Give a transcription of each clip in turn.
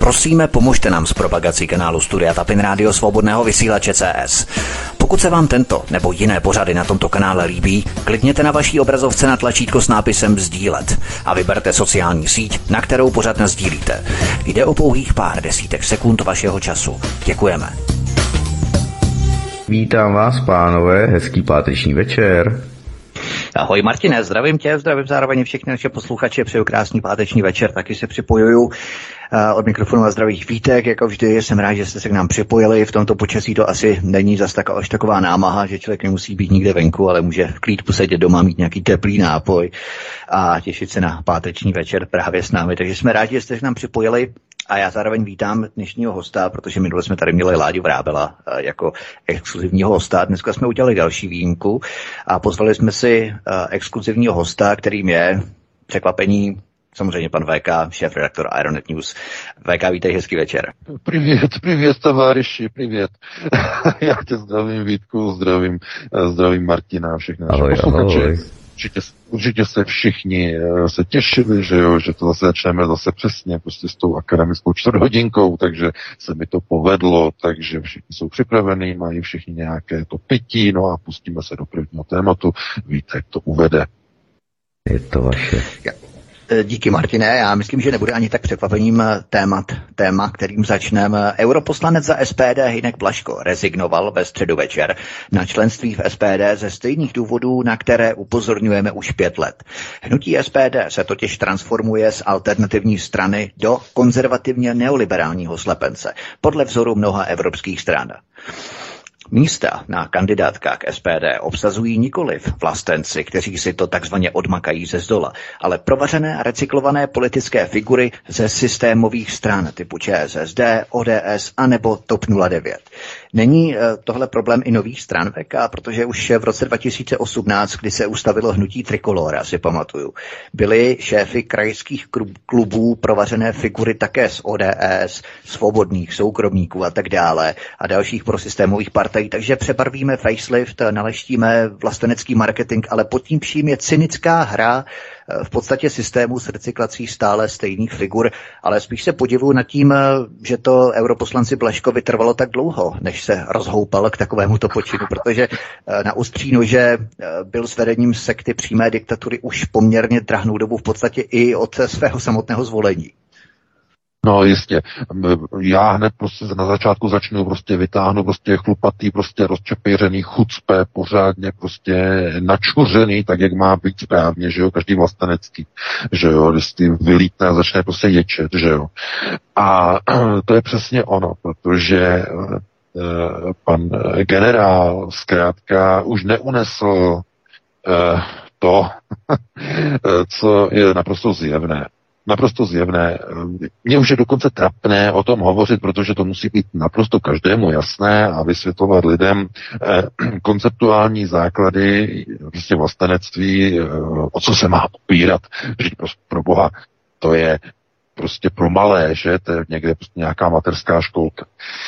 Prosíme, pomožte nám s propagací kanálu Studia Tapin Rádio Svobodného vysílače CS. Pokud se vám tento nebo jiné pořady na tomto kanále líbí, klikněte na vaší obrazovce na tlačítko s nápisem sdílet a vyberte sociální síť, na kterou pořad nasdílíte. Jde o pouhých pár desítek sekund vašeho času. Děkujeme. Vítám vás, pánové, hezký páteční večer. Ahoj Martine, zdravím tě, zdravím zároveň všechny naše posluchače, přeju krásný páteční večer, taky se připojuju od mikrofonu a zdravých vítek, jako vždy jsem rád, že jste se k nám připojili, v tomto počasí to asi není zas až taková námaha, že člověk nemusí být nikde venku, ale může v klídku sedět doma, mít nějaký teplý nápoj a těšit se na páteční večer právě s námi, takže jsme rádi, že jste se k nám připojili. A já zároveň vítám dnešního hosta, protože minule jsme tady měli Láďu Vrábela jako exkluzivního hosta. Dneska jsme udělali další výjimku a pozvali jsme si exkluzivního hosta, kterým je překvapení samozřejmě pan VK, šéf-redaktor Ironet News. VK, vítej, hezký večer. Привет, товарищи, привет. Já tě zdravím, Vítku, zdravím Martina a všechny naše posluchače. Určitě se všichni se těšili, že jo, že to zase začneme zase přesně prostě s tou akademickou čtvrthodinkou, takže se mi to povedlo, takže všichni jsou připravení, mají všichni nějaké to pití, no a pustíme se do prvního tématu. Vítek to uvede. Je to vaše. Díky, Martine. Já myslím, že nebude ani tak překvapením téma, kterým začneme. Europoslanec za SPD Hynek Blažko rezignoval ve středu večer na členství v SPD ze stejných důvodů, na které upozorňujeme už 5 let. Hnutí SPD se totiž transformuje z alternativní strany do konzervativně neoliberálního slepence, podle vzoru mnoha evropských stran. Místa na kandidátkách SPD obsazují nikoliv vlastenci, kteří si to takzvaně odmakají ze zdola, ale provařené a recyklované politické figury ze systémových stran typu ČSSD, ODS a nebo TOP 09. Není tohle problém i nových stran VK, protože už v roce 2018, kdy se ustavilo hnutí Trikolóra, si pamatuju, byly šéfy krajských klubů provařené figury také z ODS, svobodných, soukromníků a tak dále a dalších prosystémových partají, takže přebarvíme facelift, naleštíme vlastenecký marketing, ale pod tím vším je cynická hra v podstatě systému s recyklací stále stejných figur, ale spíš se podivuju nad tím, že to europoslanci Blažkovi trvalo tak dlouho, než se rozhoupal k takovémuto počinu, protože na ostří nože byl s vedením sekty přímé diktatury už poměrně drahnou dobu, v podstatě i od svého samotného zvolení. No jistě, já hned prostě na začátku vytáhnu chlupatý, rozčepěřený, chucpe, pořádně načuřený, tak jak má být správně, že jo, každý vlastenecký, že jo, když si vylítne a začne ječet, že jo. A to je přesně ono, protože pan generál zkrátka už neunesl to, co je naprosto zjevné. Mně už je dokonce trapné o tom hovořit, protože to musí být naprosto každému jasné a vysvětlovat lidem konceptuální základy vlastenectví, o co se má opírat. Že pro Boha, to je prostě pro malé, že? To je někde nějaká mateřská školka.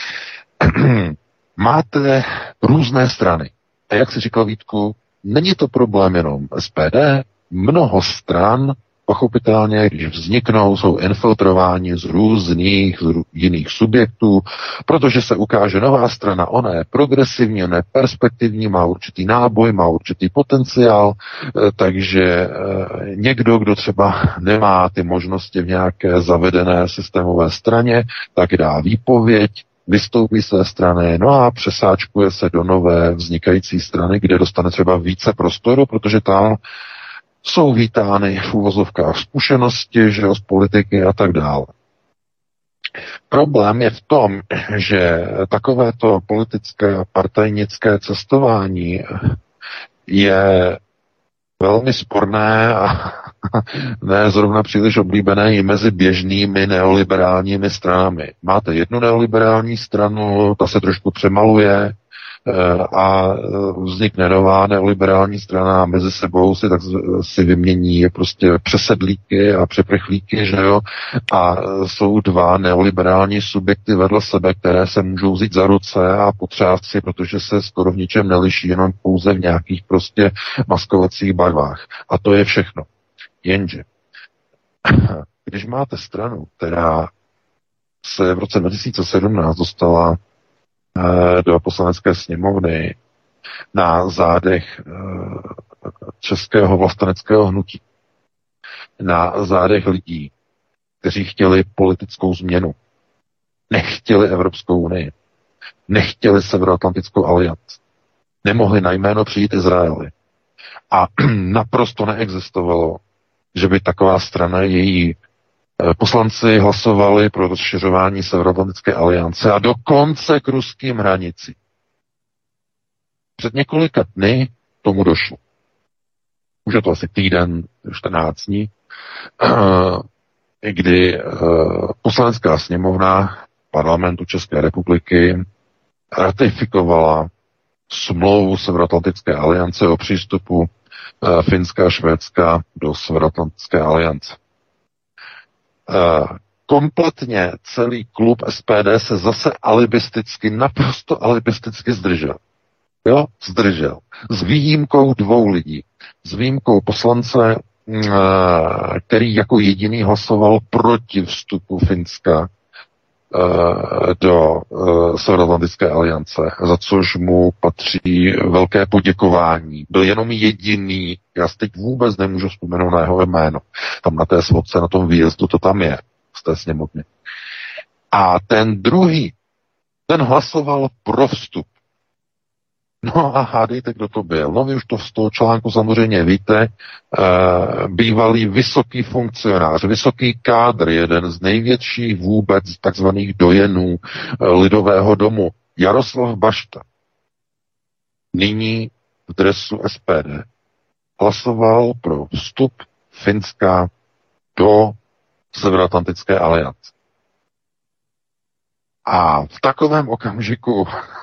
Máte různé strany. A jak si říkal Vítku, není to problém jenom SPD, mnoho stran pochopitelně, když vzniknou, jsou infiltrováni z různých jiných subjektů, protože se ukáže nová strana, ona je progresivní, ona je perspektivní, má určitý náboj, má určitý potenciál, takže někdo, kdo třeba nemá ty možnosti v nějaké zavedené systémové straně, tak dá výpověď, vystoupí své strany, no a přesáčkuje se do nové vznikající strany, kde dostane třeba více prostoru, protože tam jsou vítány v uvozovkách zkušenosti, že jo, z politiky a tak dále. Problém je v tom, že takovéto politické a partajnické cestování je velmi sporné a ne zrovna příliš oblíbené i mezi běžnými neoliberálními stranami. Máte jednu neoliberální stranu, ta se trošku přemaluje, a vznikne nová neoliberální strana a mezi sebou si vymění přesedlíky a přeprchlíky, že jo, a jsou dva neoliberální subjekty vedle sebe, které se můžou vzít za ruce a potřást si, protože se skoro v ničem neliší, jenom pouze v nějakých maskovacích barvách. A to je všechno. Jenže, když máte stranu, která se v roce 2017 dostala do poslanecké sněmovny na zádech českého vlasteneckého hnutí. Na zádech lidí, kteří chtěli politickou změnu. Nechtěli Evropskou unii. Nechtěli Severoatlantickou alianci. Nemohli na jméno přijít Izraeli. A naprosto neexistovalo, že by taková strana, její poslanci hlasovali pro rozšiřování Severoatlantické aliance a dokonce k ruským hranicím. Před několika dny tomu došlo. Už je to asi týden, 14 dní, kdy poslanecká sněmovna parlamentu České republiky ratifikovala smlouvu Severoatlantické aliance o přístupu Finska a Švédska do Severoatlantické aliance. Kompletně celý klub SPD se zase naprosto alibisticky zdržel. Jo, zdržel. S výjimkou 2 lidí. S výjimkou poslance, který jako jediný hlasoval proti vstupu Finska do Severoatlantické aliance, za což mu patří velké poděkování. Byl jenom jediný, já si teď vůbec nemůžu vzpomenout na jeho jméno. Tam na té svodce, na tom výjezdu to tam je, z té sněmovny. A ten druhý, ten hlasoval pro vstup. No a hádejte, kdo to byl. No vy už to z toho článku samozřejmě víte, bývalý vysoký funkcionář, vysoký kádr, jeden z největších vůbec takzvaných dojenů Lidového domu, Jaroslav Bašta. Nyní v dresu SPD hlasoval pro vstup Finska do Severoatlantické aliance. A v takovém okamžiku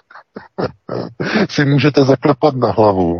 si můžete zaklepat na hlavu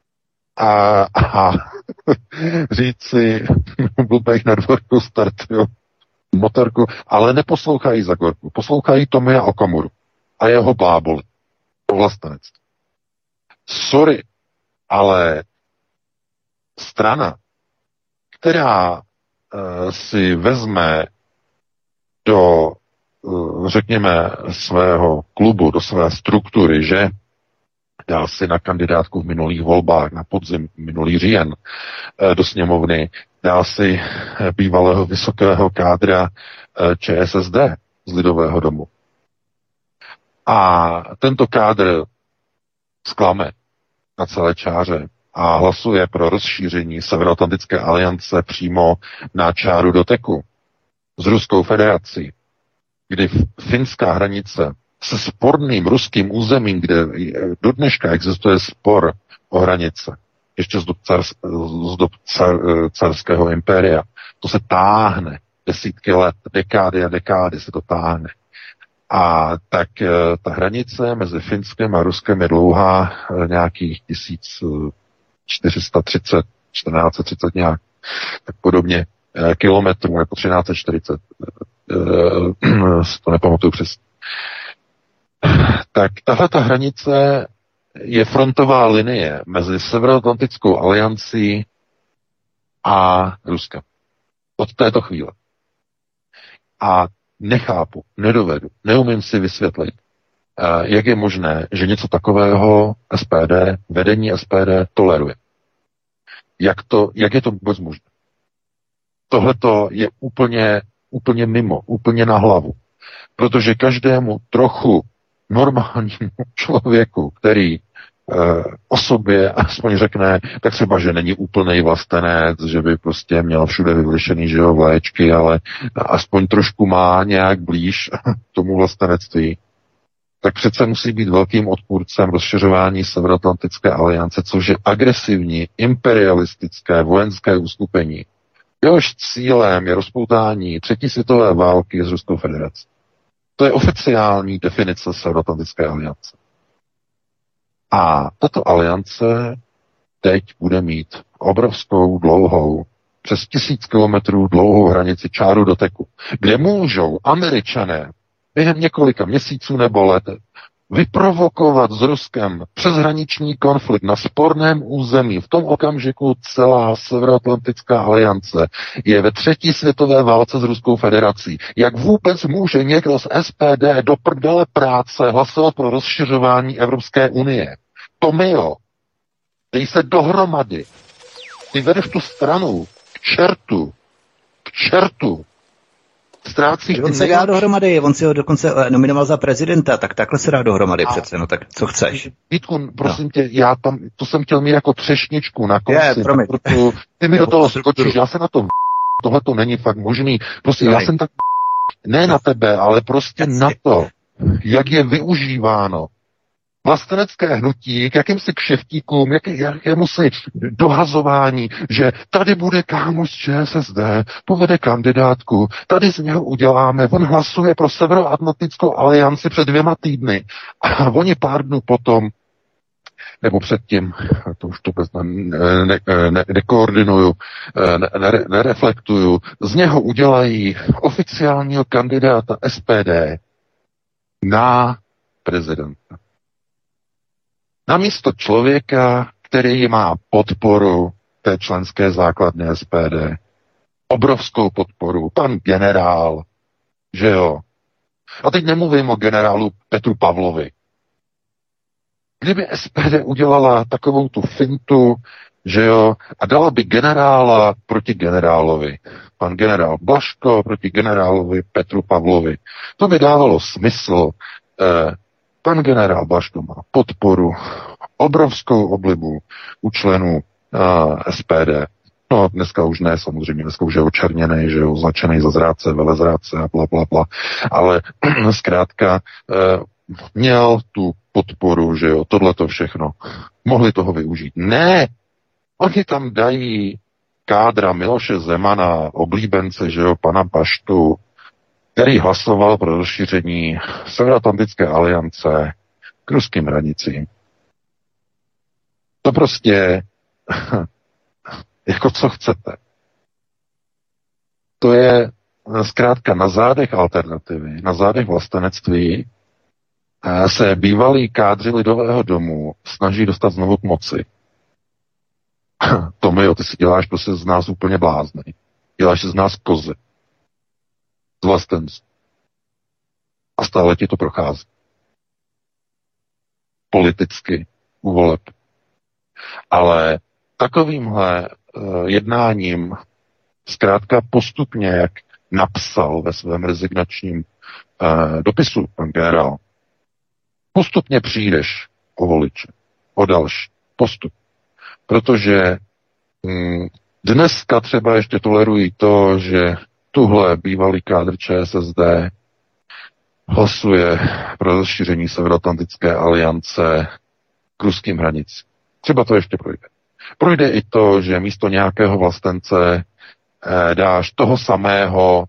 a říct si, blbejch na dvorku startuju motorku, ale neposlouchají Zagorku, poslouchají Tomia Okamuru a jeho bláboli o vlastenectví. Sorry, ale strana, která si vezme do řekněme, svého klubu, do své struktury, že dá si na kandidátku v minulých volbách, na podzim, minulý říjen, do sněmovny, dá si bývalého vysokého kádra ČSSD z Lidového domu. A tento kádr zklame na celé čáře a hlasuje pro rozšíření Severoatlantické aliance přímo na čáru doteku s Ruskou federací, kdy finská hranice se sporným ruským územím, kde do dneška existuje spor o hranice, ještě z dob carského impéria, to se táhne desítky let, dekády a dekády se to táhne. A tak ta hranice mezi Finskem a Ruskem je dlouhá nějakých 1430, 1430 nějak, tak podobně kilometrů, nebo 1340, to nepamatuju přesně. Tak tahle ta hranice je frontová linie mezi Severoatlantickou aliancí a Ruskem. Od této chvíle. A nechápu, nedovedu, neumím si vysvětlit, jak je možné, že něco takového SPD, vedení SPD toleruje. Jak je to vůbec možné? Tohleto je úplně mimo, úplně na hlavu. Protože každému trochu normálnímu člověku, který o sobě aspoň řekne, tak třeba, že není úplnej vlastenec, že by prostě měl všude vyvlešený, že jo, vléčky, ale aspoň trošku má nějak blíž tomu vlastenectví, tak přece musí být velkým odpůrcem rozšiřování Severoatlantické aliance, což je agresivní, imperialistické vojenské uskupení. Jehož cílem je rozpoutání 3. světové války s Ruskou federací. To je oficiální definice Severoatlantické aliance. A tato aliance teď bude mít obrovskou, dlouhou, přes 1000 kilometrů dlouhou hranici čáru doteku, kde můžou Američané během několika měsíců nebo let vyprovokovat s Ruskem přeshraniční konflikt na sporném území. V tom okamžiku celá Severoatlantická aliance je ve třetí světové válce s Ruskou federací. Jak vůbec může někdo z SPD do prdele práce hlasovat pro rozšiřování Evropské unie? Tomio, dej se dohromady. Ty vedeš tu stranu k čertu. Ztrácíš. On se dá dohromady, on si ho dokonce nominoval za prezidenta, tak takhle se dá dohromady přece, no tak co chceš? Vítku, prosím tě, já tam, to jsem chtěl mít jako třešničku na konci, proto ty mi do toho skočíš, já se na to tohle to není fakt možný, prostě já jsem tak ne na tebe, ale prostě na to, jak je využíváno vlastenecké hnutí k jakýmsi kšeftíkům, jakému si dohazování, že tady bude kámoš z ČSSD, povede kandidátku, tady z něho uděláme, on hlasuje pro Severoatlantickou alianci před 2 týdny a oni pár dnů potom, nebo předtím, to už to vůbec nekoordinuju, nereflektuju, z něho udělají oficiálního kandidáta SPD na prezidenta. Namísto člověka, který má podporu té členské základny SPD, obrovskou podporu, pan generál, že jo. A teď nemluvím o generálu Petru Pavlovi. Kdyby SPD udělala takovou tu fintu, že jo, a dala by generála proti generálovi, pan generál Blažko proti generálovi Petru Pavlovi, to by dávalo smysl. Pan generál Blažko má podporu, obrovskou oblibu u členů SPD. No dneska už ne, samozřejmě, dneska už je očerněný, že je označený za zrádce, velezrádce a bla. Ale zkrátka měl tu podporu, že jo, tohleto všechno. Mohli toho využít. Ne! Oni tam dají kádra Miloše Zemana, oblíbence, že jo, pana Baštu, který hlasoval pro rozšíření Severoatlantické aliance k ruským hranicím. To prostě jako co chcete. To je zkrátka na zádech alternativy, na zádech vlastenectví se bývalí kádři Lidového domu snaží dostat znovu k moci. Tomio, ty si děláš prostě z nás úplně blázny. Děláš z nás kozy. Z vlastenců. A stále ti to prochází. Politicky u voleb. Ale takovýmhle jednáním zkrátka postupně, jak napsal ve svém rezignačním dopisu pan generál, postupně přijdeš o voliče, o další postup. Protože dneska třeba ještě tolerují to, že tuhle bývalý kádr ČSSD hlasuje pro rozšíření Severoatlantické aliance k ruským hranicím. Třeba to ještě projde. Projde i to, že místo nějakého vlastence dáš toho samého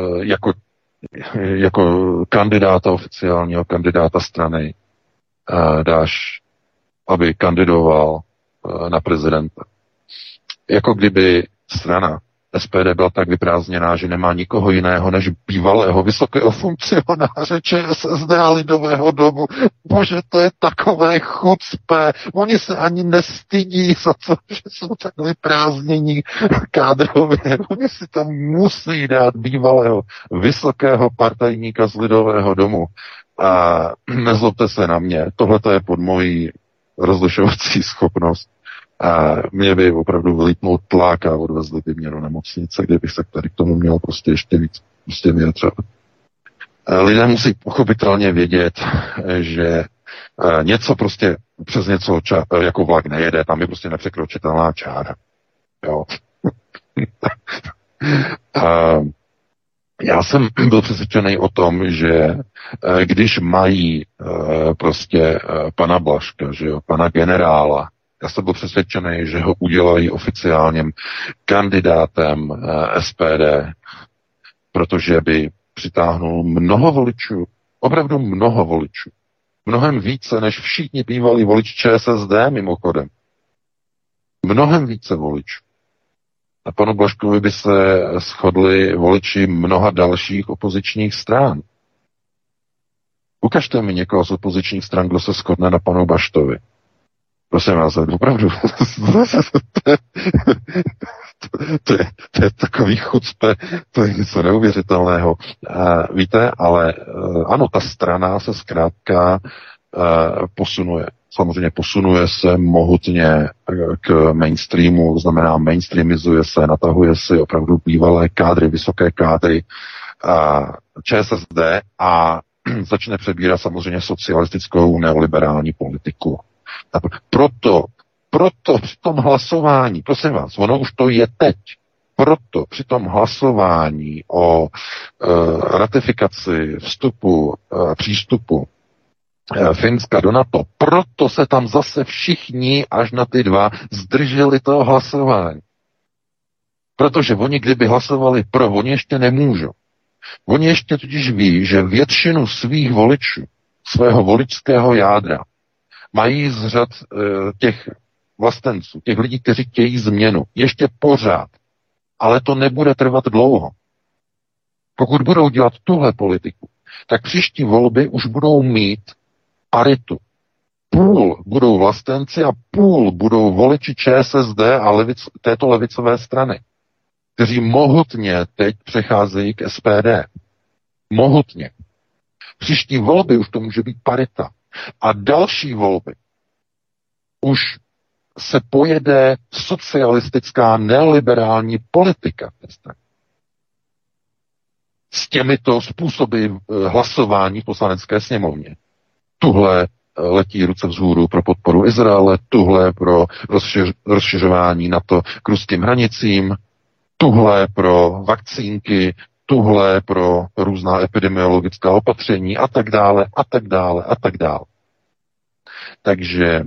jako kandidáta, oficiálního kandidáta strany, dáš, aby kandidoval na prezidenta. Jako kdyby strana SPD byla tak vyprázdněná, že nemá nikoho jiného než bývalého vysokého funkcionáře ČSSD a Lidového domu. Bože, to je takové chucpe. Oni se ani nestydí za to, že jsou tak vyprázdnění kádrově. Oni si tam musí dát bývalého vysokého partajníka z Lidového domu. A nezlobte se na mě, tohle je pod mojí rozlišovací schopnost. A mě by opravdu vylítnul tlak a odvezli by mě do nemocnice, kde bych se tady k tomu měl prostě ještě víc prostě vyjadřovat. Lidé musí pochopitelně vědět, že něco prostě přes něco jako vlak nejede, tam je prostě nepřekročitelná čára. Jo. Já jsem byl přesvědčený o tom, že když mají prostě pana Blažka, že jo, pana generála, já jsem byl přesvědčený, že ho udělají oficiálním kandidátem SPD, protože by přitáhnul mnoho voličů, opravdu mnoho voličů. Mnohem více, než všichni bývalí voliči ČSSD mimochodem. Mnohem více voličů. A panu Blažkovi by se shodli voliči mnoha dalších opozičních stran. Ukažte mi někoho z opozičních stran, kdo se shodne na panu Baštovi. Prosím vás, opravdu, to je takový chucpe, to je něco neuvěřitelného. Víte, ale ano, ta strana se zkrátka posunuje. Samozřejmě posunuje se mohutně k mainstreamu, to znamená mainstreamizuje se, natahuje si opravdu bývalé kádry, vysoké kádry ČSSD a začne přebírat samozřejmě socialistickou neoliberální politiku. Proto při tom hlasování, prosím vás, ono už to je teď, proto při tom hlasování o ratifikaci vstupu, přístupu Finska do NATO, proto se tam zase všichni až na ty dva zdrželi toho hlasování. Protože oni, kdyby hlasovali pro, oni ještě nemůžou. Oni ještě totiž ví, že většinu svých voličů, svého voličského jádra, mají z řad těch vlastenců, těch lidí, kteří chtějí změnu. Ještě pořád. Ale to nebude trvat dlouho. Pokud budou dělat tuhle politiku, tak příští volby už budou mít paritu. Půl budou vlastenci a půl budou voliči ČSSD a této levicové strany, kteří mohutně teď přecházejí k SPD. Mohutně. Příští volby už to může být parita. A další volby už se pojede socialistická neoliberální politika. S těmito způsoby hlasování v poslanecké sněmovně. Tuhle letí ruce vzhůru pro podporu Izraele, tuhle pro rozšiřování NATO k ruským hranicím, tuhle pro vakcínky, tuhle pro různá epidemiologická opatření a tak dále, a tak dále, a tak dále. Takže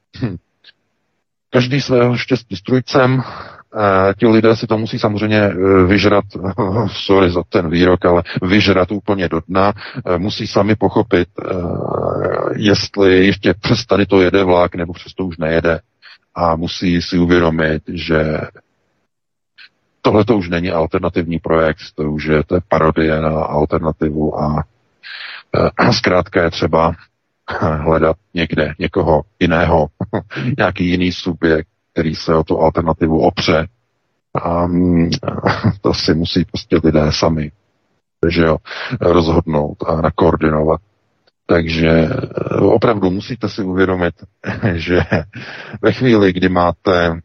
každý svého štěstí strůjcem, ti lidé si to musí samozřejmě vyžrat, sorry za ten výrok, ale vyžrat úplně do dna, musí sami pochopit, jestli ještě přes tady to jede vlak, nebo přes to už nejede a musí si uvědomit, že tohle to už není alternativní projekt, to je parodie na alternativu a zkrátka je třeba hledat někde někoho jiného, nějaký jiný subjekt, který se o tu alternativu opře. A to si musí prostě lidé sami, že jo, rozhodnout a nakoordinovat. Takže opravdu musíte si uvědomit, že ve chvíli, kdy máte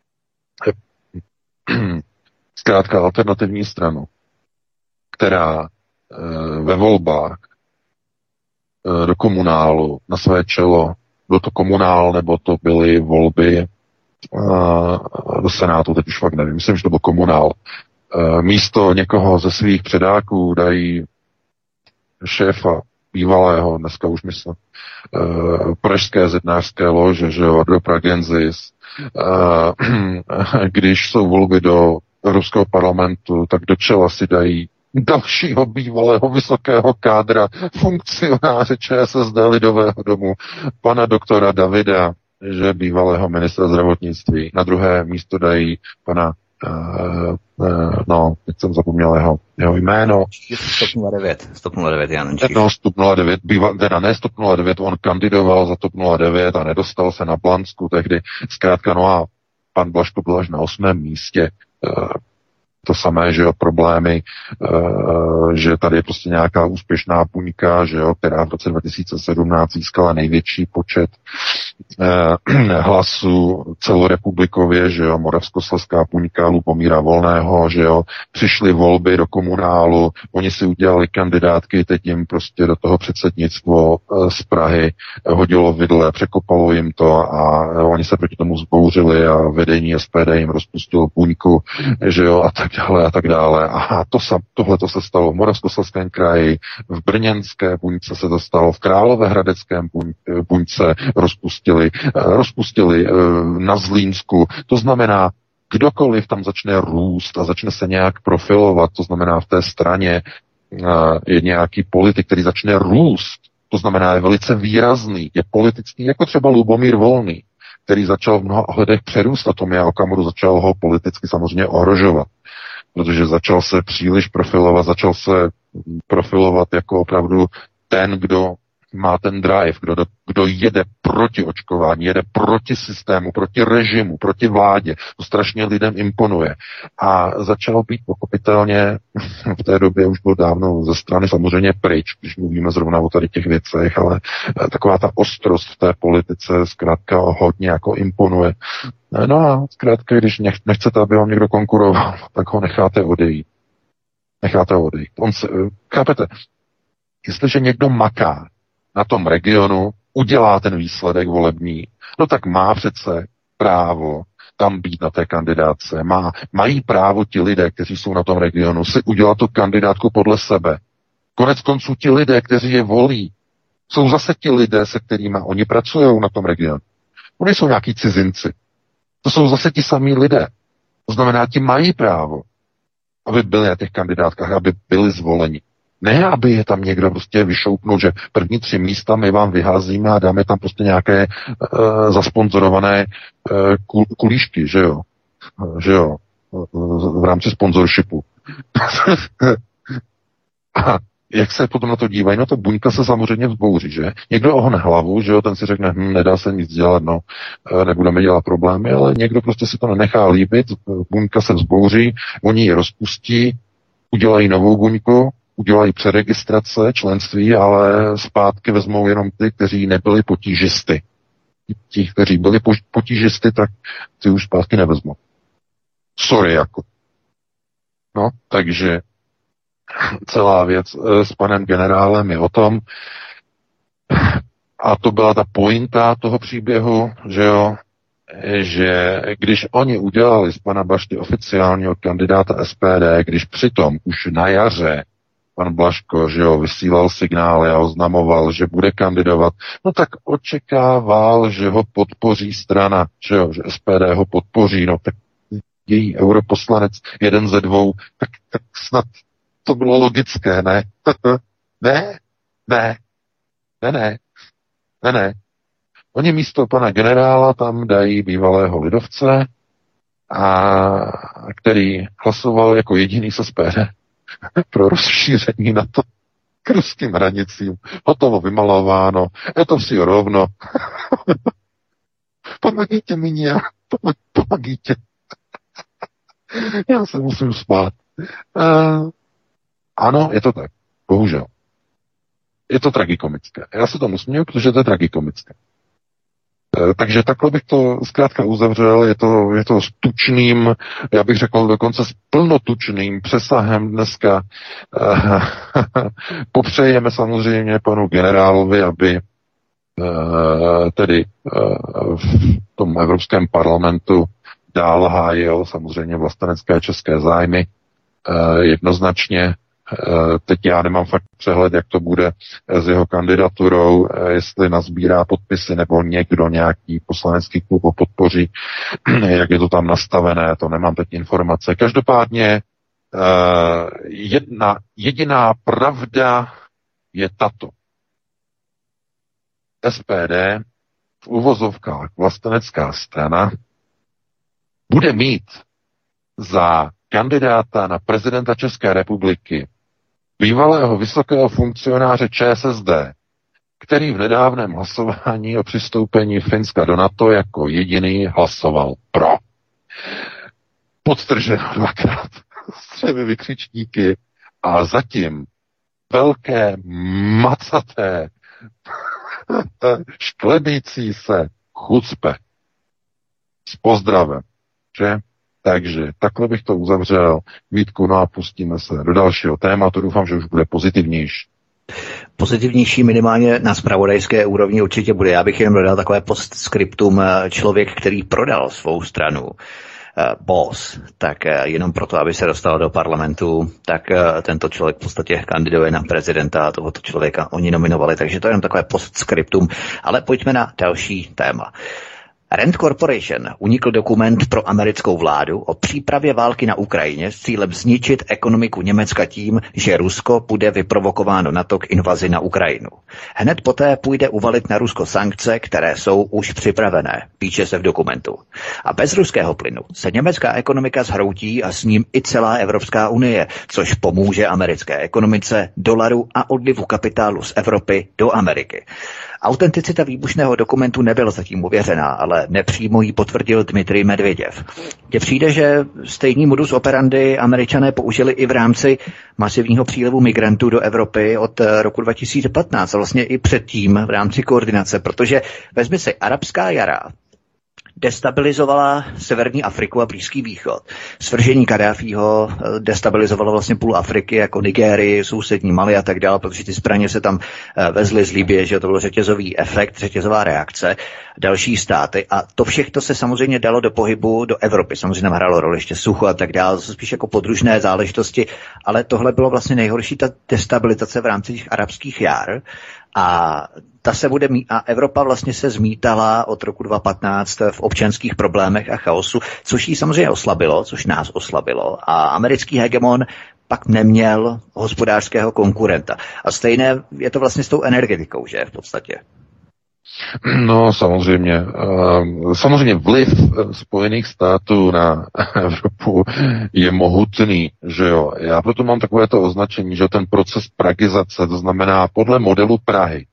zkrátka alternativní stranu, která ve volbách do komunálu na své čelo, byl to komunál, nebo to byly volby do Senátu, teď už fakt nevím, myslím, že to byl komunál. Místo někoho ze svých předáků dají šéfa bývalého, dneska už myslím, pražské zednářské lože, že jo, do Pragenzis. Když jsou volby do ruského parlamentu, tak do čela si dají dalšího bývalého vysokého kádra, funkcionáře ČSSD Lidového domu, pana doktora Davida, že bývalého ministra zdravotnictví. Na druhé místo dají pana, teď jsem zapomněl jeho jméno. Stop 09, Jan Číš. No, Stop 09, ne Stop 09, on kandidoval za Top 09 a nedostal se na Blansku tehdy. Zkrátka, no a pan Blažko byl až na 8. místě. To samé, že jo, problémy, že tady je prostě nějaká úspěšná buňka, že jo, která v roce 2017 získala největší počet hlasů celorepublikově, že jo, Moravskoslezská buňka Lubomíra Volného, že jo, přišly volby do komunálu, oni si udělali kandidátky, teď jim prostě do toho předsednictvo z Prahy hodilo vidle, překopalo jim to a oni se proti tomu vzbouřili a vedení SPD jim rozpustilo buňku, že jo, a tak dále. A tohle to se stalo v Moravskoslezském kraji, v brněnské buňce se to stalo, v Královéhradeckém buňce rozpustili na Zlínsku. To znamená, kdokoliv tam začne růst a začne se nějak profilovat, to znamená v té straně je nějaký politik, který začne růst, to znamená je velice výrazný, je politický, jako třeba Lubomír Volný, který začal v mnoha ohledech přerůst a Tomia Okamuru začal ho politicky samozřejmě ohrožovat, protože začal se příliš profilovat, začal se profilovat jako opravdu ten, kdo má ten drive, kdo jede proti očkování, jede proti systému, proti režimu, proti vládě. To strašně lidem imponuje. A začalo být pochopitelně, v té době už bylo dávno ze strany samozřejmě pryč, když mluvíme zrovna o tady těch věcech, ale taková ta ostrost v té politice zkrátka hodně jako imponuje. No a zkrátka, když nechcete, aby vám někdo konkuroval, tak ho necháte odejít. Chápete? Jestliže někdo maká na tom regionu, udělá ten výsledek volební, no tak má přece právo tam být na té kandidáce. Mají právo ti lidé, kteří jsou na tom regionu, si udělat tu kandidátku podle sebe. Konec konců ti lidé, kteří je volí, jsou zase ti lidé, se kterými oni pracují na tom regionu. Oni jsou nějaký cizinci. To jsou zase ti samí lidé. To znamená, ti mají právo, aby byli na těch kandidátkách, aby byli zvoleni. Ne, aby je tam někdo prostě vyšoupnul, že první 3 místa my vám vyházíme a dáme tam prostě nějaké zasponzorované kulíšky, že jo, v rámci sponsorshipu. A jak se potom na to dívají, no to buňka se samozřejmě vzbouří, že? Někdo ohne hlavu, že jo, ten si řekne, nedá se nic dělat, no, nebudeme dělat problémy, ale někdo prostě si to nenechá líbit, buňka se vzbouří, oni ji rozpustí, udělají novou buňku, udělají přeregistrace, členství, ale zpátky vezmou jenom ty, kteří nebyli potížisty. Ti, kteří byli potížisty, tak ty už zpátky nevezmou. Sorry, jako. No, takže celá věc s panem generálem je o tom, a to byla ta pointa toho příběhu, že jo, že když oni udělali z pana Bašty oficiálního kandidáta SPD, když přitom už na jaře pan Blažko, že jo, vysílal signály a oznamoval, že bude kandidovat, no tak očekával, že ho podpoří strana, že jo, že SPD ho podpoří, no tak její europoslanec, jeden ze 2, tak snad to bylo logické, ne? Ne. Oni místo pana generála tam dají bývalého lidovce, který hlasoval jako jediný z SPD pro rozšíření na to k ruským hranicím. Hotovo vymalováno. Je to vsi rovno. Pomagíte mi, pomagíte. Já se musím spát. Ano, je to tak. Bohužel. Je to tragikomické. Já se tomu směju, protože to je tragikomické. Takže takhle bych to zkrátka uzavřel. Je to s tučným, já bych řekl dokonce s plnotučným přesahem dneska. Popřejeme samozřejmě panu generálovi, aby tedy v tom Evropském parlamentu dál hájil samozřejmě vlastenecké české zájmy jednoznačně. Teď já nemám fakt přehled, jak to bude s jeho kandidaturou, jestli nazbírá podpisy nebo někdo, nějaký poslanecký klub ho podpoří, jak je to tam nastavené, to nemám teď informace. Každopádně jediná pravda je tato. SPD, v uvozovkách vlastenecká strana, bude mít za kandidáta na prezidenta České republiky bývalého vysokého funkcionáře ČSSD, který v nedávném hlasování o přistoupení Finska do NATO jako jediný hlasoval pro. Podtrženo 2krát s 3 vykřičníky a zatím velké macaté šklebící se chucpe. S pozdravem, že? Takže takhle bych to uzavřel. Vítku, no a pustíme se do dalšího tématu. Doufám, že už bude pozitivnější. Pozitivnější minimálně na zpravodajské úrovni určitě bude. Já bych jenom dodal takové postscriptum. Člověk, který prodal svou stranu, boss, tak jenom proto, aby se dostal do parlamentu, tak tento člověk v podstatě kandiduje na prezidenta a tohoto člověka oni nominovali. Takže to je jenom takové postscriptum. Ale pojďme na další téma. Rand Corporation unikl dokument pro americkou vládu o přípravě války na Ukrajině s cílem zničit ekonomiku Německa tím, že Rusko bude vyprovokováno na to k invazi na Ukrajinu. Hned poté půjde uvalit na Rusko sankce, které jsou už připravené, píše se v dokumentu. A bez ruského plynu se německá ekonomika zhroutí a s ním i celá Evropská unie, což pomůže americké ekonomice, dolaru a odlivu kapitálu z Evropy do Ameriky. Autenticita výbušného dokumentu nebyla zatím ověřená, ale nepřímo ji potvrdil Dmitrij Medvěděv. Mně přijde, že stejný modus operandi Američané použili i v rámci masivního přílivu migrantů do Evropy od roku 2015 a vlastně i předtím v rámci koordinace, protože vezmi si arabská jara, destabilizovala severní Afriku a Blízký východ. Svržení Kadáfího destabilizovalo vlastně půl Afriky, jako Nigérii, sousední Mali a tak dále, protože ty zbraně se tam vezly z Libye, že to byl řetězový efekt, řetězová reakce, další státy a to všechno se samozřejmě dalo do pohybu do Evropy. Samozřejmě tam hrálo roli ještě sucho a tak dále, spíš jako podružné záležitosti, ale tohle bylo vlastně nejhorší, ta destabilizace v rámci těch arabských jar. A ta se bude a Evropa vlastně se zmítala od roku 2015 v občanských problémech a chaosu, což jí samozřejmě oslabilo, což nás oslabilo. A americký hegemon pak neměl hospodářského konkurenta. A stejné je to vlastně s tou energetikou, že v podstatě. No samozřejmě. Samozřejmě vliv Spojených států na Evropu je mohutný, že jo. Já proto mám takovéto označení, že ten proces pragizace, to znamená podle modelu Prahy.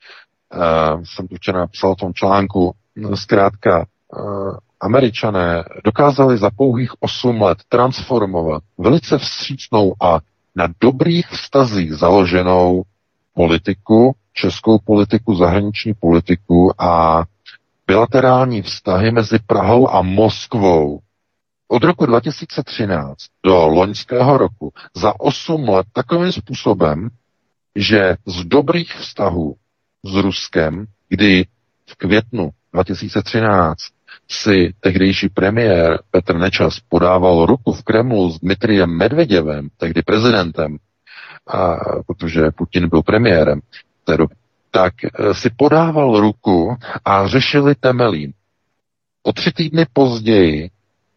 Jsem tu včera napsal v tom článku, zkrátka Američané dokázali za pouhých 8 let transformovat velice vstřícnou a na dobrých vztazích založenou politiku, českou politiku, zahraniční politiku a bilaterální vztahy mezi Prahou a Moskvou od roku 2013 do loňského roku za 8 let takovým způsobem, že z dobrých vztahů s Ruskem, kdy v květnu 2013 si tehdejší premiér Petr Nečas podával ruku v Kremlu s Dmitrijem Medvěděvem, tehdy prezidentem, protože Putin byl premiérem, tak si podával ruku a řešili Temelín. O 3 týdny později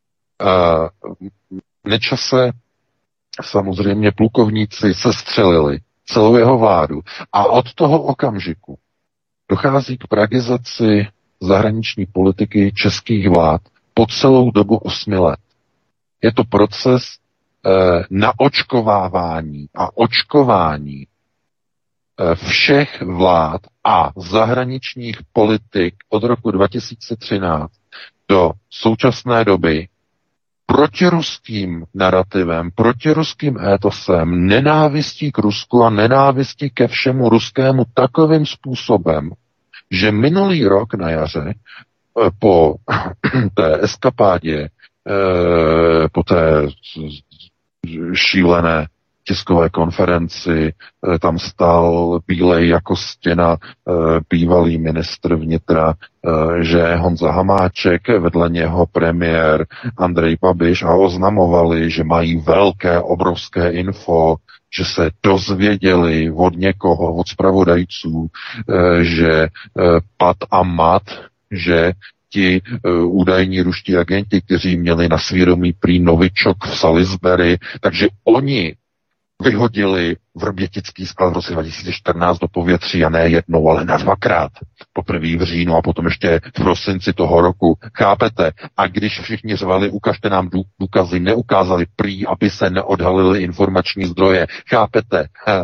Nečase samozřejmě plukovníci sestřelili celou jeho vládu a od toho okamžiku dochází k pragizaci zahraniční politiky českých vlád po celou dobu 8 let. Je to proces naočkovávání a očkování všech vlád a zahraničních politik od roku 2013 do současné doby protiruským narrativem, protiruským étosem, nenávistí k Rusku a nenávistí ke všemu ruskému takovým způsobem, že minulý rok na jaře po té eskapádě, po té šílené tiskové konferenci, tam stál bílej jako stěna bývalý ministr vnitra, že Honza Hamáček, vedle něho premiér Andrej Babiš a oznamovali, že mají velké, obrovské info, že se dozvěděli od někoho, od zpravodajců, že pat a mat, že ti údajní ruští agenti, kteří měli na svědomí prý novičok v Salisbury, takže oni vyhodili vrbětický sklad v roce 2014 do povětří a ne jednou, ale na 2krát. Poprvé v říjnu a potom ještě v prosinci toho roku. Chápete? A když všichni řvali, ukažte nám důkazy, neukázali prý, aby se neodhalily informační zdroje. Chápete?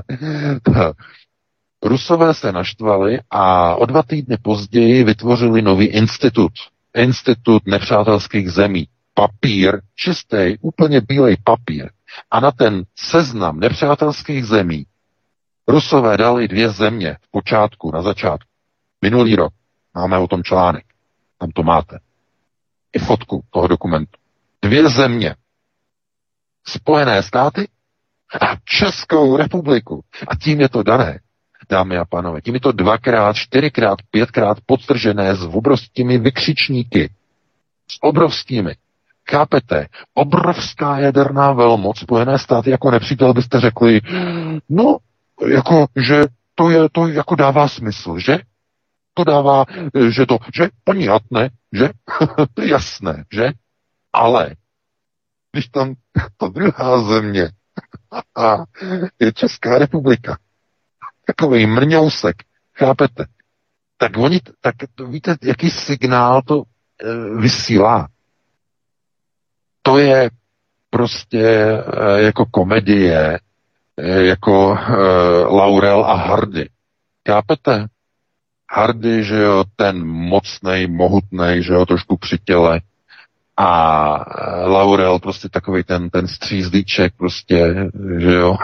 Rusové se naštvali a o 2 týdny později vytvořili nový institut. Institut nepřátelských zemí. Papír, čistý, úplně bílej papír. A na ten seznam nepřátelských zemí Rusové dali 2 země v počátku, na začátku. Minulý rok. Máme o tom článek. Tam to máte. I fotku toho dokumentu. 2 země. Spojené státy a Českou republiku. A tím je to dané, dámy a pánové. Tím je to 2x, 4x, 5x podtržené s obrovskými vykřičníky. S obrovskými. Chápete? Obrovská jaderná velmoc, Spojené státy jako nepřítel byste řekli, no, jako, že to jako dává smysl, že? to dává, že ponятné, že? To je jasné, že? Ale když tam ta druhá země je Česká republika, takový mrňousek, chápete? Tak víte, jaký signál to vysílá? To je prostě jako komedie, jako Laurel a Hardy. Chápete? Hardy, že jo, ten mocnej, mohutnej, že jo, trošku při těle. A Laurel prostě takový ten střízlíček prostě, že jo.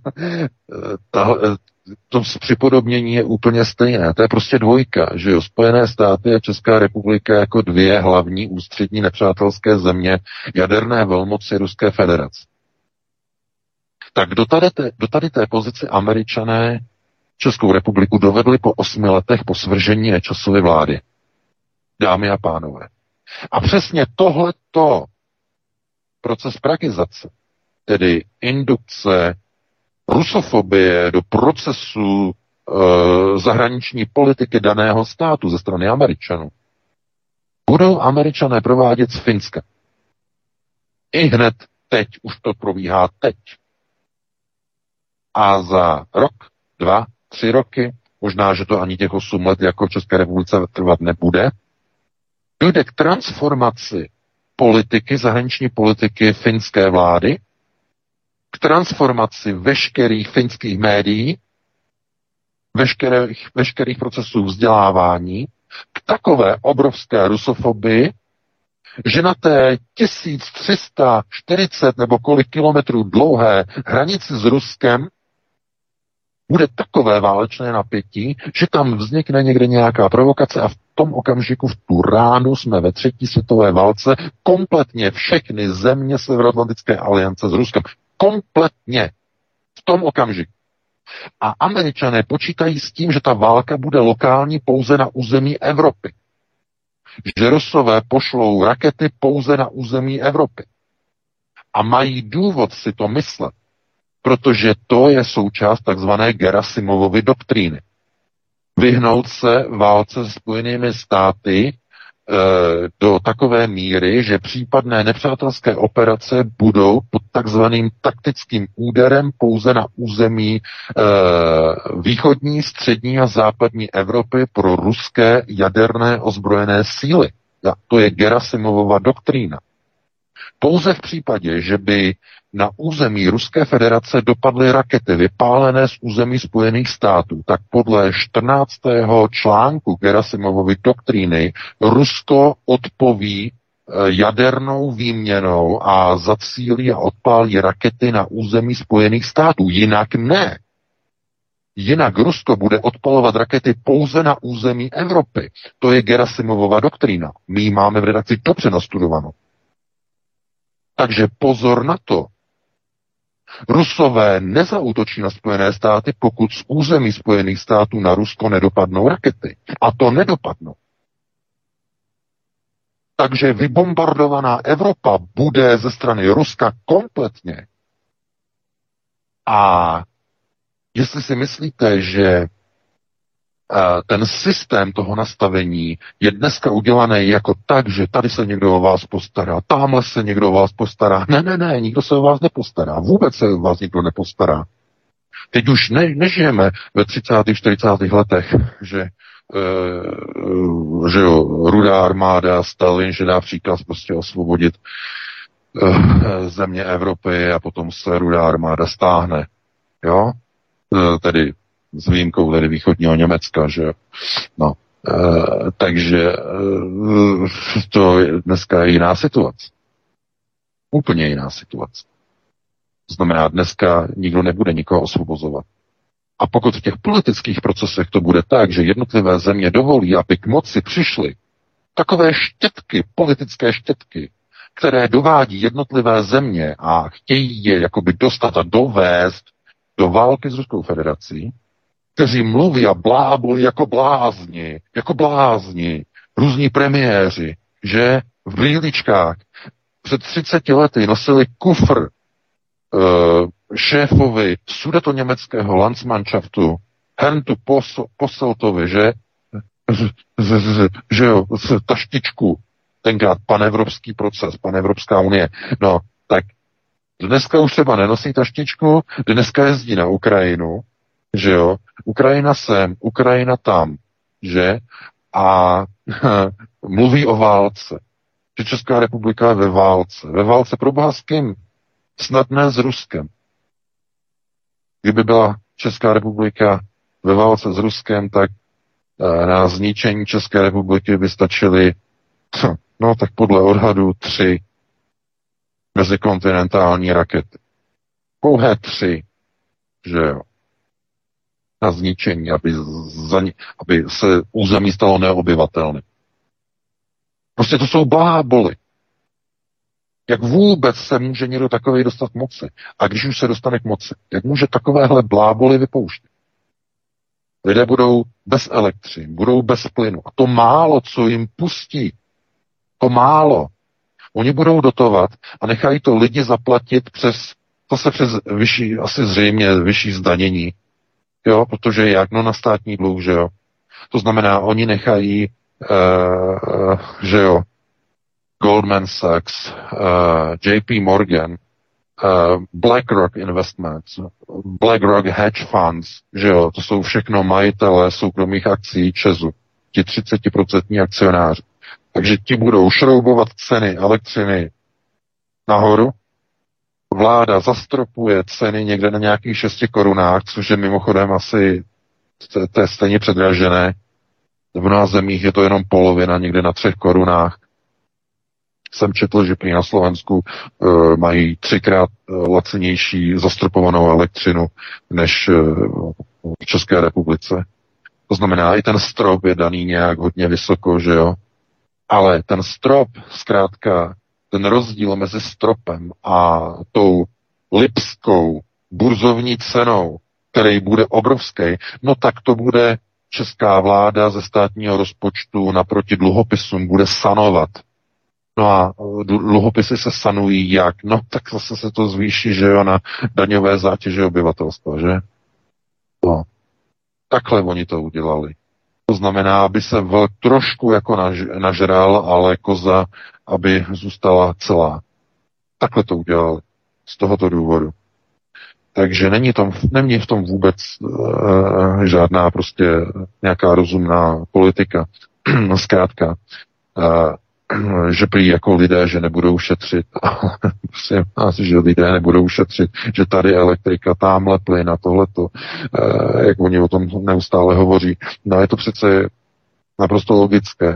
To připodobnění je úplně stejné. To je prostě dvojka, že jo. Spojené státy a Česká republika jako dvě hlavní ústřední nepřátelské země jaderné velmoci Ruské federace. Tak do tady té pozici Američané Českou republiku dovedli po 8 letech po svržení Nečasovy vlády. Dámy a pánové. A přesně tohleto proces pragizace, tedy indukce rusofobie do procesu zahraniční politiky daného státu ze strany Američanů, budou Američané provádět z Finska. I hned teď, už to probíhá teď. A za rok, 2, 3 roky, možná, že to ani těch 8 let jako v České republice trvat nebude, dojde k transformaci politiky, zahraniční politiky finské vlády, k transformaci veškerých finských médií, veškerých procesů vzdělávání, k takové obrovské rusofobii, že na té 1340 nebo kolik kilometrů dlouhé hranici s Ruskem bude takové válečné napětí, že tam vznikne někde nějaká provokace a v tom okamžiku, v tu ránu jsme ve 3. světové válce, kompletně všechny země Severoatlantické aliance s Ruskem. Kompletně. V tom okamžiku. A Američané počítají s tím, že ta válka bude lokální pouze na území Evropy. Že Rusové pošlou rakety pouze na území Evropy. A mají důvod si to myslet, protože to je součást takzvané Gerasimovovy doktríny. Vyhnout se válce se Spojenými státy do takové míry, že případné nepřátelské operace budou pod takzvaným taktickým úderem pouze na území východní, střední a západní Evropy pro ruské jaderné ozbrojené síly. A to je Gerasimovova doktrína. Pouze v případě, že by na území Ruské federace dopadly rakety vypálené z území Spojených států, tak podle 14. článku Gerasimovovy doktríny Rusko odpoví jadernou výměnou a zacílí a odpálí rakety na území Spojených států. Jinak ne. Jinak Rusko bude odpalovat rakety pouze na území Evropy. To je Gerasimovova doktrína. My ji máme v redakci dobře nastudovanou. Takže pozor na to. Rusové nezaútočí na Spojené státy, pokud z území Spojených států na Rusko nedopadnou rakety. A to nedopadnou. Takže vybombardovaná Evropa bude ze strany Ruska kompletně. A jestli si myslíte, že ten systém toho nastavení je dneska udělaný jako tak, že tady se někdo o vás postará, tamhle se někdo o vás postará. Ne, nikdo se o vás nepostará. Vůbec se o vás nikdo nepostará. Teď už nežijeme ve 30. 40. letech, že jo, Rudá armáda, Stalin, že dá příkaz prostě osvobodit země Evropy a potom se Rudá armáda stáhne. Jo? Tedy s výjimkou tedy východního Německa, že no. Takže to je dneska jiná situace. Úplně jiná situace. To znamená, dneska nikdo nebude nikoho osvobozovat. A pokud v těch politických procesech to bude tak, že jednotlivé země dovolí, aby k moci přišly takové štětky, politické štětky, které dovádí jednotlivé země a chtějí je jakoby dostat a dovést do války s Ruskou federací, kteří mluví a blábolí jako blázni, různí premiéři, že v brýličkách před 30 lety nosili kufr šéfovi sudetoněmeckého Landsmannschaftu Herntu Posseltovi, že že jo, taštičku, tenkrát panevropský proces, panevropská unie. No, tak dneska už třeba nenosí taštičku, dneska jezdí na Ukrajinu, že jo, Ukrajina sem, Ukrajina tam, že? A mluví o válce. Že Česká republika je ve válce. Ve válce pro boha s kým? Snad ne s Ruskem. Kdyby byla Česká republika ve válce s Ruskem, tak na zničení České republiky by stačily, no tak podle odhadu 3 mezikontinentální rakety. Pouhé 3, že jo. Na zničení, aby se území stalo neobyvatelným. Prostě to jsou bláboli. Jak vůbec se může někdo takový dostat k moci? A když už se dostane k moci, jak může takovéhle bláboli vypouštět? Lidé budou bez elektřiny, budou bez plynu. A to málo, co jim pustí, to málo. Oni budou dotovat a nechají to lidi zaplatit přes vyšší, asi zřejmě vyšší zdanění. Jo, protože jak? No na státní dluh, že jo. To znamená, oni nechají, že jo, Goldman Sachs, JP Morgan, BlackRock Investments, BlackRock Hedge Funds, že jo, to jsou všechno majitelé soukromých akcí ČEZu, ti 30% akcionáři. Takže ti budou šroubovat ceny elektřiny nahoru, vláda zastropuje ceny někde na nějakých 6 korunách, což je mimochodem asi to je stejně předražené. V mnoha zemích je to jenom polovina, někde na 3 korunách. Jsem četl, že prý na Slovensku mají 3krát lacinější zastropovanou elektřinu než v České republice. To znamená, i ten strop je daný nějak hodně vysoko, že jo? Ale ten strop, zkrátka, ten rozdíl mezi stropem a tou lipskou burzovní cenou, který bude obrovský, no tak to bude česká vláda ze státního rozpočtu naproti dluhopisům bude sanovat. No a dluhopisy se sanují jak? No tak zase se to zvýší, že jo, na daňové zátěže obyvatelstva, že? No. Takhle oni to udělali. To znamená, aby se vlk trošku jako nažral, ale koza, aby zůstala celá. Takhle to udělali. Z tohoto důvodu. Takže není v tom vůbec žádná prostě nějaká rozumná politika. No zkrátka, že prý jako lidé, že nebudou šetřit. Prostě asi, že lidé nebudou šetřit, že tady elektrika, tamhle plyn a tohleto, jak oni o tom neustále hovoří. No je to přece naprosto logické.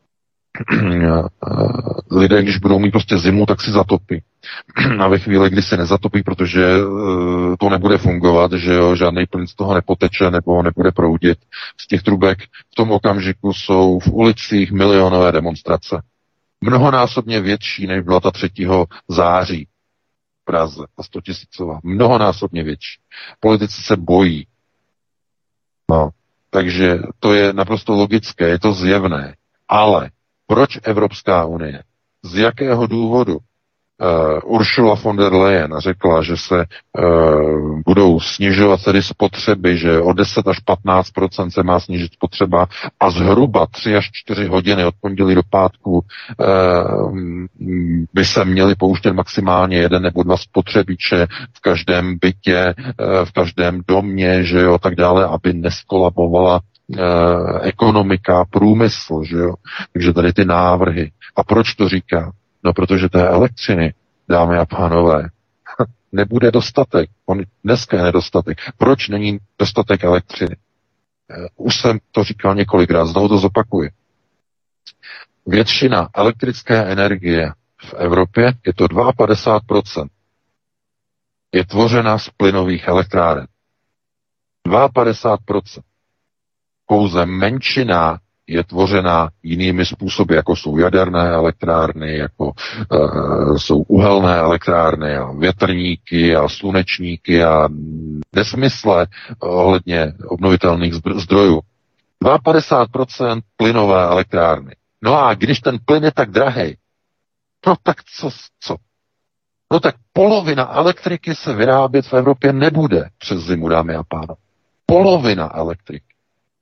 Lidé, když budou mít prostě zimu, tak si zatopí. A ve chvíli, kdy se nezatopí, protože to nebude fungovat, že jo, žádný plyn z toho nepoteče nebo nebude proudit z těch trubek, v tom okamžiku jsou v ulicích milionové demonstrace. Mnohonásobně větší, než byla ta 3. září v Praze, ta 100 000. Mnohonásobně větší. Politici se bojí. No, takže to je naprosto logické, je to zjevné. Ale proč Evropská unie? Z jakého důvodu Ursula von der Leyen řekla, že se budou snižovat tedy spotřeby, že o 10 až 15% se má snížit spotřeba a zhruba 3 až 4 hodiny od pondělí do pátku by se měly pouštět maximálně 1 nebo 2 spotřebiče v každém bytě, v každém domě, že jo, tak dále, aby neskolabovala ekonomika, průmysl, že jo. Takže tady ty návrhy. A proč to říká? No, protože té elektřiny, dámy a pánové, nebude dostatek. Dneska je nedostatek. Proč není dostatek elektřiny? Už jsem to říkal několikrát, znovu to zopakuji. Většina elektrické energie v Evropě, je to 52%, je tvořena z plynových elektráren. 52%. Pouze menšina je tvořena jinými způsoby, jako jsou jaderné elektrárny, jako jsou uhelné elektrárny a větrníky a slunečníky a nesmysle ohledně obnovitelných zdrojů. 52% plynové elektrárny. No a když ten plyn je tak drahej, no tak co? No tak polovina elektriky se vyrábět v Evropě nebude přes zimu, dámy a pánové. Polovina elektriky.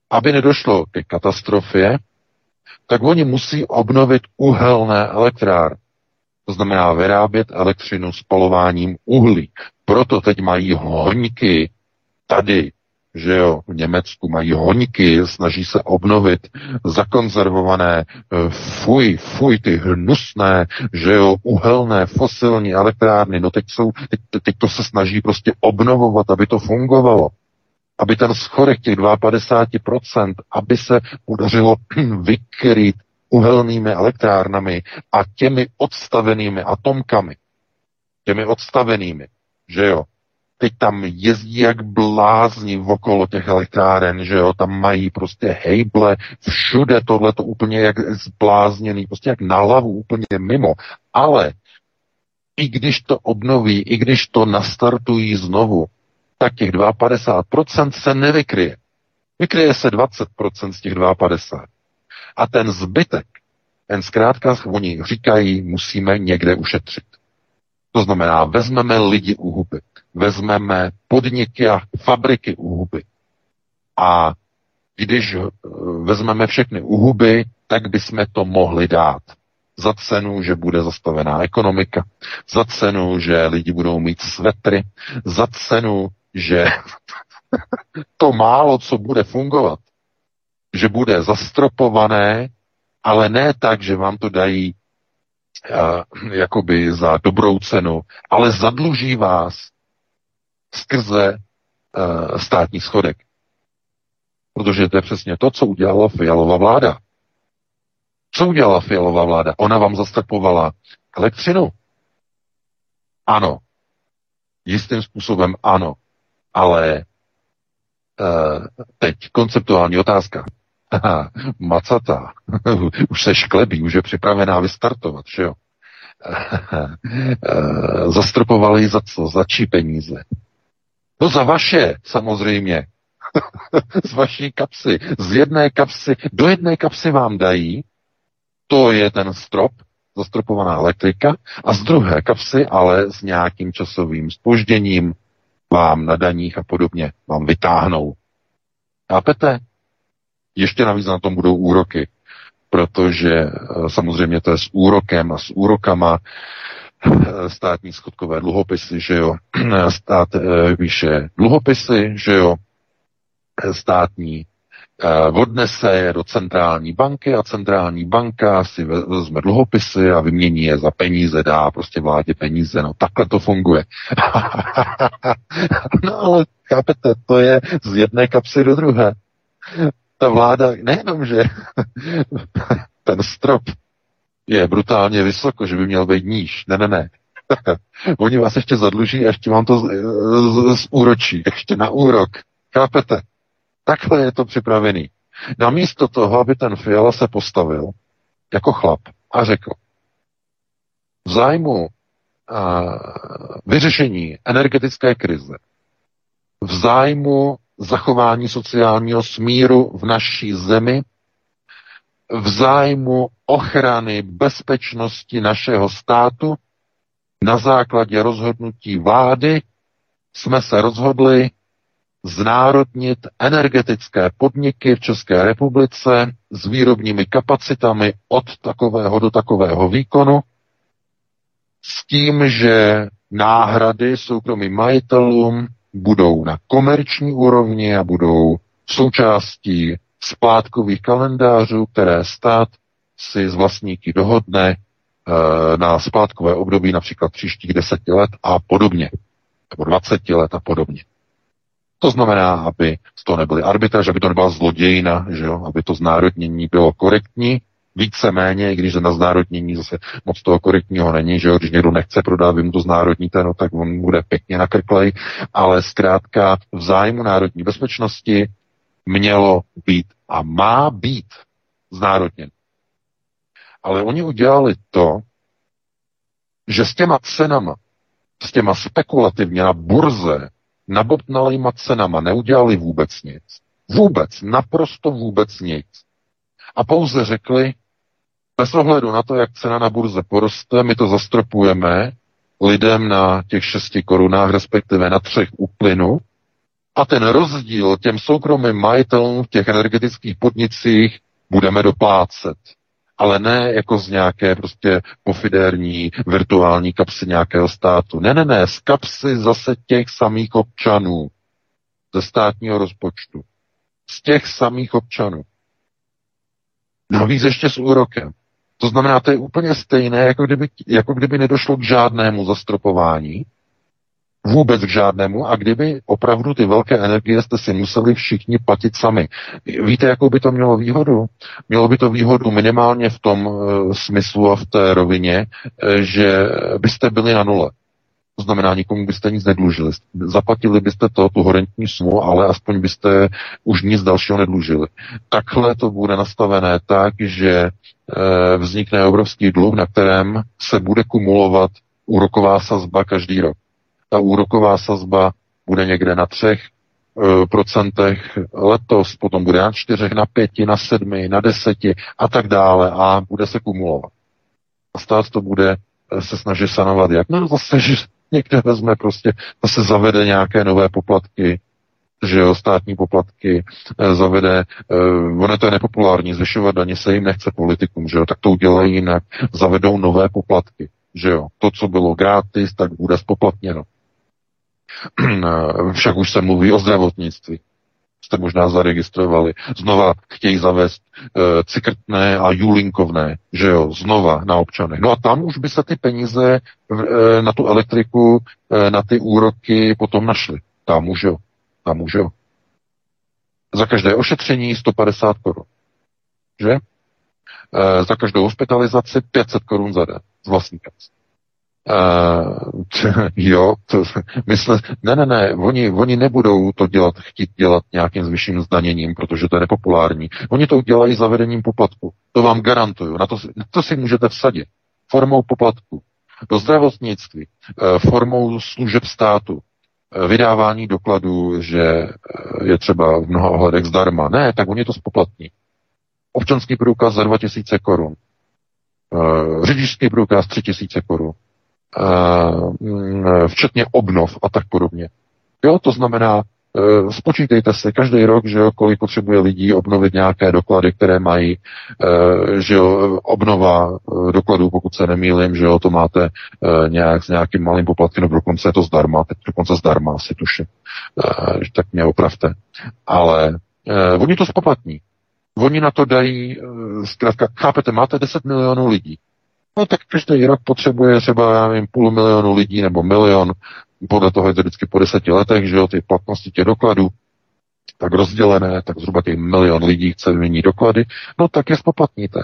aby nedošlo ke katastrofě, tak oni musí obnovit uhelné elektrárny. To znamená vyrábět elektřinu spalováním uhlí. Proto teď mají hoňky tady, že jo, v Německu mají hoňky, snaží se obnovit zakonzervované, fuj, ty hnusné, že jo, uhelné, fosilní elektrárny, no teď to se snaží prostě obnovovat, aby to fungovalo. Aby ten schodek těch 52%, aby se podařilo vykryt uhelnými elektrárnami a těmi odstavenými atomkami. Těmi odstavenými, že jo. Teď tam jezdí jak blázni okolo těch elektráren, že jo, tam mají prostě hejble, všude tohleto úplně jak zblázněný, prostě jak na hlavu, úplně mimo. Ale i když to obnoví, i když to nastartují znovu, tak těch 52% se nevykryje. Vykryje se 20% z těch 52%. A ten zbytek, ten zkrátka oni říkají, musíme někde ušetřit. To znamená, vezmeme lidi u huby, vezmeme podniky a fabriky u huby. A když vezmeme všechny u huby, tak bychom to mohli dát. Za cenu, že bude zastavená ekonomika, za cenu, že lidi budou mít svetry, za cenu, že to málo, co bude fungovat, že bude zastropované, ale ne tak, že vám to dají jakoby za dobrou cenu, ale zadluží vás skrze státní schodek. Protože to je přesně to, co udělala Fialova vláda. Co udělala Fialová vláda? Ona vám zastropovala elektřinu? Ano. Jistým způsobem ano. Ale teď konceptuální otázka. Macata. Už se šklebí, už je připravená vystartovat, že jo? Zastropovali za co? Za čí peníze? No za vaše, samozřejmě. Z vaší kapsy. Z jedné kapsy, do jedné kapsy vám dají, to je ten strop, zastropovaná elektrika, a z druhé kapsy, ale s nějakým časovým zpožděním, vám na daních a podobně vám vytáhnou. Chápete? Ještě navíc na tom budou úroky, protože samozřejmě to je s úrokem a s úrokama státní schodkové dluhopisy, že jo, stát píše dluhopisy, že jo, státní odnese je do centrální banky a centrální banka si vezme dluhopisy a vymění je za peníze, dá prostě vládě peníze. No takhle to funguje. No ale chápete, to je z jedné kapsy do druhé. Ta vláda, nejenom, že ten strop je brutálně vysoko, že by měl být níž. Ne. Oni vás ještě zadluží a ještě vám to zúročí. Ještě na úrok. Chápete? Takhle je to připravený. Namísto toho, aby ten Fiala se postavil jako chlap a řekl, v zájmu vyřešení energetické krize, v zájmu zachování sociálního smíru v naší zemi, v zájmu ochrany bezpečnosti našeho státu, na základě rozhodnutí vlády jsme se rozhodli znárodnit energetické podniky v České republice s výrobními kapacitami od takového do takového výkonu, s tím, že náhrady soukromým majitelům budou na komerční úrovni a budou součástí splátkových kalendářů, které stát si z vlastníky dohodne na splátkové období například příštích 10 let a podobně, nebo 20 let a podobně. To znamená, aby z toho nebyly arbitraž, aby to nebyla zlodějina, že jo? Aby to znárodnění bylo korektní, víceméně, i když na znárodnění zase moc toho korektního není, že jo? Když někdo nechce prodat, vy mu to znárodníte, no tak on bude pěkně nakrklej, ale zkrátka v zájmu národní bezpečnosti mělo být a má být znárodněn. Ale oni udělali to, že s těma cenama, s těma spekulativně na burze, nabobtnalýma cenama neudělali vůbec nic. Vůbec, naprosto vůbec nic. A pouze řekli, bez ohledu na to, jak cena na burze poroste, my to zastropujeme lidem na těch 6 korunách, respektive na 3 u plynu, A ten rozdíl těm soukromým majitelům v těch energetických podnicích budeme doplácet. Ale ne jako z nějaké prostě pofidérní virtuální kapsy nějakého státu. Ne, z kapsy zase těch samých občanů. Ze státního rozpočtu. Z těch samých občanů. Navíc ještě s úrokem. To znamená, to je úplně stejné, jako kdyby nedošlo k žádnému zastropování, vůbec k žádnému, a kdyby opravdu ty velké energie jste si museli všichni platit sami. Víte, jakou by to mělo výhodu? Mělo by to výhodu minimálně v tom smyslu a v té rovině, že byste byli na nule. To znamená, nikomu byste nic nedlužili. Zaplatili byste tu horentní sumu, ale aspoň byste už nic dalšího nedlužili. Takhle to bude nastavené tak, že vznikne obrovský dluh, na kterém se bude kumulovat úroková sazba každý rok. Ta úroková sazba bude někde na 3% letos, potom bude na 4, na 5, na 7, na 10 a tak dále a bude se kumulovat. A stát to bude se snažit sanovat jak? No zase, že někde vezme prostě, zase zavede nějaké nové poplatky, že jo, státní poplatky, zavede, ono to je nepopulární, zvyšovat daně se jim nechce politikům, že jo, tak to udělají jinak, zavedou nové poplatky, že jo, to, co bylo gratis, tak bude spoplatněno. Však už se mluví o zdravotnictví. Jste možná zaregistrovali. Znova chtějí zavést cikrtné a julinkovné, že jo, znova na občanech. No a tam už by se ty peníze na tu elektriku, na ty úroky potom našly. Tam už jo. Za každé ošetření 150 korun. Že? Za každou hospitalizaci 500 korun za den z vlastní kapsy. Ne, oni nebudou to chtít dělat nějakým zvyšším zdaněním, protože to je nepopulární. Oni to udělají zavedením poplatku. To vám garantuju. Na to si můžete vsadit. Formou poplatku. Do zdravotnictví, formou služeb státu, vydávání dokladů, že je třeba v mnoha ohledech zdarma. Ne, tak oni to spoplatní. Občanský průkaz za 2000 korun. Řidičský průkaz 3000 korun. Včetně obnov a tak podobně. Jo, to znamená, spočítejte si každý rok, že jo, kolik potřebuje lidí obnovit nějaké doklady, které mají, že jo, obnova dokladů, pokud se nemýlím, že jo, to máte nějak s nějakým malým poplatkem, no dokonce je to zdarma, teď dokonce zdarma asi tuším, tak mě opravte. Ale oni to spoplatní. Oni na to dají, zkrátka, chápete, máte 10 milionů lidí. No tak každý rok potřebuje třeba, já nevím, 500 000 lidí nebo 1 000 000, podle toho je to vždycky po 10 letech, že jo, ty platnosti těch dokladů, tak rozdělené, tak zhruba těch 1 000 000 lidí chce vyměnit doklady, no tak je spoplatníte.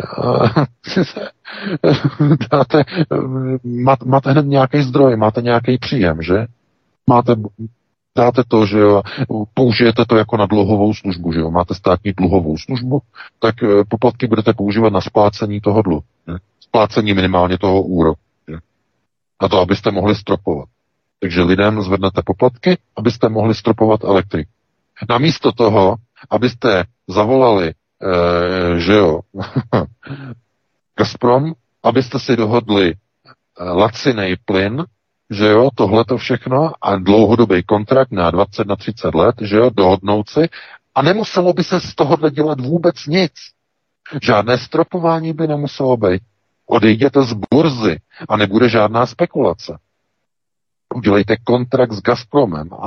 Máte hned nějaký zdroj, máte nějaký příjem, že? Dáte to, že jo, použijete to jako na dluhovou službu, že jo, máte státní dluhovou službu, tak poplatky budete používat na splácení toho dluhu. Splácení minimálně toho úroku. Na to, abyste mohli stropovat. Takže lidem zvednete poplatky, abyste mohli stropovat elektriku. Namísto toho, abyste zavolali, že jo, Gazprom, abyste si dohodli lacinej plyn, že jo, tohleto všechno a dlouhodobý kontrakt na 20, na 30 let, že jo, dohodnout si a nemuselo by se z tohohle dělat vůbec nic. Žádné stropování by nemuselo být. Odejděte z burzy a nebude žádná spekulace. Udělejte kontrakt s Gazpromem a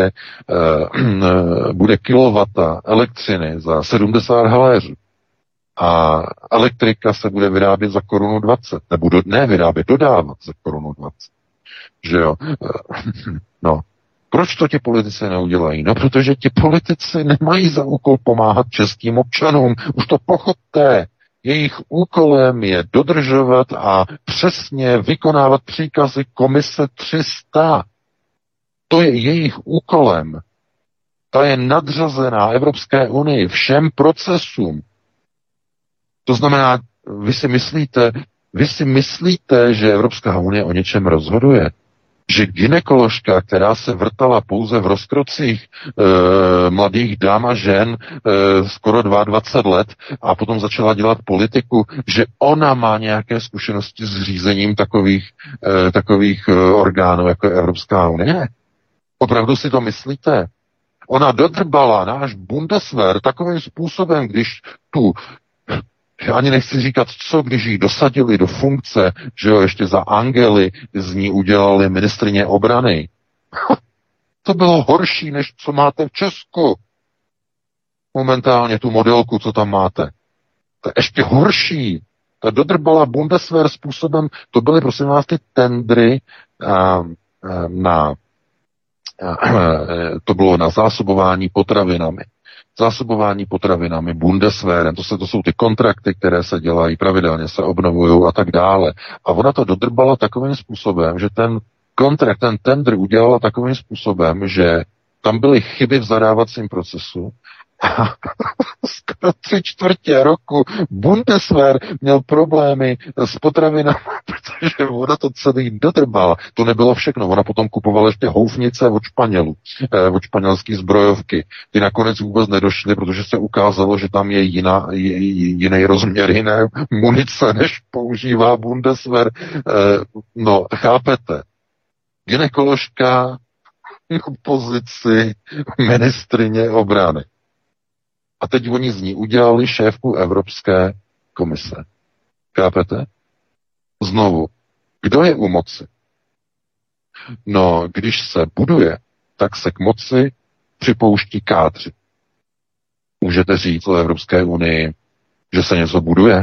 bude kilowata elektřiny za 70 haléřů. A elektrika se bude vyrábět za 1,20 nebo dodávat za 1,20. Že jo? No. Proč to ti politici neudělají? No, protože ti politici nemají za úkol pomáhat českým občanům. Už to pochopte. Jejich úkolem je dodržovat a přesně vykonávat příkazy komise 300. To je jejich úkolem. Ta je nadřazená Evropské unii všem procesům. To znamená, vy si myslíte, že Evropská unie o něčem rozhoduje? Že gynekoložka, která se vrtala pouze v rozkrocích mladých dám a žen skoro 22 let a potom začala dělat politiku, že ona má nějaké zkušenosti s řízením takových orgánů, jako je Evropská unie? Opravdu si to myslíte? Ona dodrbala náš Bundeswehr takovým způsobem, když já ani nechci říkat co, když ji dosadili do funkce, že jo, ještě za Angely z ní udělali ministryně obrany. To bylo horší, než co máte v Česku. Momentálně tu modelku, co tam máte. To je ještě horší. Ta dodrbala Bundeswehr způsobem, to byly, prosím vás, ty tendry to bylo na zásobování potravinami. Zásobování potravinami, Bundeswehrem, to jsou ty kontrakty, které se dělají, pravidelně se obnovují a tak dále. A ona to dodrbala takovým způsobem, že ten kontrakt, ten tender udělala takovým způsobem, že tam byly chyby v zadávacím procesu a skoro 3/4 roku Bundeswehr měl problémy s potravinami, protože ona to celý dodrbala. To nebylo všechno. Ona potom kupovala ještě houfnice od Španělů, od španělský zbrojovky. Ty nakonec vůbec nedošly, protože se ukázalo, že tam je jiný rozměr, jiné munice, než používá Bundeswehr. No, chápete? Gynekoložka na pozici ministryně obrany. A teď oni z ní udělali šéfku Evropské komise. Chápete? Znovu, kdo je u moci? No, když se buduje, tak se k moci připouští kádři. Můžete říct o Evropské unii, že se něco buduje?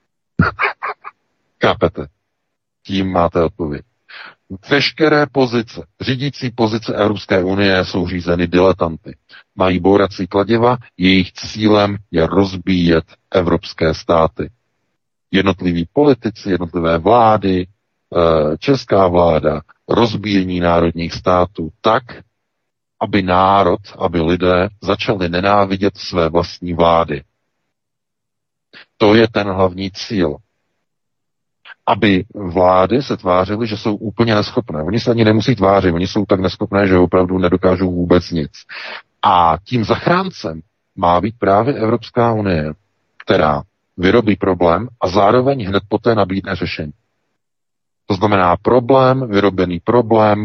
Chápete? Tím máte odpověď. Veškeré pozice, řídící pozice Evropské unie jsou řízeny diletanty. Mají bourací kladiva, jejich cílem je rozbíjet evropské státy. Jednotliví politici, jednotlivé vlády, česká vláda, rozbíjení národních států tak, aby národ, aby lidé začali nenávidět své vlastní vlády. To je ten hlavní cíl. Aby vlády se tvářily, že jsou úplně neschopné. Oni se ani nemusí tvářit, oni jsou tak neschopné, že opravdu nedokážou vůbec nic. A tím zachráncem má být právě Evropská unie, která vyrobí problém a zároveň hned poté nabídne řešení. To znamená vyrobený problém.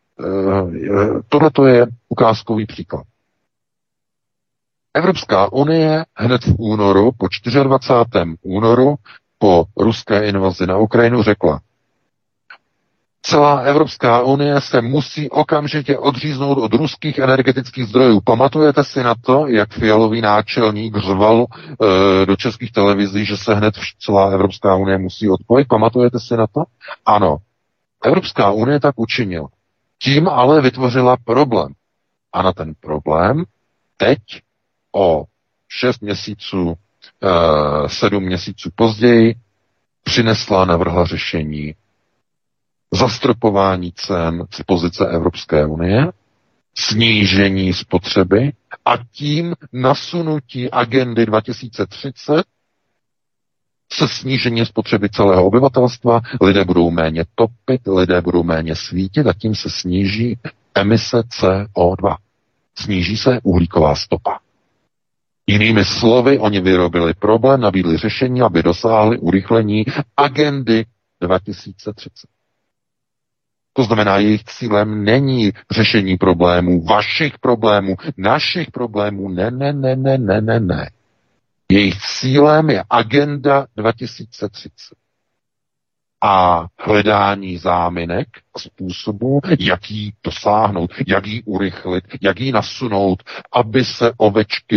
Tohle je ukázkový příklad. Evropská unie hned v únoru, po 24. únoru, po ruské invazi na Ukrajinu řekla, celá Evropská unie se musí okamžitě odříznout od ruských energetických zdrojů. Pamatujete si na to, jak fialový náčelník řval do českých televizí, že se hned celá Evropská unie musí odpojit? Pamatujete si na to? Ano. Evropská unie tak učinila. Tím ale vytvořila problém. A na ten problém teď o 6 měsíců 7 měsíců později navrhla řešení zastropování cen z pozice Evropské unie, snížení spotřeby a tím nasunutí agendy 2030 se snížením spotřeby celého obyvatelstva. Lidé budou méně topit, lidé budou méně svítit a tím se sníží emise CO2. Sníží se uhlíková stopa. Jinými slovy, oni vyrobili problém, nabídli řešení, aby dosáhli urychlení agendy 2030. To znamená, jejich cílem není řešení problémů, vašich problémů, našich problémů, ne. Jejich cílem je agenda 2030. A hledání záminek a způsobů, jak jí dosáhnout, jak jí urychlit, jak jí nasunout, aby se ovečky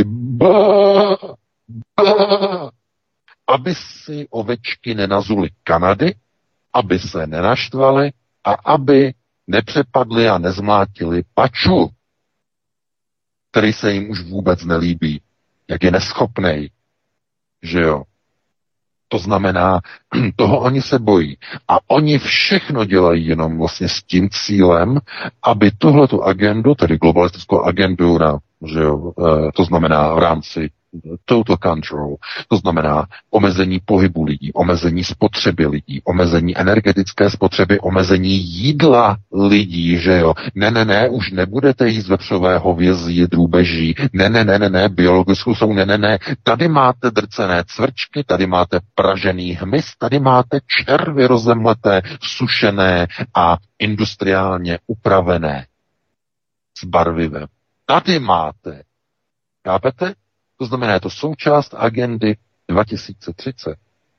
aby si ovečky nenazuly Kanady, aby se nenaštvaly a aby nepřepadli a nezmlátili Paču, který se jim už vůbec nelíbí, jak je neschopnej, že jo. To znamená, toho oni se bojí. A oni všechno dělají jenom vlastně s tím cílem, aby tuhletu agendu, tedy globalistickou agendu, že jo, to znamená v rámci total control, to znamená omezení pohybu lidí, omezení spotřeby lidí, omezení energetické spotřeby, omezení jídla lidí, že jo. Ne, už nebudete jíst vepřové hovězí, drůbeží, ne, biologickou jsou, ne. Tady máte drcené cvrčky, tady máte pražený hmyz, tady máte červy rozemleté, sušené a industriálně upravené s barvivem. tady máte. Chápete? To znamená, je to součást agendy 2030.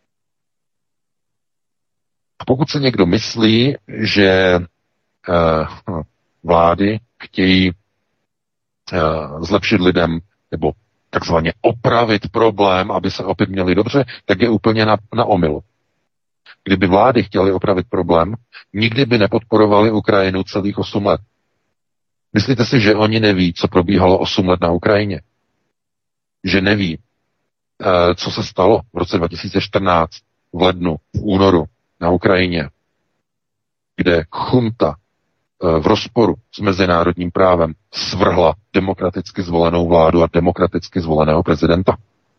A pokud se někdo myslí, že vlády chtějí zlepšit lidem nebo takzvaně opravit problém, aby se opět měli dobře, tak je úplně na omylu. Kdyby vlády chtěly opravit problém, nikdy by nepodporovali Ukrajinu celých 8 let. Myslíte si, že oni neví, co probíhalo 8 let na Ukrajině? Že neví, co se stalo v roce 2014, v lednu, v únoru na Ukrajině, kde chunta v rozporu s mezinárodním právem svrhla demokraticky zvolenou vládu a demokraticky zvoleného prezidenta.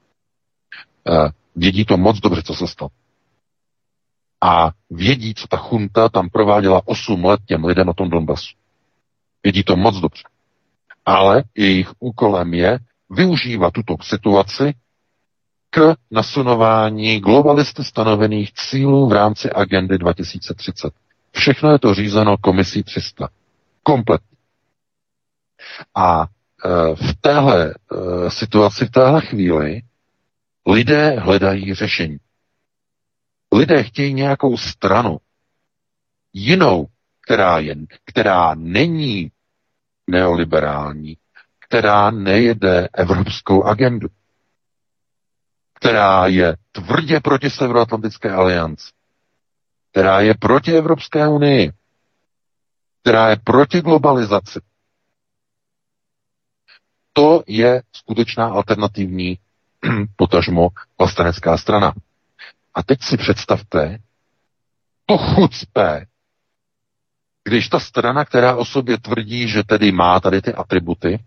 Vědí to moc dobře, co se stalo. A vědí, co ta chunta tam prováděla 8 let těm lidem na tom Donbasu. Vědí to moc dobře. Ale jejich úkolem je využívat tuto situaci k nasunování globalisty stanovených cílů v rámci agendy 2030. Všechno je to řízeno komisí 300. Kompletně. A v téhle situaci, v téhle chvíli lidé hledají řešení. Lidé chtějí nějakou stranu, jinou, která není neoliberální, která nejede evropskou agendu, která je tvrdě proti Severoatlantické alianci, která je proti Evropské unii, která je proti globalizaci. To je skutečná alternativní potažmo vlastenecká strana. A teď si představte to chucpe, když ta strana, která o sobě tvrdí, že tedy má tady ty atributy,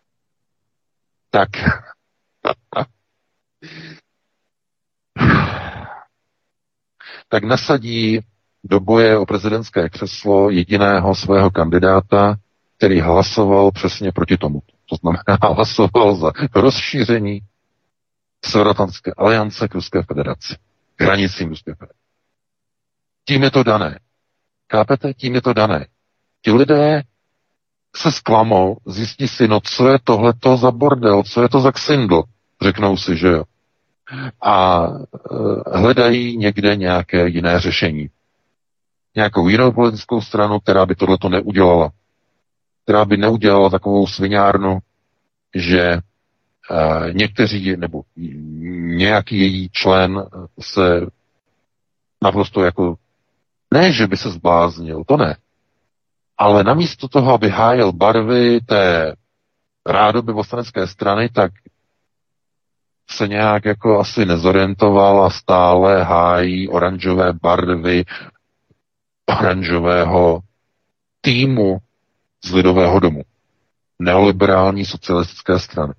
tak nasadí do boje o prezidentské křeslo jediného svého kandidáta, který hlasoval přesně proti tomu. To znamená, hlasoval za rozšíření Severoatlantické aliance k Ruské federaci. Hranicím Ruské federace. Tím je to dané. Chápete? Tím je to dané. Ti lidé se zklamou, zjistí si, no co je tohleto za bordel, co je to za ksindl. Řeknou si, že jo. A hledají někde nějaké jiné řešení. Nějakou jinou politickou stranu, která by tohleto neudělala. Která by neudělala takovou sviňárnu, že někteří nebo nějaký její člen se naprosto jako ne, že by se zbláznil, to ne. Ale namísto toho, aby hájil barvy té rádoby vlastenecké strany, tak se nějak jako asi nezorientoval a stále hájí oranžové barvy oranžového týmu z Lidového domu. Neoliberální socialistické strany.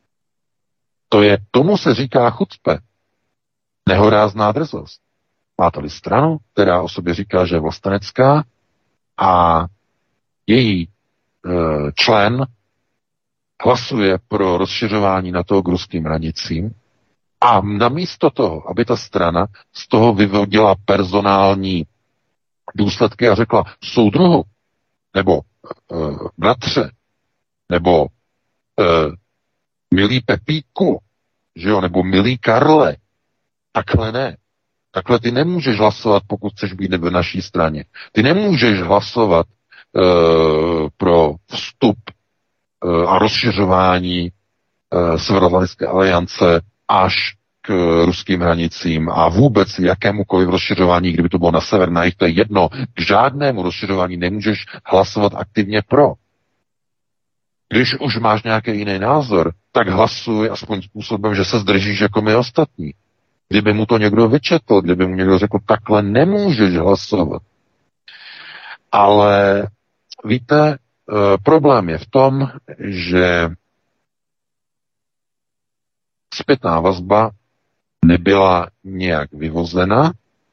Tomu se říká chucpe. Nehorázná drzost. Má tady stranu, která o sobě říká, že je vlastenecká a její člen hlasuje pro rozšiřování NATO k ruským hranicím a namísto toho, aby ta strana z toho vyvodila personální důsledky a řekla soudruhu, nebo bratře, nebo milý Pepíku, že jo, nebo milý Karle, takhle ne. Takhle ty nemůžeš hlasovat, pokud chceš být v naší straně. Ty nemůžeš hlasovat pro vstup a rozšiřování Severoatlantické aliance až k ruským hranicím a vůbec jakémukoliv rozšiřování, kdyby to bylo na sever, na jih, to je jedno. K žádnému rozšiřování nemůžeš hlasovat aktivně pro. Když už máš nějaký jiný názor, tak hlasuj aspoň způsobem, že se zdržíš jako my ostatní. Kdyby mu to někdo vyčetl, kdyby mu někdo řekl, takhle nemůžeš hlasovat. Ale víte, problém je v tom, že zpětná vazba nebyla nějak vyvozena.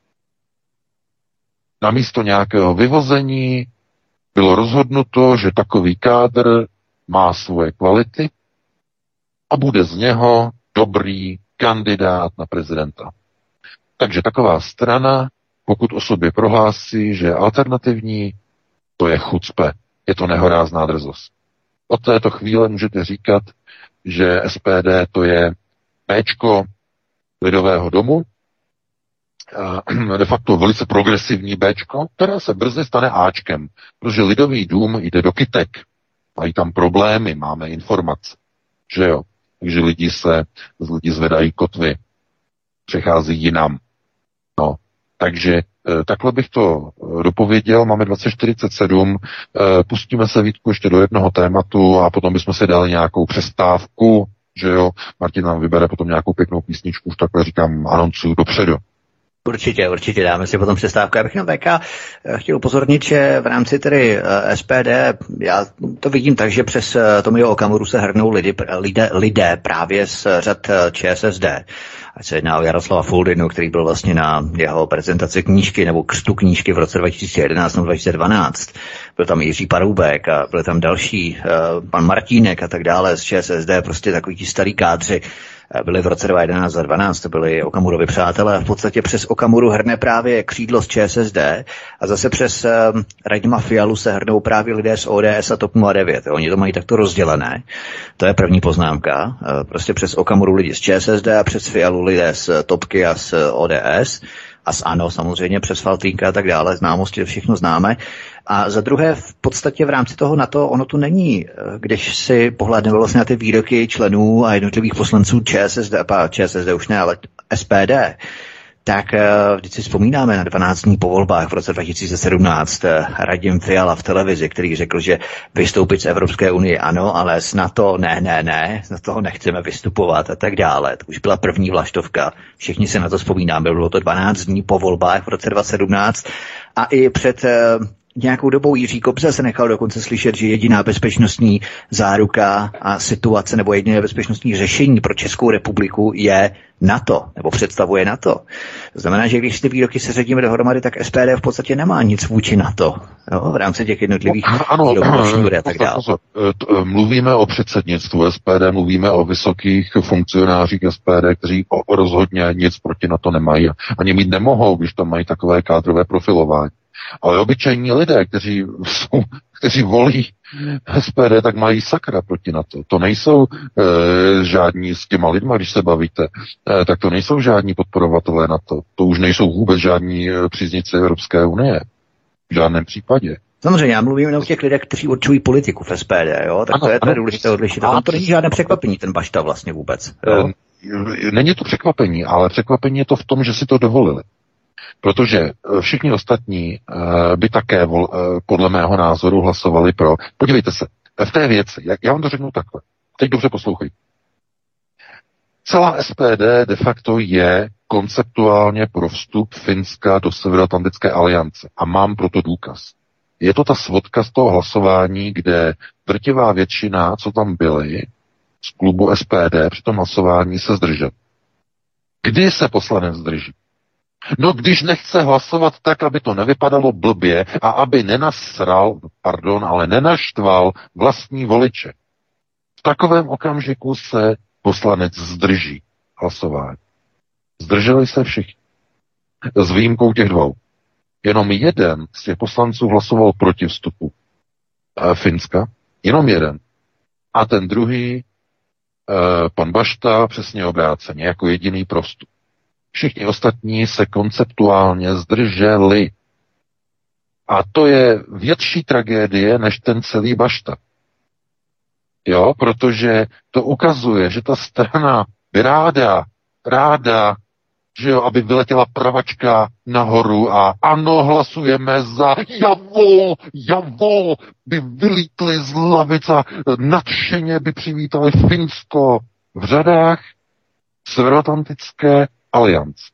Namísto nějakého vyvození bylo rozhodnuto, že takový kádr má svoje kvality a bude z něho dobrý kandidát na prezidenta. Takže taková strana, pokud o sobě prohlásí, že je alternativní, to je chucpe. Je to nehorázná drzost. Od této chvíle můžete říkat, že SPD to je Bčko Lidového domu, de facto velice progresivní Bčko, které se brzy stane Ačkem, protože Lidový dům jde do kytek. Mají tam problémy, máme informace, že jo. Takže lidi zvedají kotvy, přechází jinam. No, takže takhle bych to dopověděl, máme 2047, pustíme se, Vítku, ještě do jednoho tématu a potom bychom si dali nějakou přestávku, že jo, Martin nám vybere potom nějakou pěknou písničku, už takhle říkám, anoncu dopředu. Určitě, dáme si potom přestávku. Já bych na VK chtěl upozornit, že v rámci tedy SPD, já to vidím tak, že přes Tomio Okamuru se hrnou lidé právě z řad ČSSD. Ať se jedná o Jaroslava Foldinu, který byl vlastně na jeho prezentaci knížky nebo křtu knížky v roce 2011 nebo 2012. Byl tam Jiří Paroubek a byli tam další, pan Martínek a tak dále z ČSSD, prostě takový ti starý kádři. Byli v roce 2011 a 2012, to byli Okamurovi přátelé. V podstatě přes Okamuru hrne právě křídlo z ČSSD a zase přes Radima Fialu se hrnou právě lidé z ODS a TOP 09. Oni to mají takto rozdělené. To je první poznámka. Prostě přes Okamuru lidi z ČSSD a přes Fialu lidé z TOPky a z ODS. A z ANO samozřejmě přes Faltýnka a tak dále, známosti, všechno známe. A za druhé, v podstatě v rámci toho NATO, ono tu není, když si pohlédneme vlastně na ty výroky členů a jednotlivých poslanců ČSSD už ne, ale SPD, tak vždyť si vzpomínáme na 12 dní po volbách v roce 2017 Radim Fiala v televizi, který řekl, že vystoupit z Evropské unie ano, ale z NATO ne, z toho nechceme vystupovat a tak dále. To už byla první vlaštovka. Všichni se na to vzpomínáme. Bylo to 12 dní po volbách v roce 2017 a i před nějakou dobou Jiří Kobza se nechal dokonce slyšet, že jediná bezpečnostní záruka a situace nebo jediné bezpečnostní řešení pro Českou republiku je NATO, nebo představuje NATO. To znamená, že když ty výroky se řadíme dohromady, tak SPD v podstatě nemá nic vůči NATO, jo, v rámci těch jednotlivých výroků a tak dále. Mluvíme o předsednictvu SPD, mluvíme o vysokých funkcionářích SPD, kteří rozhodně nic proti NATO nemají. Ani mít nemohou, když tam mají takové kádrové profilování. Ale obyčejní lidé, kteří volí SPD, tak mají sakra proti NATO. To nejsou žádní s těma lidma, když se bavíte, tak to nejsou žádní podporovatelé NATO. To už nejsou vůbec žádní příznivci Evropské unie. V žádném případě. Samozřejmě, já mluvím o těch lidech, kteří určují politiku v SPD, jo? Tak ano, to je důležité odlišit. To není žádné překvapení, ten Bašta vlastně vůbec. Jo? Není to překvapení, ale překvapení je to v tom, že si to dovolili. Protože všichni ostatní by také podle mého názoru hlasovali pro. Podívejte se, v té věci, já vám to řeknu takhle. Teď dobře poslouchejte. Celá SPD de facto je konceptuálně pro vstup Finska do Severoatlantické aliance. A mám proto důkaz. Je to ta svodka z toho hlasování, kde drtivá většina, co tam byly, z klubu SPD při tom hlasování se zdržel. Kdy se poslanec zdrží? No, když nechce hlasovat tak, aby to nevypadalo blbě a aby nenaštval vlastní voliče. V takovém okamžiku se poslanec zdrží hlasování. Zdrželi se všichni. S výjimkou těch dvou. Jenom jeden z těch poslanců hlasoval proti vstupu Finska. Jenom jeden. A ten druhý, pan Bašta, přesně obráceně, jako jediný pro vstup. Všichni ostatní se konceptuálně zdrželi. A to je větší tragédie, než ten celý Bašta. Jo, protože to ukazuje, že ta strana by ráda, že jo, aby vyletěla pravačka nahoru a ano, hlasujeme za javol, by vylítli z lavic a nadšeně by přivítali Finsko v řadách Severoatlantické aliance.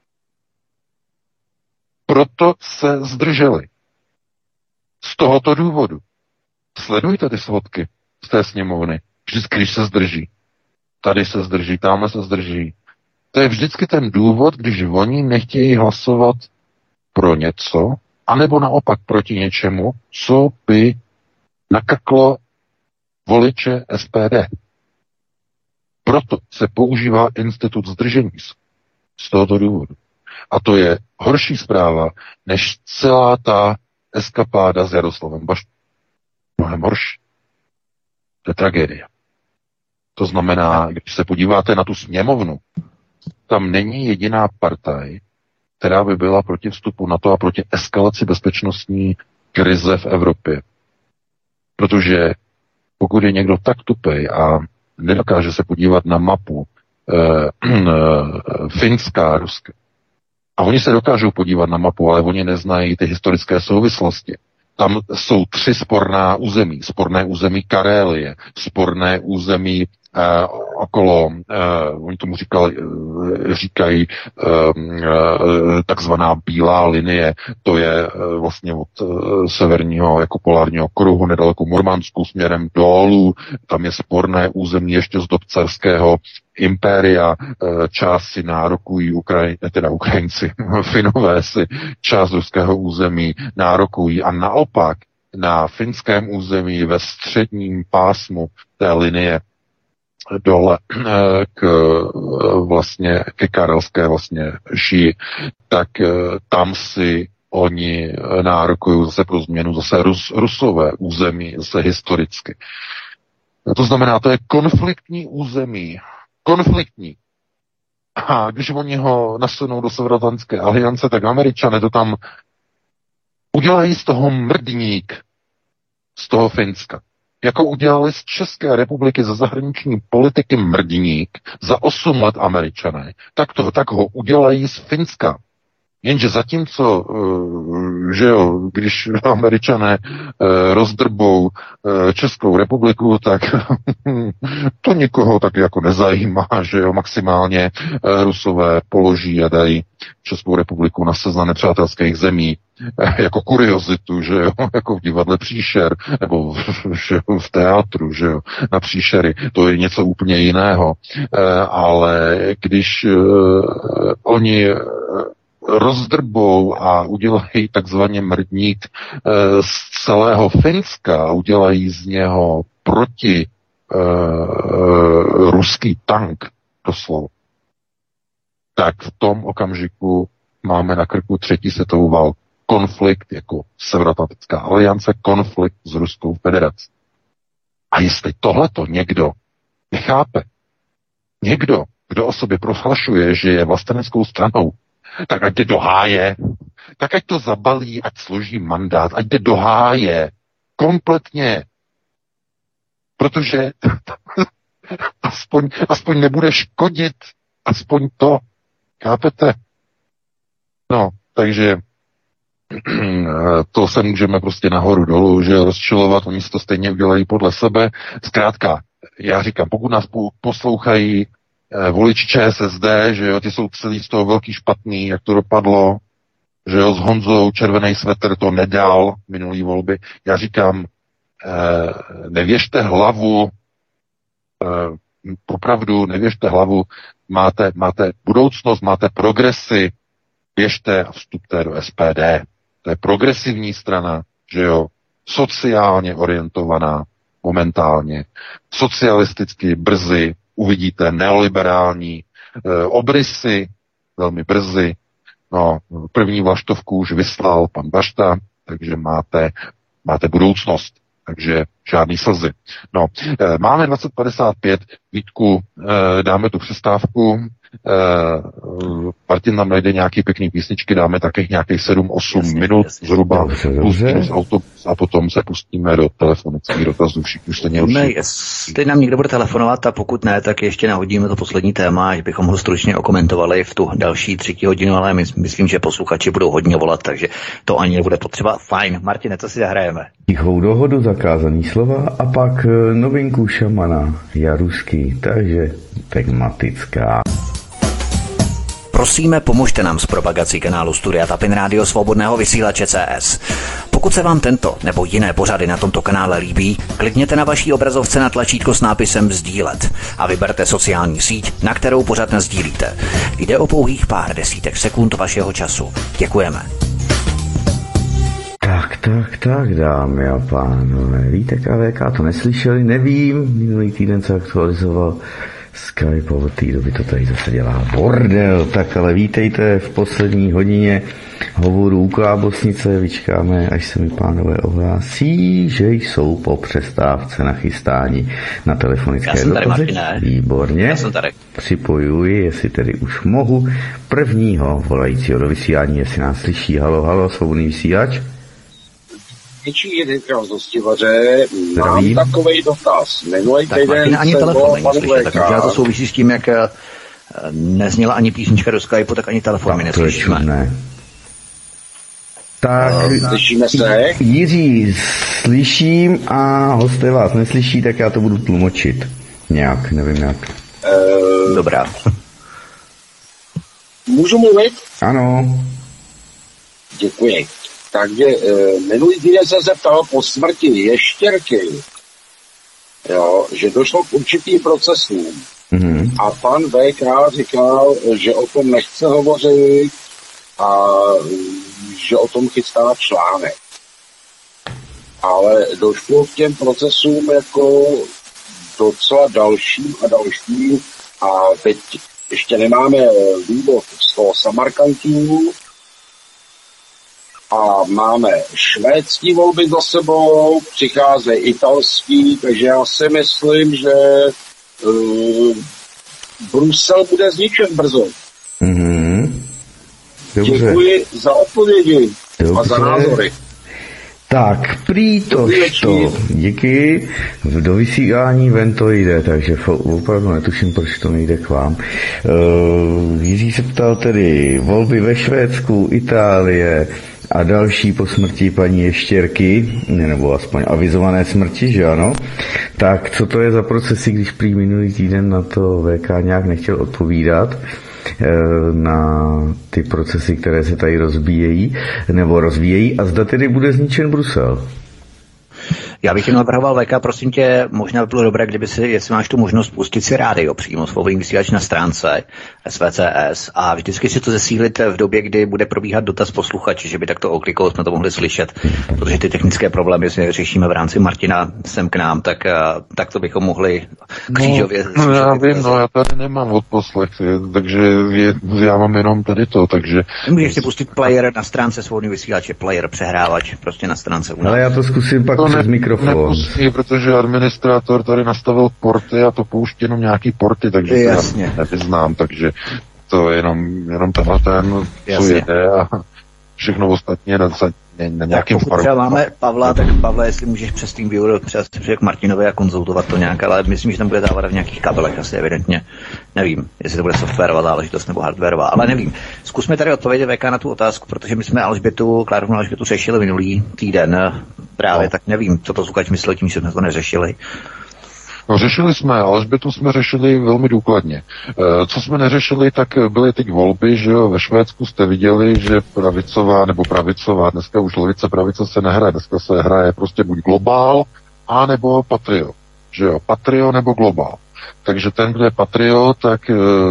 Proto se zdrželi. Z tohoto důvodu. Sledujte ty svodky z té sněmovny. Vždycky, když se zdrží. Tady se zdrží, tamhle se zdrží. To je vždycky ten důvod, když oni nechtějí hlasovat pro něco, anebo naopak proti něčemu, co by nakaklo voliče SPD. Proto se používá institut zdržení z tohoto důvodu. A to je horší zpráva, než celá ta eskapáda s Jaroslavem Baštou. Mnohem horší. To je tragédie. To znamená, když se podíváte na tu sněmovnu, tam není jediná partaj, která by byla proti vstupu NATO a proti eskalaci bezpečnostní krize v Evropě. Protože pokud je někdo tak tupej a nedokáže se podívat na mapu Finska, Ruska, a oni se dokážou podívat na mapu, ale oni neznají ty historické souvislosti. Tam jsou 3 sporná území. Sporné území Karélie, sporné území okolo, oni tomu říkají takzvaná bílá linie, to je vlastně od severního jako polárního kruhu nedaleko Murmansku směrem dolů, tam je sporné území ještě z dob carského impéria, část si nárokují Ukrajinci, Finové si část ruského území nárokují a naopak na finském území ve středním pásmu té linie dole ke karelské vlastně ší, tak tam si oni nárokují zase pro změnu zase Rusové území, zase historicky. To znamená, to je konfliktní území. Konfliktní. A když oni ho nasunou do Severoatlantické aliance, tak Američané to tam udělají z toho mrdník, z toho Finska. Jako udělali z České republiky ze zahraniční politiky mrdník za 8 let Američané, tak ho udělají z Finska. Jenže zatímco, že jo, když Američané rozdrbou Českou republiku, tak to nikoho tak jako nezajímá, že jo, maximálně Rusové položí a dají Českou republiku na seznam nepřátelských zemí jako kuriozitu, že jo, jako v divadle Příšer, nebo že jo, v teátru, že jo, na Příšery, to je něco úplně jiného, ale když oni rozdrbou a udělají takzvaně mrdník z celého Finska a udělají z něho proti ruský tank doslova, tak v tom okamžiku máme na krku 3. světovou válku. Konflikt jako Severoatlantická aliance, konflikt s Ruskou federací. A jestli tohleto někdo nechápe, někdo, kdo o sobě prohlašuje, že je vlasteneckou stranou, tak ať jde do háje, tak ať to zabalí, ať složí mandát, ať jde do háje, kompletně. Protože aspoň nebude škodit, aspoň to, chápete? No, takže to se můžeme prostě nahoru dolů, že rozčilovat, oni si to stejně udělají podle sebe. Zkrátka, já říkám, pokud nás poslouchají voliči ČSSD, že jo, ty jsou celý z toho velký špatný, jak to dopadlo, že jo, s Honzou červený svetr to nedal minulý volby. Já říkám, nevěžte hlavu, opravdu nevěžte hlavu, máte budoucnost, máte progresy, běžte a vstupte do SPD. To je progresivní strana, že jo, sociálně orientovaná momentálně, socialisticky brzy uvidíte neoliberální obrysy velmi brzy. No, první vlaštovku už vyslal pan Bašta, takže máte budoucnost. Takže žádný slzy. No, máme 20:55, Vítku, dáme tu přestávku, Martin nám najde nějaký pěkný písničky, dáme také nějakých 7-8 minut, zhruba plus minus autobus a potom se pustíme do telefonických dotazů, všichni už stejně ne, jestli nám někdo bude telefonovat a pokud ne, tak ještě nahodíme to poslední téma, že bychom ho stručně okomentovali v tu další 3. hodinu, ale myslím, že posluchači budou hodně volat, takže to ani nebude potřeba. Fajn, Martine, co si zahrajeme? Tichou dohodu, zakázaný slova a pak novinku šamana Jarusky, takže pragmatická. Prosíme, pomožte nám s propagací kanálu Studia Tapin Rádio Svobodného vysílače CS. Pokud se vám tento nebo jiné pořady na tomto kanále líbí, klikněte na vaší obrazovce na tlačítko s nápisem sdílet a vyberte sociální síť, na kterou pořad nasdílíte. Jde o pouhých pár desítek sekund vašeho času. Děkujeme. Tak, dámy a pánové. Víte, KVK to neslyšeli, nevím, minulý týden se aktualizoval Skype, od té doby to tady zase dělá bordel. Tak ale vítejte v poslední hodině hovoru u Klábosnice. Vyčkáme, až se mi pánové ohlásí, že jsou po přestávce nachystáni na telefonické dotazy. Výborně. Já jsem tady. Připojuji, jestli tedy už mohu, prvního volajícího do vysílání, jestli nás slyší. Halo, svobodný vysílač. Něčí jedenkrát z Hostivaře, mám takovej dotaz. Minulý týden ani telefon není slyšet, takže to souvisí s tím, jak nezněla ani písnička do Skypeu, tak ani telefon mi neslyšíme. Ne. Tak, slyšíme se? Jiří, slyším a hosté vás neslyší, tak já to budu tlumočit. Nějak, nevím jak. Dobrá. Můžu mluvit? Ano. Děkuji. Takže minulý týden se zeptal po smrti ještěrky, jo, že došlo k určitým procesům. Mm-hmm. A pan VK říkal, že o tom nechce hovořit a že o tom chystá článek. Ale došlo k těm procesům jako docela dalším a dalším a teď ještě nemáme vývod z toho Samarkandů a máme švédský volby za sebou, přicházejí italský, takže já si myslím, že Brusel bude zničen brzo. Mm-hmm. Dobře. Děkuji za odpovědi. Dobře. A za názory. Tak, prý to, díky, do vysílání ven to jde, takže opravdu netuším, proč to nejde k vám. Jiří se ptal tedy volby ve Švédsku, Itálie a další po smrti paní ještěrky, nebo aspoň avizované smrti, že ano? Tak co to je za procesy, když prý minulý týden na to VK nějak nechtěl odpovídat? Na ty procesy, které se tady rozvíjejí a zda tedy bude zničen Brusel. Já bych jenom navrhoval, VK, prosím tě, možná by bylo dobré, kdyby si, jestli máš tu možnost, pustit si rádio přímo, svobodný vysílač na stránce SVCS a vždycky si to zesílit v době, kdy bude probíhat dotaz posluchače, že by takto oklikou jsme to mohli slyšet, protože ty technické problémy si řešíme v rámci Martina sem k nám, tak to bychom mohli křížově... No já vím, já tady nemám odposlech, takže já mám jenom tady to, takže... Můžeš si pustit player na stránce svobodný vysílače, player, přehrávač, prostě na stránce u nás. Ale já to zkusím pak přes mikrofon. Nepustí, protože administrátor tady nastavil porty a to pouští jenom nějaký porty, takže já nevyznám, takže to je jenom tenhle co jede a všechno ostatně na nějakým farmu. Pokud máme Pavla, tak Pavle, jestli můžeš přes TeamViewer přes k Martinovi a konzultovat to nějak, ale myslím, že tam bude dávat v nějakých kabelech asi evidentně. Nevím, jestli to bude softwarová záležitost nebo hardwarová, ale nevím. Zkusme tady odpovědět VK na tu otázku, protože my jsme Klárovnu Alžbětu řešili minulý týden právě, tak nevím, co to Zukač myslel tím, že jsme to neřešili. No, řešili jsme, Alžbětu jsme řešili velmi důkladně. Co jsme neřešili, tak byly teď volby, že jo, ve Švédsku jste viděli, že pravicová, dneska už levice pravice se nehraje, dneska se hraje prostě buď globál, a nebo patrio, že jo, patrio nebo globál. Takže ten, kdo je patrio, tak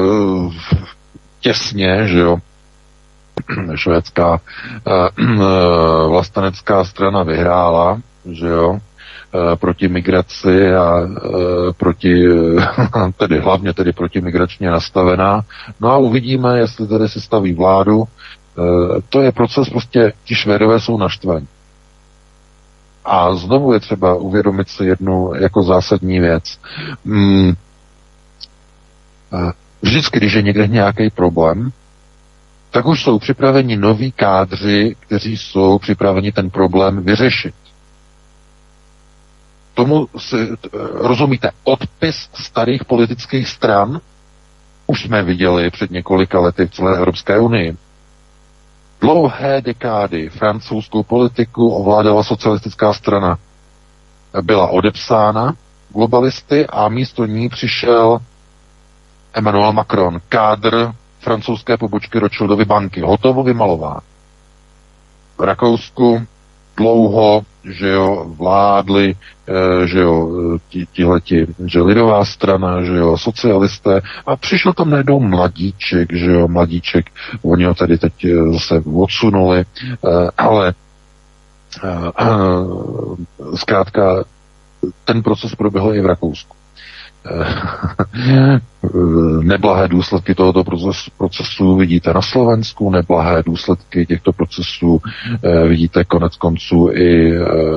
těsně, že jo, švédská vlastenecká strana vyhrála, že jo, proti migraci a hlavně proti migračně nastavená. No a uvidíme, jestli tady si staví vládu. To je proces, prostě ti Švédové jsou naštvaní. A znovu je třeba uvědomit si jednu jako zásadní věc. Vždycky, když je někde nějaký problém, tak už jsou připraveni noví kádři, kteří jsou připraveni ten problém vyřešit. Tomu si rozumíte, odpis starých politických stran už jsme viděli před několika lety v celé Evropské unii. Dlouhé dekády francouzskou politiku ovládala socialistická strana. Byla odepsána globalisty a místo ní přišel Emmanuel Macron, kádr francouzské pobočky Rothschildovy banky, hotovo vymalován. V Rakousku dlouho, že jo, vládli, že jo, tihleti, že lidová strana, že jo, socialisté a přišel tam najednou mladíček, že jo, oni ho tady teď zase odsunuli, ale zkrátka ten proces proběhl i v Rakousku. neblahé důsledky tohoto procesu vidíte na Slovensku, neblahé důsledky těchto procesů vidíte konec konců i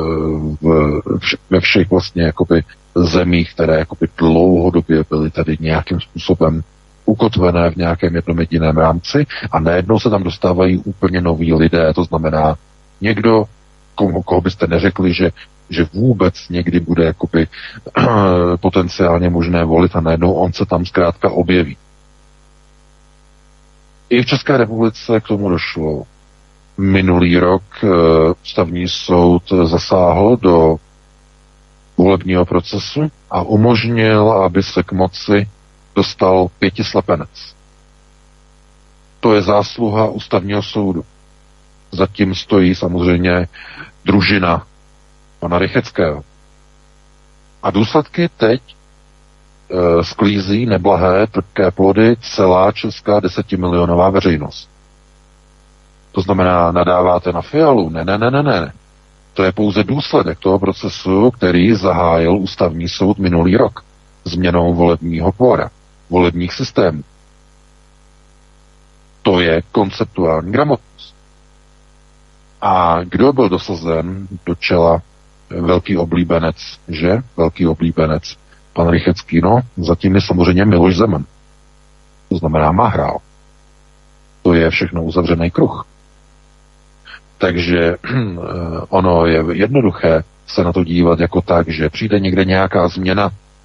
ve všech vlastně jakoby zemích, které jakoby dlouhodobě byly tady nějakým způsobem ukotvené v nějakém jednom jediném rámci a najednou se tam dostávají úplně noví lidé, to znamená někdo, koho byste neřekli, že vůbec někdy bude jakoby potenciálně možné volit a najednou on se tam zkrátka objeví. I v České republice k tomu došlo. Minulý rok ústavní soud zasáhl do volebního procesu a umožnil, aby se k moci dostal 5 slepenec. To je zásluha ústavního soudu. Zatím stojí samozřejmě družina pana Rycheckého. A důsledky teď sklízí neblahé, trpké plody celá česká 10milionová veřejnost. To znamená, nadáváte na Fialu? Ne. To je pouze důsledek toho procesu, který zahájil ústavní soud minulý rok změnou volebního kvóra, volebních systémů. To je konceptuální gramotnost. A kdo byl dosazen do čela? Velký oblíbenec, že? Velký oblíbenec. Pan Rychecký, no, zatím je samozřejmě Miloš Zeman. To znamená Mahrál. To je všechno uzavřený kruh. Takže ono je jednoduché se na to dívat jako tak, že přijde někde nějaká změna,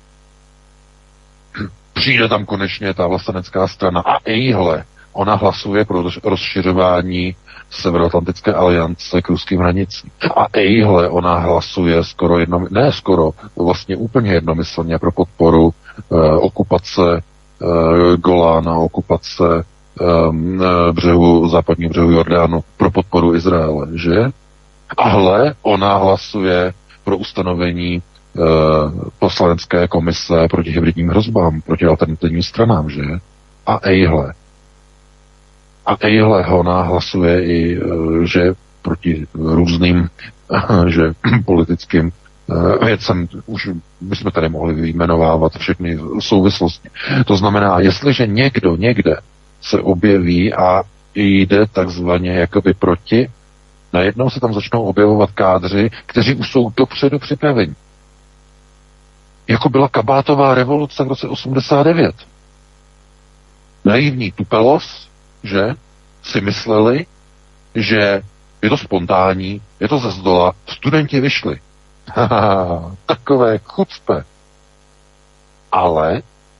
přijde tam konečně ta vlastenecká strana a ejhle, ona hlasuje pro rozšiřování Severoatlantické aliance k ruským hranicím. A ejhle, ona hlasuje vlastně úplně jednomyslně pro podporu okupace Golána, okupace západního břehu Jordánu, pro podporu Izraele, že? Ahle, ona hlasuje pro ustanovení poslanecké komise proti hybridním hrozbám, proti alternativním stranám, že? A ejhle, ona hlasuje i, že proti různým, že politickým věcem, už bychom tady mohli vyjmenovávat všechny souvislosti. To znamená, jestliže někdo někde se objeví a jde takzvaně jakoby proti, najednou se tam začnou objevovat kádři, kteří už jsou dopředu připraveni. Jako byla kabátová revoluce v roce 89. Naivní tupelos, že si mysleli, že je to spontánní, je to ze zdola, studenti vyšli. Takové chucpe. Ale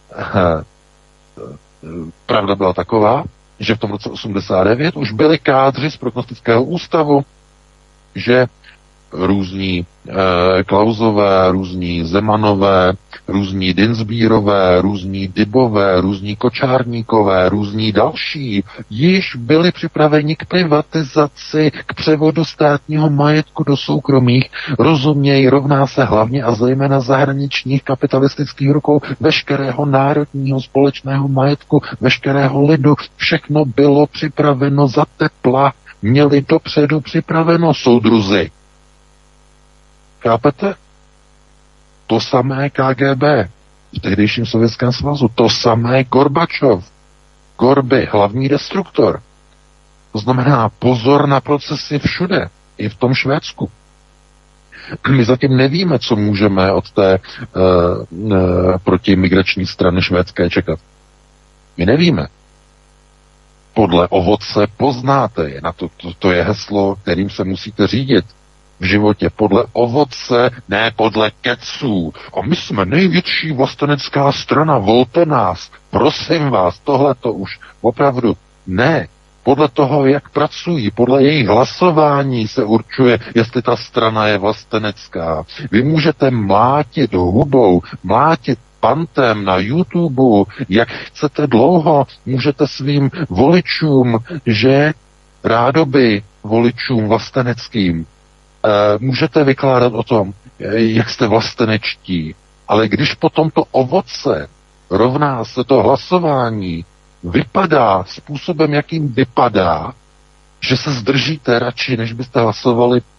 pravda byla taková, že v tom roce 89 už byli kádři z prognostického ústavu, že různí Klausové, různí Zemanové, různí Dinsbírové, různí Dybové, různí Kočárníkové, různí další již byli připraveni k privatizaci, k převodu státního majetku do soukromých, rozuměj, rovná se hlavně a zejména zahraničních kapitalistických rukou veškerého národního společného majetku, veškerého lidu. Všechno bylo připraveno za tepla, měli dopředu připraveno soudruzi. Chápete? To samé KGB v tehdejším Sovětském svazu, to samé Gorbačov, Gorby, hlavní destruktor. To znamená pozor na procesy všude, i v tom Švédsku. My zatím nevíme, co můžeme od té protimigrační strany švédské čekat. My nevíme. Podle ovoce poznáte je. To je heslo, kterým se musíte řídit v životě. Podle ovoce, ne podle keců. A my jsme největší vlastenecká strana, volte nás. Prosím vás, tohle to už opravdu ne. Podle toho, jak pracují, podle jejich hlasování se určuje, jestli ta strana je vlastenecká. Vy můžete mlátit hubou, mlátit pantem na YouTube, jak chcete dlouho, můžete svým voličům, že rádoby voličům vlasteneckým, můžete vykládat o tom, jak jste vlastenečtí, ale když potom to ovoce rovná se to hlasování, vypadá způsobem, jakým vypadá, že se zdržíte radši, než byste hlasovali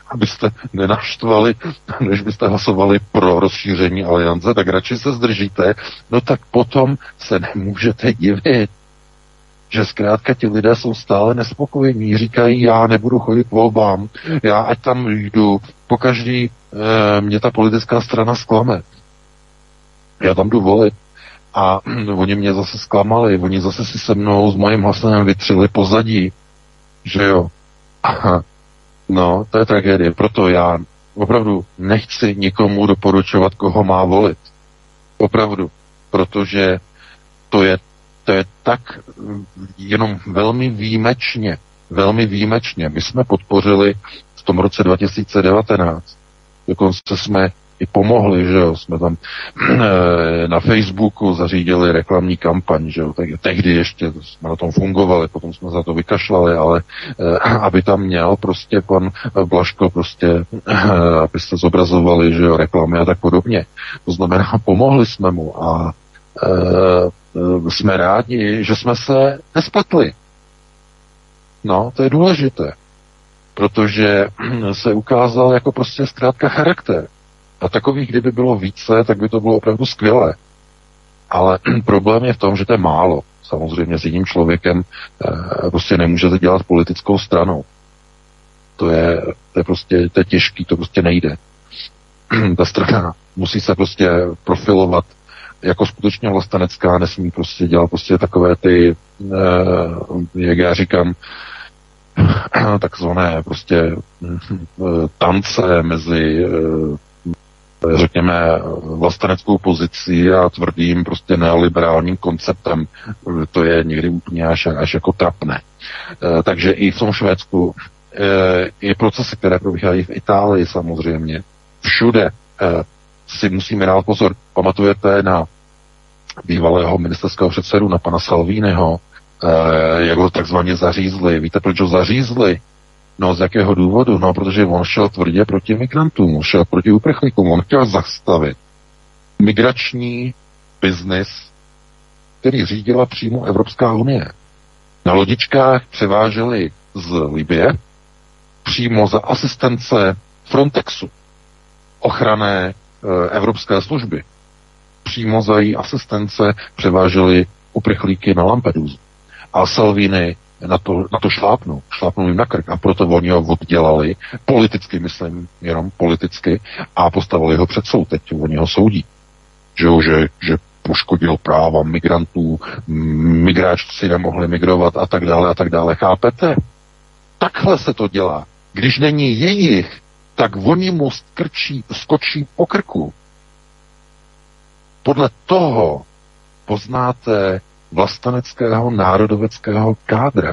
abyste nenaštvali, než byste hlasovali pro rozšíření aliance, tak radši se zdržíte, no tak potom se nemůžete divit, že zkrátka ti lidé jsou stále nespokojení, říkají, já nebudu chodit k volbám, já ať tam jdu, pokaždý mě ta politická strana zklame. Já tam jdu volit a oni mě zase zklamali, oni zase si se mnou s mojím hlasem vytřili pozadí, že jo. Aha. No, to je tragédie, proto já opravdu nechci nikomu doporučovat, koho má volit. Opravdu, protože to je tak jenom velmi výjimečně. My jsme podpořili v tom roce 2019, dokonce jsme i pomohli, že jo, jsme tam na Facebooku zařídili reklamní kampaň, že jo, tehdy ještě jsme na tom fungovali, potom jsme za to vykašlali, ale aby tam měl prostě pan Blažko prostě, abyste zobrazovali, že jo, reklamy a tak podobně. To znamená, pomohli jsme mu a jsme rádi, že jsme se nespletli. No, to je důležité, protože se ukázal jako prostě zkrátka charakter. A takových, kdyby bylo více, tak by to bylo opravdu skvělé. Ale problém je v tom, že to je málo. Samozřejmě s jedním člověkem prostě nemůžete dělat politickou stranou. To je těžký, to prostě nejde. Ta strana musí se prostě profilovat jako skutečně vlastenecká, nesmí prostě dělat prostě takové ty, jak já říkám, takzvané prostě tance mezi řekněme vlasteneckou pozicí a tvrdým prostě neoliberálním konceptem. To je někdy úplně až jako trapné. Takže i v tom Švédsku i procesy, které probíhají v Itálii samozřejmě, všude si musíme dát pozor. Pamatujete na bývalého ministerského předsedu, na pana Salviniho, jak ho takzvaně zařízli. Víte, proč ho zařízli? No, z jakého důvodu? No, protože on šel tvrdě proti migrantům, on šel proti uprchlíkům, on chtěl zastavit migrační biznis, který řídila přímo Evropská unie. Na lodičkách převáželi z Libye přímo za asistence Frontexu, ochranné evropské služby. Přímo za její asistence převáželi uprchlíky na Lampedusu. A Salvini na to šlápnul jim na krk a proto oni ho oddělali, politicky myslím, jenom politicky, a postavili ho před soud, teď oni ho soudí. Že poškodil práva migrantů, migráčci nemohli migrovat a tak dále, chápete? Takhle se to dělá. Když není jejich, tak oni mu skočí po krku. Podle toho poznáte vlasteneckého národoveckého kádra.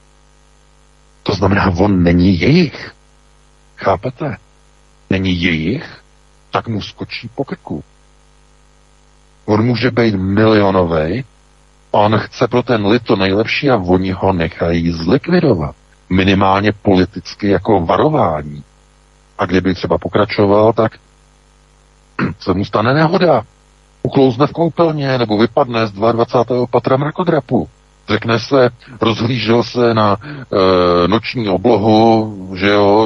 To znamená, on není jejich. Chápete? Není jejich, tak mu skočí po krku. On může být milionovej, on chce pro ten lid to nejlepší a oni ho nechají zlikvidovat. Minimálně politicky jako varování. A kdyby třeba pokračoval, tak se mu stane nehoda. Uklouzne v koupelně nebo vypadne z 22. patra mrakodrapu. Řekne se, rozhlížel se na noční oblohu, že jo,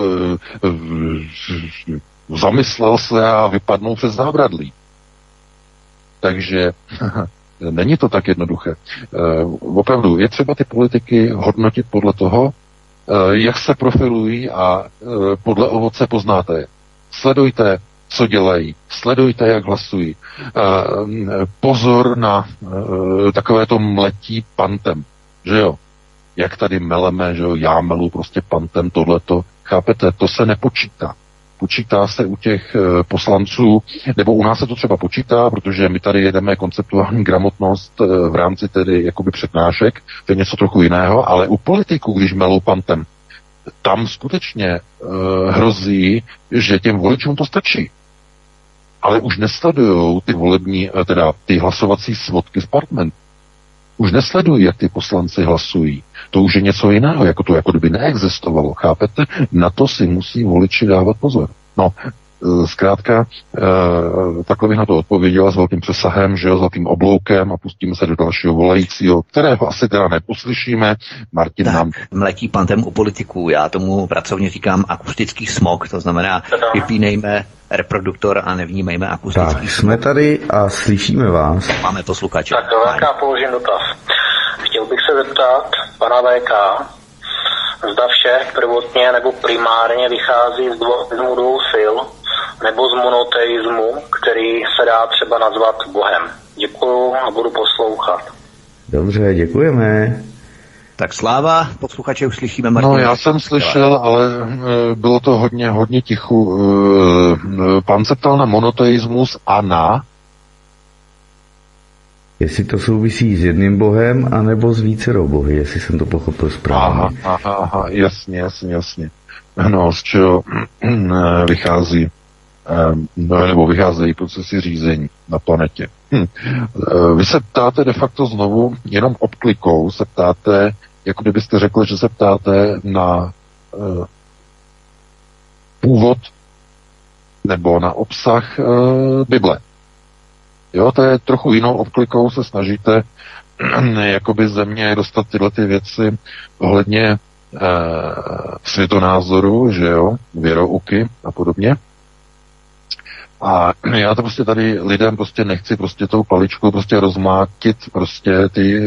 zamyslel se a vypadnul přes zábradlí. Takže není to tak jednoduché. Opravdu je třeba ty politiky hodnotit podle toho, jak se profilují a podle ovoce poznáte je. Sledujte, co dělají. Sledujte, jak hlasují. Pozor na takovéto mletí pantem, že jo. Jak tady meleme, že jo, já melu prostě pantem tohleto. Chápete, to se nepočítá. Počítá se u těch poslanců, nebo u nás se to třeba počítá, protože my tady jedeme konceptuální gramotnost v rámci tedy jakoby přednášek, to je něco trochu jiného, ale u politiků, když melou pantem, tam skutečně hrozí, že těm voličům to stačí. Ale už nesledují ty volební, teda ty hlasovací svodky z parlamentu. Už nesledují, jak ty poslanci hlasují. To už je něco jiného, jako to jako kdyby neexistovalo, chápete? Na to si musí voliči dávat pozor. No, Zkrátka, takhle bych na to odpověděla s velkým přesahem, že jo, s velkým obloukem a pustíme se do dalšího volajícího, kterého asi teda neposlyšíme. Martin tak, nám... mletí pantem u politiků, já tomu pracovně říkám akustický smog, to znamená, vypínejme reproduktor a nevnímejme akustický tak, smog. jsme tady a slyšíme vás. Máme posluchače. Tak velká položím dotaz. Chtěl bych se zeptat pana VK, zda vše prvotně nebo primárně vychází z dvou sil, nebo z monoteismu, který se dá třeba nazvat Bohem. Děkuju a budu poslouchat. Dobře, děkujeme. Tak sláva, posluchače už slyšíme, Martin. No, já jsem slyšel, ale bylo to hodně tichu. Pan se ptal na monoteismus a na... Jestli to souvisí s jedným bohem, anebo s vícerou bohy, jestli jsem to pochopil správně. Aha, jasně. No, z čeho vychází, nebo vycházejí procesy řízení na planetě. Vy se ptáte de facto znovu, jenom obklikou se ptáte, jako kdybyste řekli, že se ptáte na původ nebo na obsah Bible. Jo, to je trochu jinou obklikou, se snažíte jakoby ze mě dostat tyhle ty věci ohledně světonázoru, že jo, věrouky a podobně. A já to prostě tady lidem prostě nechci prostě tou paličkou prostě rozmátit prostě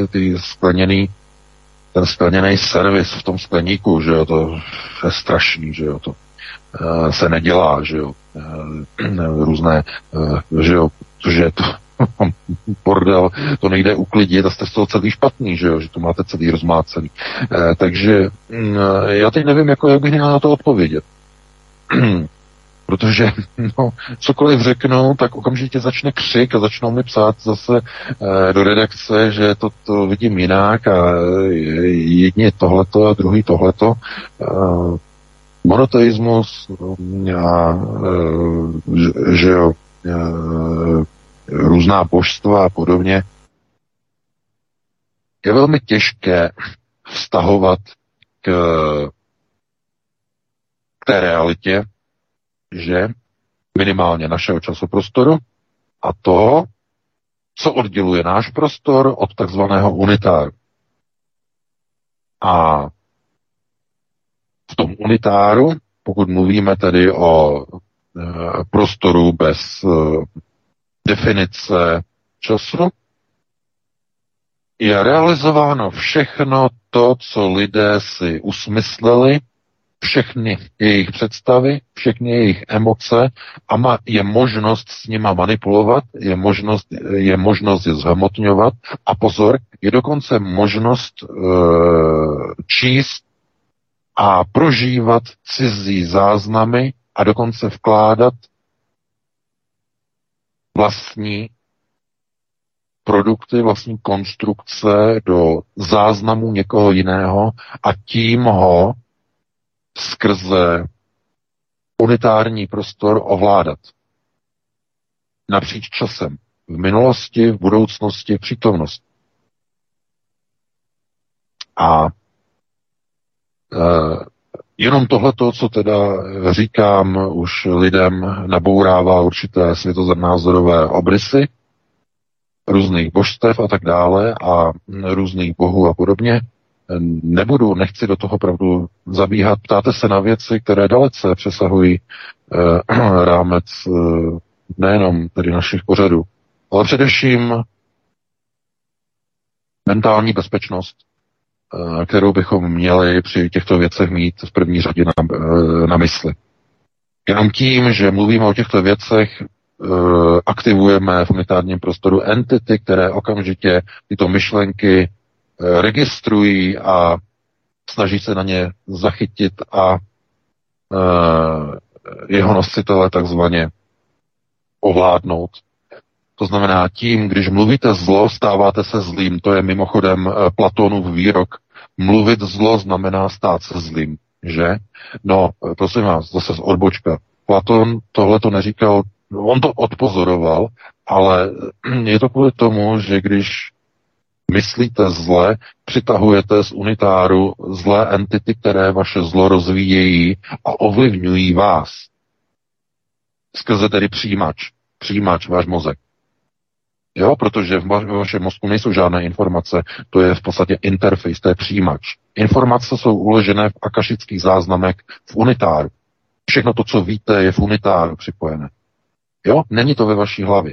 ten skleněný servis v tom skleníku, že jo, to je strašný, že jo, to se nedělá, že jo, různé, že jo, protože je to bordel, to nejde uklidit a jste z toho celý špatný, že jo, že to máte celý rozmácený. Takže já teď nevím, jak bych měl na to odpovědět. Protože cokoliv řeknu, tak okamžitě začne křik a začnou mi psát zase do redakce, že to vidím jinak a jedni tohleto a druhý tohleto. Monoteismus a že jo, různá božstva a podobně je velmi těžké vztahovat k té realitě, že minimálně našeho časoprostoru a toho, co odděluje náš prostor od takzvaného unitáru. A v tom unitáru, pokud mluvíme tedy o prostoru bez definice času, je realizováno všechno to, co lidé si usmysleli, všechny jejich představy, všechny jejich emoce a je možnost s nima manipulovat, je možnost je zhmotňovat a pozor, je dokonce možnost číst a prožívat cizí záznamy a dokonce vkládat vlastní produkty, vlastní konstrukce do záznamu někoho jiného a tím ho skrze unitární prostor ovládat. Napříč časem. V minulosti, v budoucnosti, v přítomnosti. A jenom tohleto, co teda říkám, už lidem nabourává určité světozrnázorové obrysy různých božstev a tak dále a různých bohů a podobně. Nechci do toho pravdu zabíhat. Ptáte se na věci, které dalece přesahují rámec nejenom tedy našich pořadů, ale především mentální bezpečnost, kterou bychom měli při těchto věcech mít v první řadě na mysli. Jenom tím, že mluvíme o těchto věcech, aktivujeme v unitárním prostoru entity, které okamžitě tyto myšlenky registrují a snaží se na ně zachytit a jeho nositele takzvaně ovládnout. To znamená tím, když mluvíte zlo, stáváte se zlým. To je mimochodem Platonův výrok. Mluvit zlo znamená stát se zlým, že? No, prosím vás, zase z odbočka. Platon tohle to neříkal, on to odpozoroval, ale je to kvůli tomu, že když myslíte zle, přitahujete z unitáru zlé entity, které vaše zlo rozvíjejí a ovlivňují vás. skrze tedy přijímač, váš mozek. Jo, protože v vašem mozku nejsou žádné informace, to je v podstatě interface, to je přijímač. Informace jsou uložené v akašických záznamech v unitáru. Všechno to, co víte, je v unitáru připojené. Jo, není to ve vaší hlavě.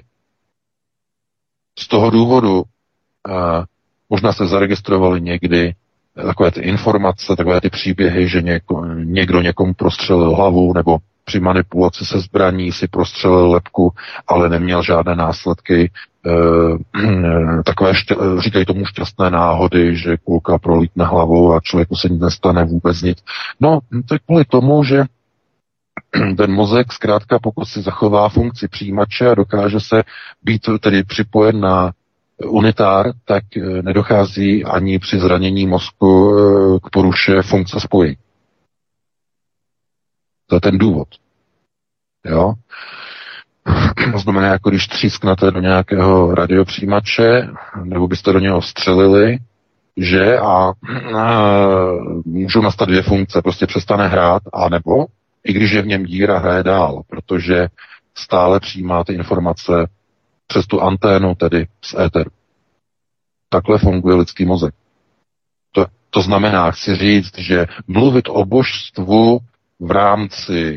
Z toho důvodu možná jste zaregistrovali někdy takové ty informace, takové ty příběhy, že někdo někomu prostřelil hlavu, nebo při manipulaci se zbraní si prostřelil lebku, ale neměl žádné následky. Takové, říkají tomu šťastné náhody, že kulka prolítne hlavou a člověku se nestane vůbec nic. No, to je kvůli tomu, že ten mozek zkrátka, pokud si zachová funkci přijímače a dokáže se být tedy připojen na unitár, tak nedochází ani při zranění mozku k poruše funkce spojení. To je ten důvod. Jo? To znamená, jako když třísknete do nějakého radiopřijímače, nebo byste do něho střelili, že a můžou nastat dvě funkce, prostě přestane hrát, anebo i když je v něm díra, hraje dál, protože stále přijímá ty informace přes tu anténu, tedy z éteru. Takhle funguje lidský mozek. To znamená, chci říct, že mluvit o božstvu v rámci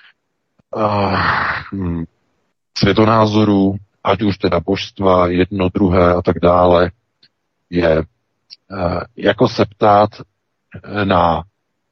světonázorů, ať už teda božstva, jedno, druhé a tak dále, je jako se ptát na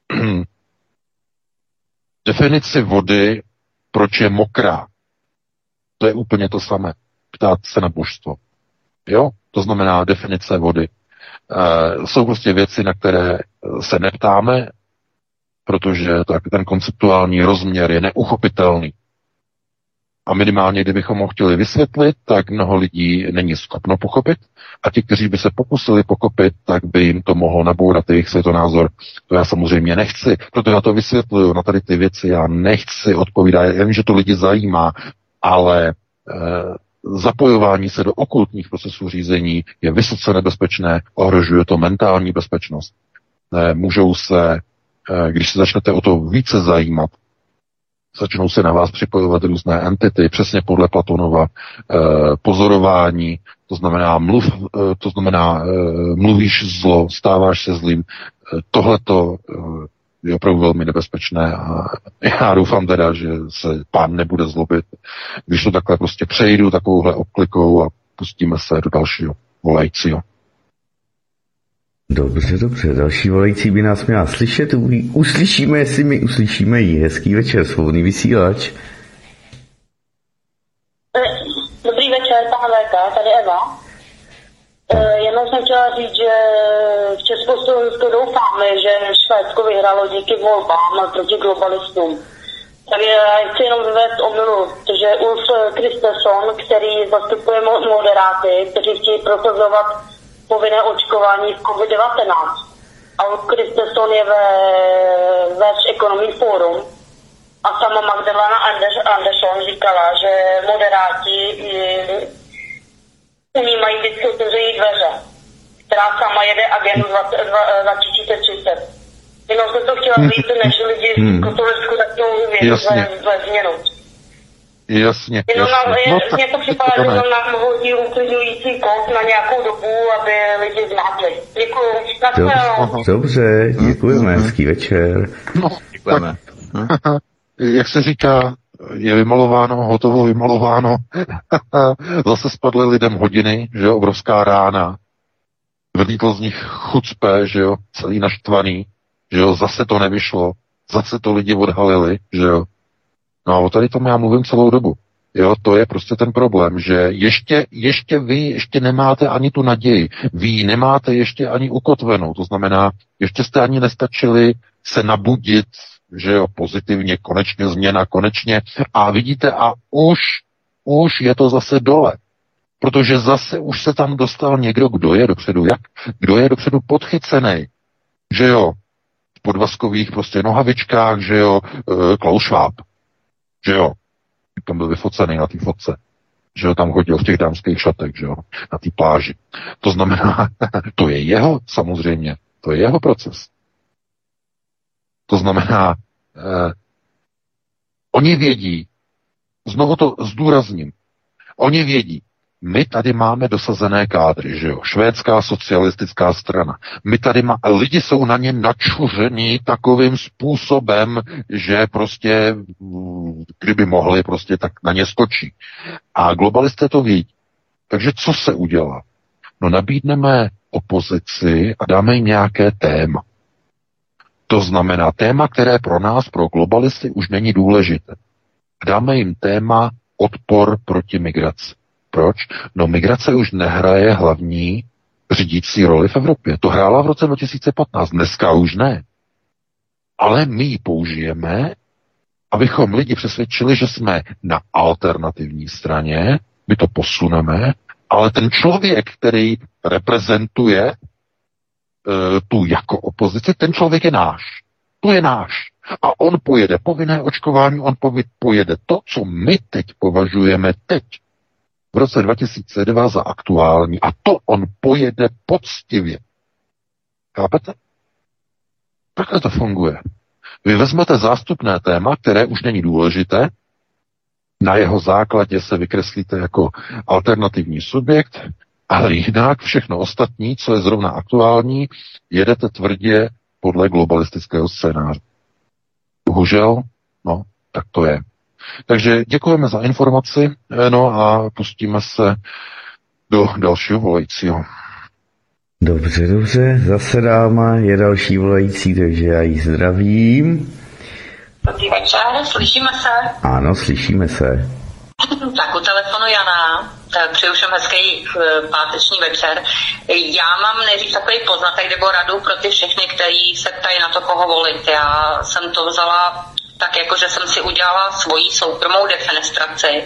definici vody, proč je mokrá. To je úplně to samé. Ptát se na božstvo. Jo? To znamená definice vody. Jsou prostě věci, na které se neptáme, protože ten konceptuální rozměr je neuchopitelný. A minimálně, kdybychom ho chtěli vysvětlit, tak mnoho lidí není schopno pochopit a ti, kteří by se pokusili pochopit, tak by jim to mohlo nabourat jejich světonázor. To já samozřejmě nechci, proto já to vysvětluju na tady ty věci, já nechci odpovídat, já vím, že to lidi zajímá, ale zapojování se do okultních procesů řízení je vysoce nebezpečné, ohrožuje to mentální bezpečnost. Můžou se, když se začnete o to více zajímat, začnou se na vás připojovat různé entity, přesně podle Platonova pozorování, to znamená mluvíš zlo, stáváš se zlým. Tohleto je opravdu velmi nebezpečné a já doufám teda, že se pán nebude zlobit, když to takhle prostě přejdu takovouhle obklikou a pustíme se do dalšího volajícího. Dobře, další volající by nás měla slyšet, uslyšíme, jestli my uslyšíme jí. Hezký večer, svobodný vysílač. Dobrý večer, pan VK, tady Eva. Jenom jsem chtěla říct, že v Československu doufáme, že Švédsko vyhrálo díky volbám proti globalistům. Tak já chci jenom vyvést omylu, že Ulf Kristersson, který zastupuje moderáty, kteří chtějí prosazovat povinné očkování v COVID-19. A Ulf Kristersson je ve World Economic Forum a sama Magdalena Andersson říkala, že moderáti u ní mají vždycky otevřený dveře, která sama jede agendu 2030. Jenom jsem to chtěla říct, než lidi v Kosovsku začnou ve změnu. Jasně. Mně to připadá, že to nám hodí uklidňující kód na nějakou dobu, aby lidi zmátli. Děkuju. Dobře, děkujeme, hezký večer. No, děkujeme. Jak se říká, je vymalováno, hotovo vymalováno. Zase spadly lidem hodiny, že jo, obrovská rána. Vylítl z nich chucpe, že jo, celý naštvaný, že jo, zase to nevyšlo, zase to lidi odhalili, že jo. No a o tady tomu já mluvím celou dobu. Jo, to je prostě ten problém, že ještě vy nemáte ani tu naději. Vy ji nemáte ještě ani ukotvenou. To znamená, ještě jste ani nestačili se nabudit, že jo, pozitivně, konečně změna, konečně. A vidíte, a už je to zase dole. Protože zase už se tam dostal někdo, kdo je dopředu. Kdo je dopředu podchycený. Že jo, v podvazkových prostě nohavičkách, že jo, Klaus Schwab. Že jo, tam byl vyfocený na té fotce, že jo, tam chodil v těch dámských šatech, že jo, na té pláži. To znamená, to je jeho, samozřejmě, to je jeho proces. To znamená, oni vědí, Znovu to zdůrazním. Oni vědí, my tady máme dosazené kádry, že jo? Švédská socialistická strana. My tady lidi jsou na ně načuření takovým způsobem, že prostě, kdyby mohli, prostě tak na ně skočí. A globalisté to vědí. Takže co se udělá? No nabídneme opozici a dáme jim nějaké téma. To znamená téma, které pro nás, pro globalisty, už není důležité. Dáme jim téma odpor proti migraci. Proč? No migrace už nehraje hlavní řídící roli v Evropě. To hrála v roce 2015, dneska už ne. Ale my ji použijeme, abychom lidi přesvědčili, že jsme na alternativní straně, my to posuneme, ale ten člověk, který reprezentuje tu jako opozici, ten člověk je náš. To je náš. A on pojede povinné očkování, on pojede to, co my teď považujeme v roce 2002 za aktuální. A to on pojede poctivě. Chápete? Takhle to funguje. Vy vezmete zástupné téma, které už není důležité, na jeho základě se vykreslíte jako alternativní subjekt, ale jinak všechno ostatní, co je zrovna aktuální, jedete tvrdě podle globalistického scénáře. Bohužel, no, tak to je. Takže děkujeme za informaci, no a pustíme se do dalšího volajícího. Dobře, zase dáma je další volající, takže já ji zdravím. Dobrý večer, slyšíme se? Ano, slyšíme se. Tak u telefonu Jana, přeju všem hezký páteční večer. Já mám nejdřív takový poznatek nebo radu pro ty všechny, kteří se ptají na to, koho volit. Já jsem to vzala tak, jako že jsem si udělala svoji soukromou defenestraci.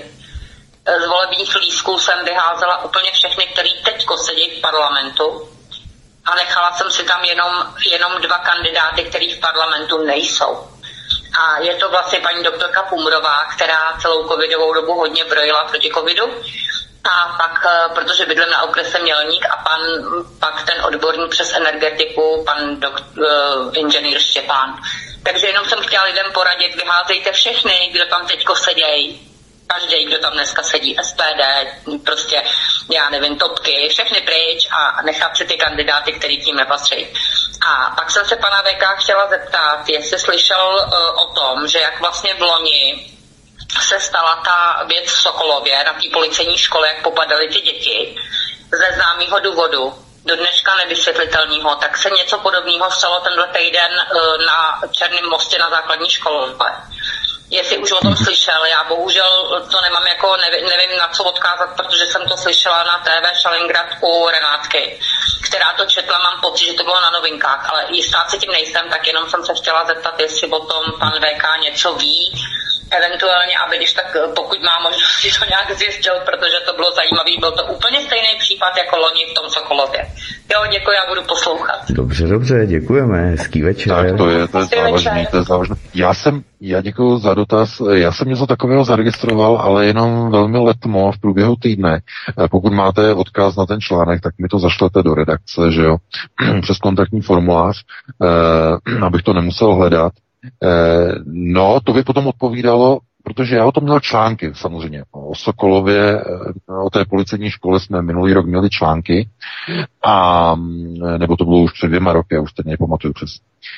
Z volebních lístků jsem vyházela úplně všechny, kteří teďko sedí v parlamentu a nechala jsem si tam jenom 2 kandidáty, kteří v parlamentu nejsou. A je to vlastně paní doktorka Pumrová, která celou covidovou dobu hodně brojila proti covidu. A pak, protože bydlím na okrese Mělník a pak ten odborník přes energetiku, pan inženýr Štěpán. Takže jenom jsem chtěla lidem poradit, vyházejte všechny, kdo tam teďko sedějí. Každý, kdo tam dneska sedí, SPD, prostě, já nevím, topky, všechny pryč a nechat si ty kandidáty, který tím nepatří. A pak jsem se pana VK chtěla zeptat, jestli slyšel o tom, že jak vlastně v loni se stala ta věc v Sokolově na té policejní škole, jak popadaly ty děti ze známého důvodu, do dneška nevysvětlitelného, tak se něco podobného stalo tenhle týden na Černém mostě na základní škole. Jestli už o tom slyšel, já bohužel to nemám jako, nevím na co odkázat, protože jsem to slyšela na TV Šalingrad u Renátky, která to četla, mám pocit, že to bylo na novinkách, ale jistá si tím nejsem, tak jenom jsem se chtěla zeptat, jestli o tom pan VK něco ví, eventuálně, aby když tak, pokud má možnost, si to nějak zjistil, protože to bylo zajímavý, byl to úplně stejný případ jako loni v tom Sokolově. Jo, děkuji, já budu poslouchat. Dobře, děkujeme, hezký večer. Tak to je závažný. Já děkuji za dotaz. Já jsem něco takového zaregistroval, ale jenom velmi letmo v průběhu týdne. Pokud máte odkaz na ten článek, tak mi to zašlete do redakce, že jo, přes kontaktní formulář, abych to nemusel hledat. No, to by potom odpovídalo, protože já o tom měl články, samozřejmě. O Sokolově, o té policejní škole jsme minulý rok měli články, a nebo to bylo už před 2 roky, já už teď nepamatuju přes.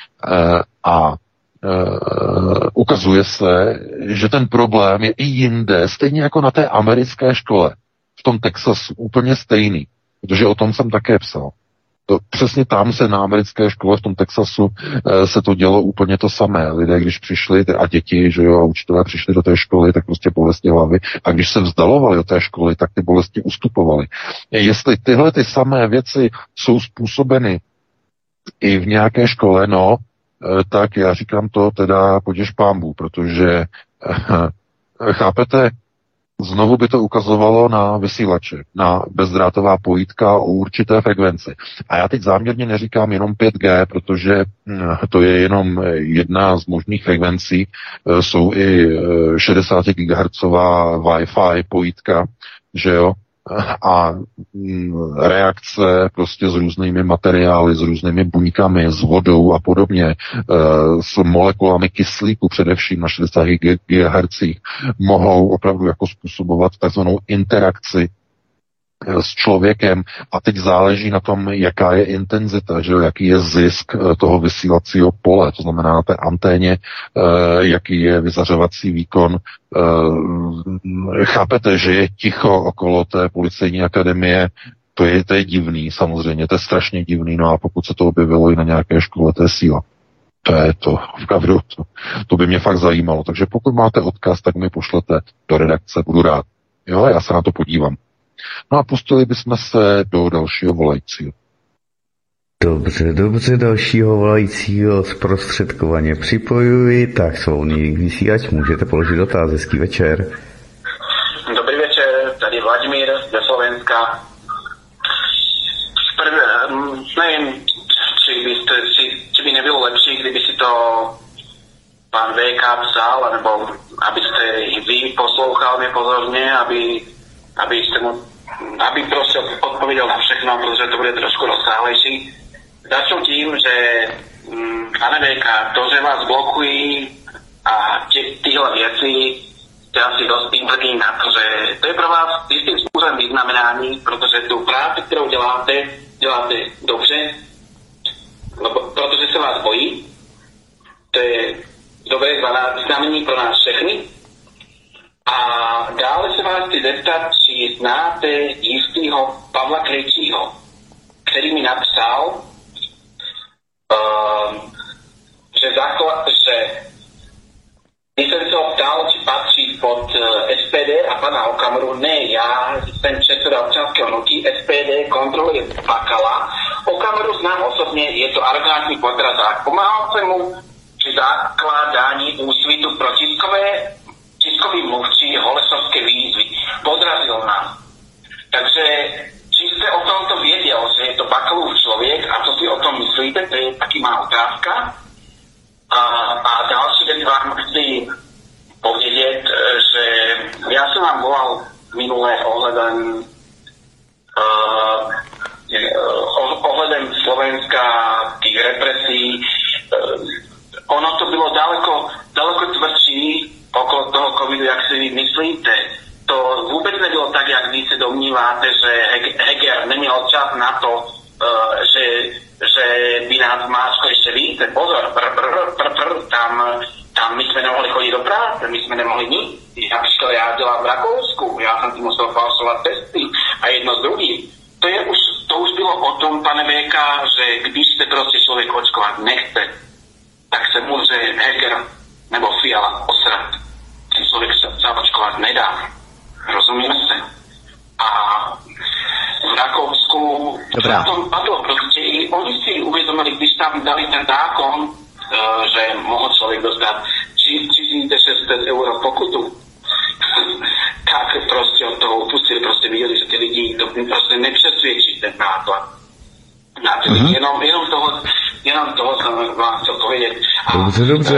Ukazuje se, že ten problém je i jinde, stejně jako na té americké škole, v tom Texasu, úplně stejný, protože o tom jsem také psal. Přesně tam se na americké škole v tom Texasu se to dělo úplně to samé. Lidé, když přišli, a děti, že jo, a učitelé přišli do té školy, tak prostě bolesti hlavy. A když se vzdalovali od té školy, tak ty bolesti ustupovaly. Jestli tyhle ty samé věci jsou způsobeny i v nějaké škole, no, tak já říkám to teda poděš pánbů, protože chápete, znovu by to ukazovalo na vysílače, na bezdrátová pojítka o určité frekvenci. A já teď záměrně neříkám jenom 5G, protože to je jenom jedna z možných frekvencí. Jsou i 60 GHz Wi-Fi pojítka, že jo, a reakce prostě s různými materiály, s různými buňkami, s vodou a podobně, s molekulami kyslíku především na 60 GHz mohou opravdu jako způsobovat takzvanou interakci s člověkem a teď záleží na tom, jaká je intenzita, že jaký je zisk toho vysílacího pole, to znamená na té anténě, jaký je vyzařovací výkon. Chápete, že je ticho okolo té policejní akademie, to je divný samozřejmě, to je strašně divný, no a pokud se to objevilo i na nějaké škole, to je síla. To je to, opravdu, to by mě fakt zajímalo. Takže pokud máte odkaz, tak mi pošlete do redakce, budu rád. Jo, já se na to podívám. No a pustili bychom se do dalšího volajícího. Dobře, dalšího volajícího zprostředkovaně připojuji, tak svobodný vysílač, můžete položit dotaz, hezký večer. Dobrý večer, tady Vladimír ze Slovenska. Nevím, či by nebylo lepší, kdyby si to pán VK psal, nebo abyste i vy poslouchal mě pozorně, aby prostě odpověděl na všechno, protože to bude trošku rozsáhlejší. Začnu tím, že pane VK, to, že vás blokují a tyhle věci, to je asi dost implikní na to, že to je pro vás jistým způsobem vyznamenání, protože tu práci, kterou děláte dobře, protože se vás bojí. To je dobré znamení pro nás všechny. A dále se vás chci zeptat, či znáte jistého Pavla Krejčího, který mi napsal, že když jsem se ho ptal, či patří pod SPD a pana Okamuru, ne, já jsem předseda občanského hnutí, SPD kontroluje Bakala, Okamuru znám osobně, je to arrogantní podrazák. Pomáhal jsem mu při zakládání Úsvitu pro tiskový mluvčí Holešovské výzvy. Podrazil nás. Takže či jste o tomto věděl, že je to Bakalův člověk a co si o tom myslíte, to je taky má otázka. A další věc vám chci povědět, že já jsem vám volal minulé ohledem Slovenska, tých represí. Ono to bylo daleko tvrdší okolo toho covidu, jak si vy myslíte. To vůbec nebylo tak, jak vy se domníváte, že Heger neměl čas na to, že by nás máčko ještě více. Pozor, tam my jsme nemohli chodit do práce, my jsme nemohli nic. Já dělám v Rakousku, já jsem si musel falšovat testy a jedno z druhým. To už bylo o tom, pane VK, že když se prostě člověk očkovat nechce, tak se může Heger nebo Fiala osrat. Ten člověk se očkovat nedá. Rozumíme se? A v Rakousku to padlo, protože oni si uvědomili, když tam dali ten zákon, že mohl člověk dostat 3600 euro pokutu, tak prostě od toho upustili, prostě viděli, že ty lidi to prostě nepřesvědčí ten náklad. Jenom toho jsem vám chtěl povědět. Dobře.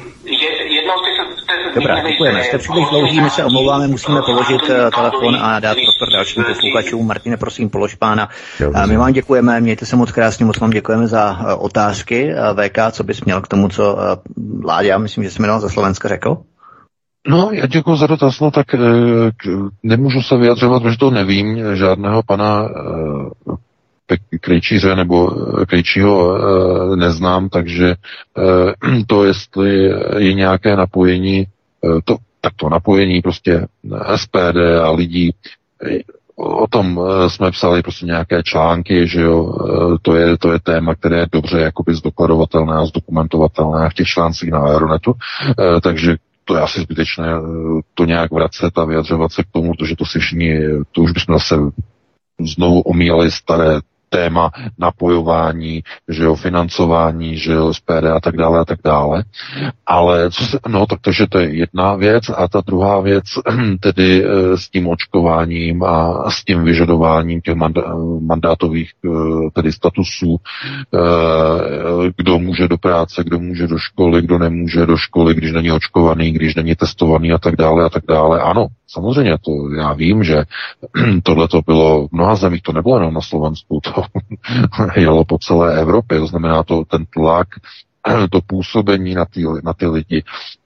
Dobrá, děkujeme. Jste příliš dlouhý, my se omlouváme, musíme položit telefon a dát prostor dalším posluchačům. Martine, prosím, polož pána. My vám děkujeme, mějte se moc krásně, moc vám děkujeme za otázky. VK, co bys měl k tomu, co Láďa, myslím, že jsi jmenoval za Slovenska, řekl? No, já děkuji za dotaz, no tak nemůžu se vyjadřovat, protože to nevím, žádného pana Krejčíře nebo Krejčího neznám, takže to, jestli je nějaké napojení, to napojení prostě SPD a lidí, o tom jsme psali prostě nějaké články, že jo, to je téma, které je dobře jakoby zdokladovatelné a zdokumentovatelné v těch článcích na Aeronetu, takže to je asi zbytečné to nějak vracet a vyjadřovat se k tomu, protože to si všichni, to už bychom zase znovu omílali staré téma napojování, že jo, financování, že jo, SPD a tak dále. Ale takže to je jedna věc a ta druhá věc, tedy s tím očkováním a s tím vyžadováním těch mandátových tedy statusů, kdo může do práce, kdo může do školy, kdo nemůže do školy, když není očkovaný, když není testovaný a tak dále. Ano, Samozřejmě, to já vím, že tohle to bylo v mnoha zemích, to nebylo jenom na Slovensku, to jelo po celé Evropě, to znamená ten tlak, to působení na ty lidi,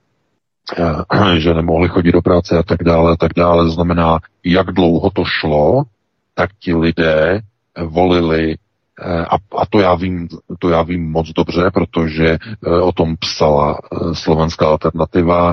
že nemohli chodit do práce a tak dále, to znamená, jak dlouho to šlo, tak ti lidé volili, a to já vím moc dobře, protože o tom psala Slovenská alternativa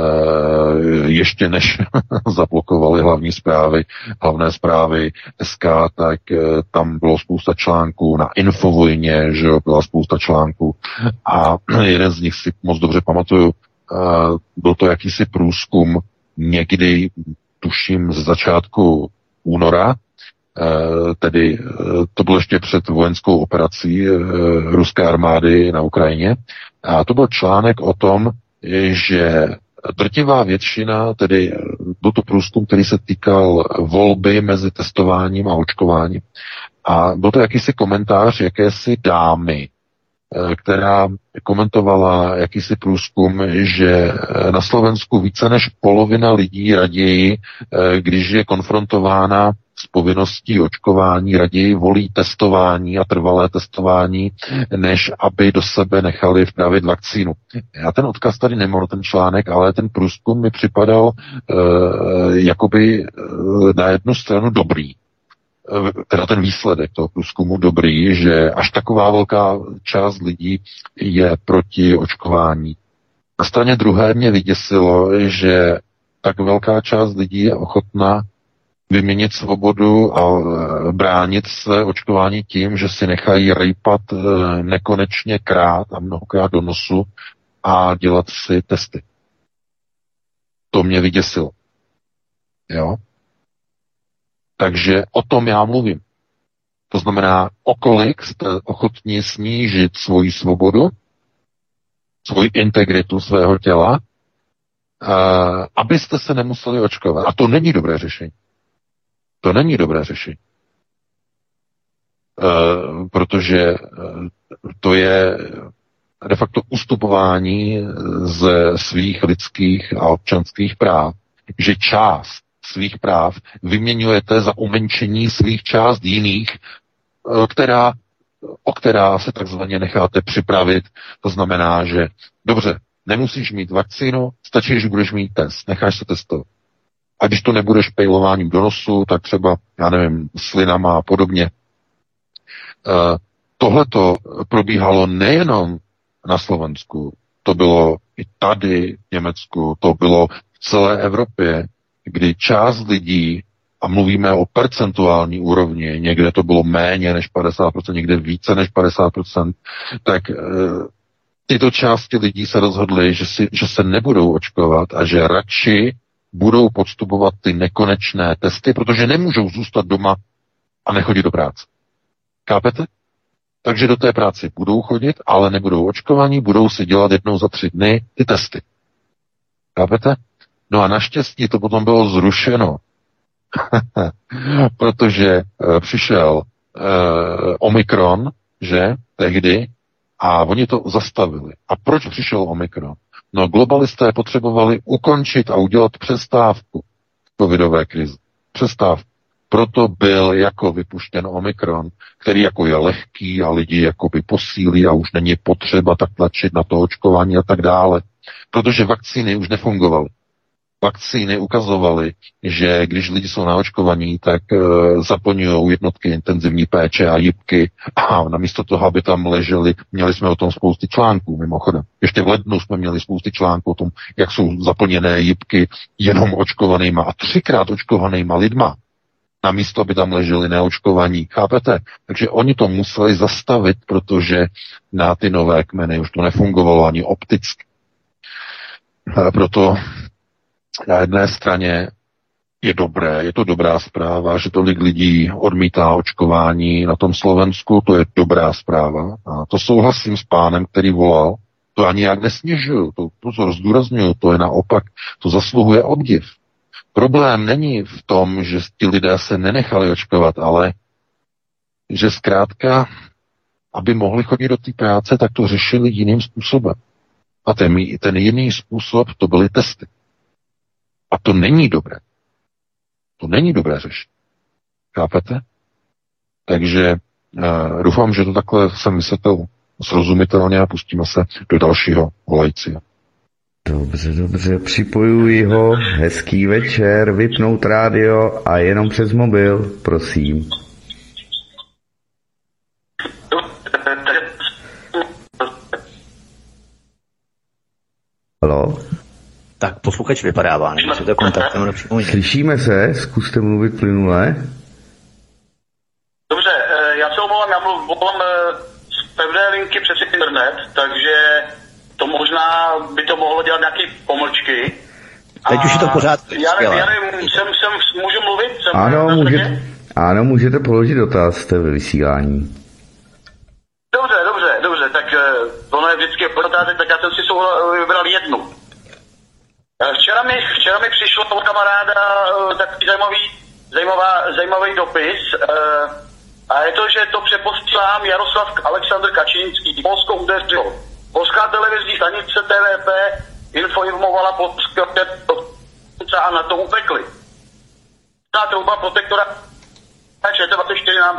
ještě než zablokovali hlavné zprávy SK, tak tam bylo spousta článků na Infovojně, že byla spousta článků a jeden z nich si moc dobře pamatuju, byl to jakýsi průzkum někdy, tuším, z začátku února, tedy to bylo ještě před vojenskou operací ruské armády na Ukrajině. A to byl článek o tom, že drtivá většina, tedy byl to průzkum, který se týkal volby mezi testováním a očkováním. A byl to jakýsi komentář jakési dámy, která komentovala jakýsi průzkum, že na Slovensku více než polovina lidí raději, když je konfrontována s povinností očkování, raději volí testování a trvalé testování, než aby do sebe nechali vpravit vakcínu. Já ten odkaz tady nemám, ten článek, ale ten průzkum mi připadal jakoby na jednu stranu dobrý. Teda ten výsledek toho průzkumu dobrý, že až taková velká část lidí je proti očkování. Na straně druhé mě vyděsilo, že tak velká část lidí je ochotná vyměnit svobodu a bránit se očkování tím, že si nechají rejpat nekonečně krát a mnohokrát do nosu a dělat si testy. To mě vyděsilo. Jo? Takže o tom já mluvím. To znamená, o kolik jste ochotní snížit svoji svobodu, svoji integritu svého těla, abyste se nemuseli očkovat. A to není dobré řešení. To není dobré řešení. Protože to je de facto ustupování ze svých lidských a občanských práv, že část svých práv vyměňujete za umenšení svých část jiných, o která se takzvaně necháte připravit. To znamená, že dobře, nemusíš mít vakcínu, stačí, že budeš mít test, necháš se testovat. A když to nebudeš pejlováním do nosu, tak třeba, já nevím, slinama a podobně. Tohleto probíhalo nejenom na Slovensku, to bylo i tady v Německu, to bylo v celé Evropě, kdy část lidí, a mluvíme o percentuální úrovni, někde to bylo méně než 50%, někde více než 50%, tak tyto části lidí se rozhodly, že se nebudou očkovat a že radši budou podstupovat ty nekonečné testy, protože nemůžou zůstat doma a nechodit do práce. Chápete? Takže do té práce budou chodit, ale nebudou očkovaní, budou si dělat jednou za 3 dny ty testy. Chápete? No a naštěstí to potom bylo zrušeno, protože přišel Omikron, že, tehdy, a oni to zastavili. A proč přišel Omikron? No, globalisté potřebovali ukončit a udělat přestávku covidové krize. Přestávku. Proto byl jako vypuštěn Omikron, který jako je lehký a lidi jakoby posílí a už není potřeba tak tlačit na to očkování a tak dále. Protože vakcíny už nefungovaly. Vakcíny ukazovaly, že když lidi jsou naočkovaní, tak zaplňují jednotky intenzivní péče a jipky a namísto toho, aby tam leželi, měli jsme o tom spousty článků, mimochodem. Ještě v lednu jsme měli spousty článků o tom, jak jsou zaplněné jipky jenom očkovanýma a 3krát očkovanýma lidma, namísto, aby tam leželi neočkovaní. Chápete? Takže oni to museli zastavit, protože na ty nové kmeny už to nefungovalo ani opticky. Proto na jedné straně je to dobrá zpráva, že tolik lidí odmítá očkování na tom Slovensku, to je dobrá zpráva. A to souhlasím s pánem, který volal, to ani jak nesnižuju, to zdůrazňuju, to je naopak, to zasluhuje obdiv. Problém není v tom, že ti lidé se nenechali očkovat, ale že zkrátka, aby mohli chodit do té práce, tak to řešili jiným způsobem. A ten jiný způsob, to byly testy. A to není dobré. To není dobré řešení. Chápete? Takže doufám, že to takhle jsem vysvětlil srozumitelně a pustíme se do dalšího volajícího. Dobře, připojuji ho, hezký večer, vypnout rádio a jenom přes mobil, prosím. Haló? Tak posluchač vypadává, nebo se to kontaktujeme do přímo. Slyšíme se, zkuste mluvit plynule. Dobře, já se omlouvám, já volám z pevné linky přes internet, takže to možná by to mohlo dělat nějaké pomlčky. Teď už je to pořád. Já nevím, můžu mluvit? Ano, můžete položit dotaz, jste ve vysílání. Dobře, tak ono je vždycky otázek, tak já jsem si vybral jednu. Včera mi přišlo od kamaráda takový zajímavý dopis a je to, že to přeposílám Jaroslav Aleksandr Kačínský. Polsko udeřilo. Polská televizní stanice TVP informovala polské a na to upekli. Ta trouba protektora ČT24 nám